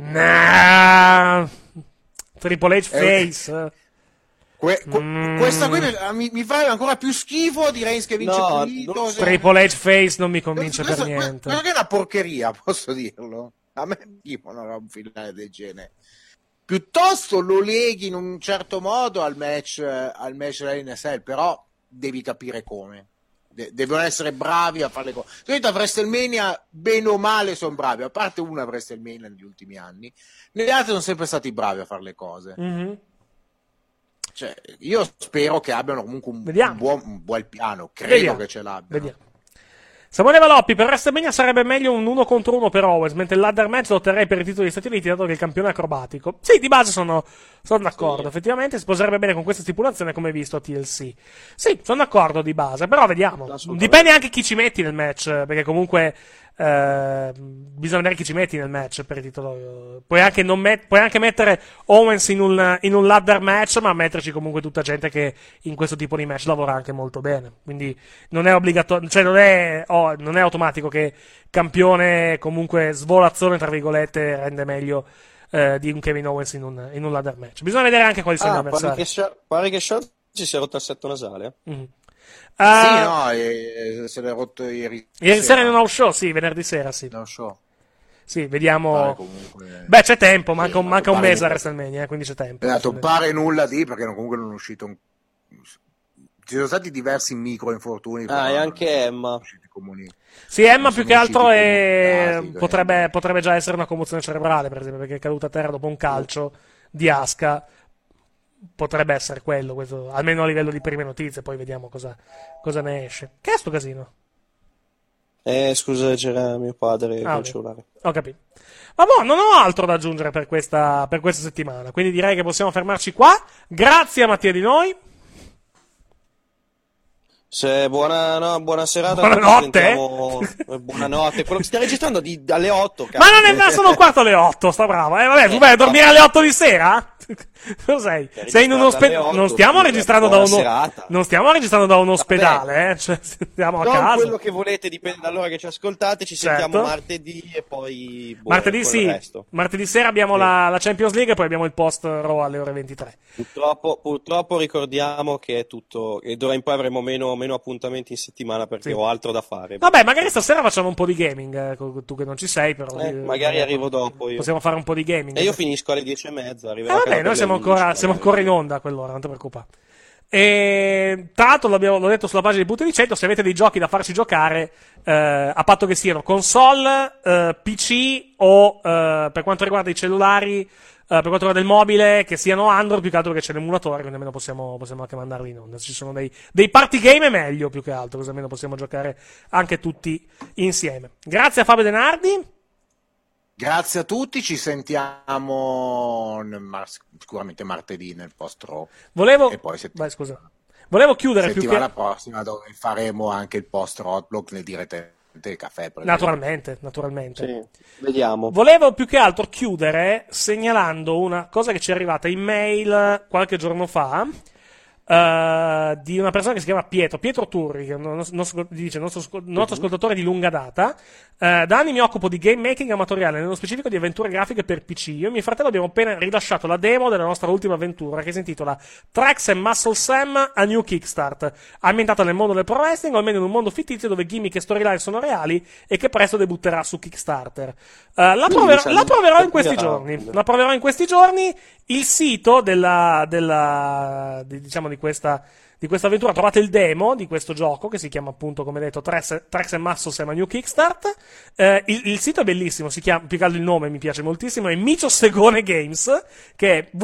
Triple H face. Questa qui mi fa ancora più schifo di Reigns che vince pulito. Triple H face non mi convince per niente. Questa è una porcheria, posso dirlo. A me schifo un finale del genere. Piuttosto lo leghi in un certo modo al match dell'NSL, però devi capire come. Devono essere bravi a fare le cose. Solito a WrestleMania, bene o male, sono bravi. A parte una WrestleMania negli ultimi anni, negli altri sono sempre stati bravi a fare le cose. Mm-hmm. Cioè, io spero che abbiano comunque un buon piano. Credo che ce l'abbiano. Vediamo. Samuele Valoppi, per WrestleMania sarebbe meglio un 1 contro 1 per Owens, mentre il ladder match lotterei per il titolo degli Stati Uniti, dato che il campione è acrobatico. Sì, di base sono d'accordo. Sì. Effettivamente si sposerebbe bene con questa stipulazione, come visto a TLC. Sì, sono d'accordo di base, però vediamo. Dipende anche chi ci metti nel match, perché comunque bisogna vedere chi ci metti nel match per il titolo. Puoi anche mettere Owens in un ladder match, ma metterci comunque tutta gente che in questo tipo di match lavora anche molto bene. Quindi non è obbligatorio, cioè non è automatico che campione comunque svolazzone tra virgolette rende meglio di un Kevin Owens in un ladder match. Bisogna vedere anche quali sono gli avversari. Pare che Shawn ci sia rotto il setto nasale. Mm-hmm. Se l'è rotto ieri sera in uno show, sì, venerdì sera, sì. No show. Sì, vediamo. Comunque... Beh, c'è tempo, manca un mese a WrestleMania, quindi c'è tempo. Non pare nulla perché comunque non è uscito ci sono stati diversi micro infortuni. E anche Emma. Sì, Emma più che altro potrebbe già essere una commozione cerebrale, per esempio, perché è caduta a terra dopo un calcio di Asuka. Potrebbe essere quello, questo, almeno a livello di prime notizie, poi vediamo cosa ne esce. Che è sto casino? Scusa, c'era mio padre col cellulare. Ho capito. Ma non ho altro da aggiungere per questa settimana, quindi direi che possiamo fermarci qua. Grazie a Mattia Di Noi. Buona serata. Buonanotte. Buonanotte. Quello che stai registrando alle 8. Ma non sono un quarto alle 8, sta bravo. Vabbè, tu vai a dormire alle 8 di sera? Cos'hai? Sei in un ospedale? Non stiamo registrando da un ospedale, cioè stiamo a casa. Quello che volete, dipende dall'ora che ci ascoltate. Ci sentiamo martedì e poi martedì sì. Martedì sera abbiamo la Champions League e poi abbiamo il post Raw alle ore 23. Purtroppo ricordiamo che è tutto, e d'ora in poi avremo meno appuntamenti in settimana perché ho altro da fare. Vabbè, magari stasera facciamo un po' di gaming, tu che non ci sei, però magari arrivo dopo io. Possiamo fare un po' di gaming. E io finisco alle 10:30. Noi siamo ancora in onda a quell'ora, non ti preoccupare. E tra l'altro l'ho detto sulla pagina di Punto di 100, se avete dei giochi da farci giocare, a patto che siano console, PC o per quanto riguarda i cellulari, per quanto riguarda il mobile, che siano Android, più che altro che c'è l'emulatore, quindi almeno possiamo anche mandarli in onda. Se ci sono dei party game è meglio, più che altro, così almeno possiamo giocare anche tutti insieme. Grazie a Fabio Denardi. Grazie a tutti, ci sentiamo sicuramente martedì nel post Raw. Volevo chiudere settimana prossima, dove faremo anche il post Roadblock nel direttamente del caffè. Naturalmente. Sì, vediamo. Volevo più che altro chiudere segnalando una cosa che ci è arrivata in mail qualche giorno fa. Di una persona che si chiama Pietro Turri, che è un nostro ascoltatore di lunga data. Da anni mi occupo di game making amatoriale, nello specifico di avventure grafiche per PC. Io e mio fratello abbiamo appena rilasciato la demo della nostra ultima avventura, che si intitola Tracks and Muscle Sam A New Kickstart, ambientata nel mondo del pro wrestling, o almeno in un mondo fittizio dove gimmick e storyline sono reali e che presto debutterà su Kickstarter. La proverò in questi giorni. La proverò in questi giorni. Il sito di questa avventura. Trovate il demo di questo gioco che si chiama appunto, come detto, Tracks and Muscles and a New Kickstart. Il sito è bellissimo, si chiama, più che altro il nome mi piace moltissimo, è Micio Segone Games, che è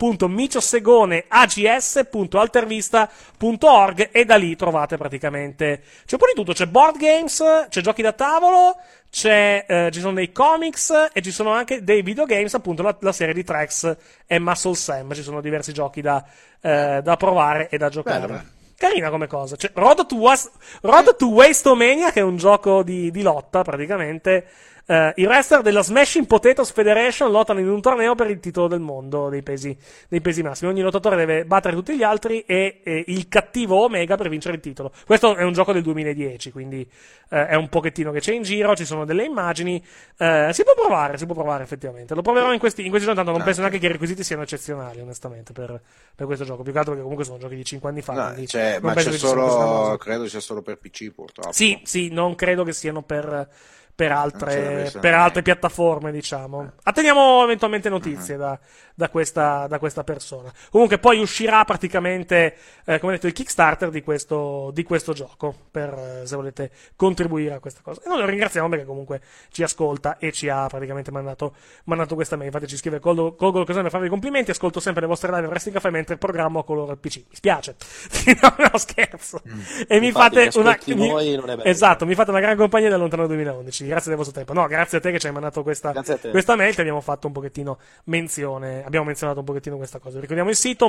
www.miciosegoneags.altervista.org, e da lì trovate praticamente, c'è un po' di tutto, c'è board games, c'è giochi da tavolo, ci sono dei comics e ci sono anche dei videogames, appunto la serie di Tracks e Muscle Sam, ci sono diversi giochi da provare e da giocare. Beh. Carina come cosa. C'è Road to Wastomania, che è un gioco di lotta praticamente. I wrestler della Smashing Potatoes Federation lottano in un torneo per il titolo del mondo dei pesi massimi. Ogni lottatore deve battere tutti gli altri e il cattivo Omega per vincere il titolo. Questo è un gioco del 2010, quindi è un pochettino che c'è in giro, ci sono delle immagini, si può provare effettivamente. Lo proverò in questi giorni, tanto non penso neanche che i requisiti siano eccezionali, onestamente, per questo gioco. Più che altro perché comunque sono giochi di 5 anni fa. No, ma c'è solo, credo sia solo per PC, purtroppo. Sì, non credo che siano per altre piattaforme, diciamo. Atteniamo eventualmente notizie da questa persona. Comunque poi uscirà praticamente, come detto, il Kickstarter di questo gioco, per se volete contribuire a questa cosa. E noi lo ringraziamo perché comunque ci ascolta e ci ha praticamente mandato questa mail. Infatti ci scrive: colgo l'occasione per farvi i complimenti, ascolto sempre le vostre live Wrestling Café mentre programmo coloro al PC. Mi spiace. No, scherzo. E mi fate una gran compagnia dal lontano 2011. Grazie del vostro tempo. No, grazie a te che ci hai mandato questa mail, ti abbiamo fatto un pochettino menzione. Abbiamo menzionato un pochettino questa cosa. Ricordiamo il sito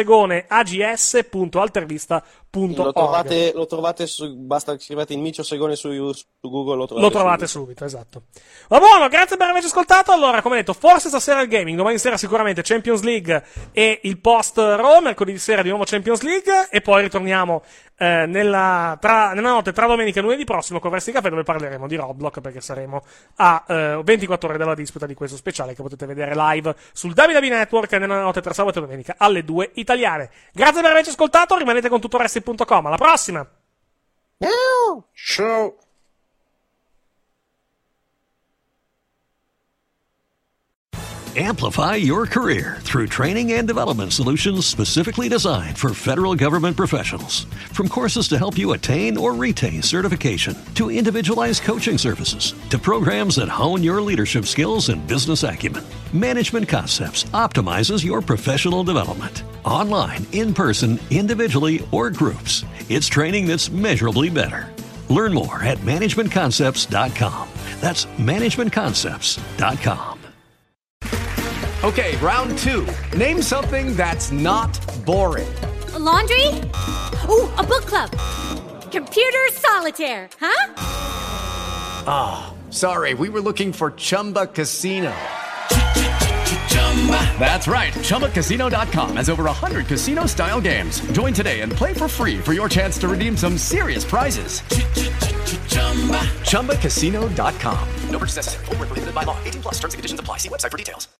miciosegoneags.altervista.org. Lo trovate basta che scrivete in Micio Segone su Google, lo trovate subito, esatto. Va buono, grazie per averci ascoltato. Allora, come detto, forse stasera il gaming, domani sera sicuramente Champions League e il post Raw, mercoledì sera di nuovo Champions League, e poi ritorniamo nella notte tra domenica e lunedì prossimo con Wrestling Café, dove parleremo di Roadblock, perché saremo a 24 ore dalla disputa di questo speciale che potete vedere live sul WWE Network nella notte tra sabato e domenica alle 2 italiane. Grazie per averci ascoltato, rimanete con tuttoWrestling.com. Alla prossima. Ciao. Amplify your career through training and development solutions specifically designed for federal government professionals. From courses to help you attain or retain certification, to individualized coaching services, to programs that hone your leadership skills and business acumen, Management Concepts optimizes your professional development. Online, in person, individually, or groups, it's training that's measurably better. Learn more at managementconcepts.com. That's managementconcepts.com. Okay, round two. Name something that's not boring. A laundry? Ooh, a book club. Computer solitaire, huh? Ah, sorry, we were looking for Chumba Casino. That's right, ChumbaCasino.com has over 100 casino-style games. Join today and play for free for your chance to redeem some serious prizes. ChumbaCasino.com. No purchase necessary. Void where prohibited by law. 18+ terms and conditions apply. See website for details.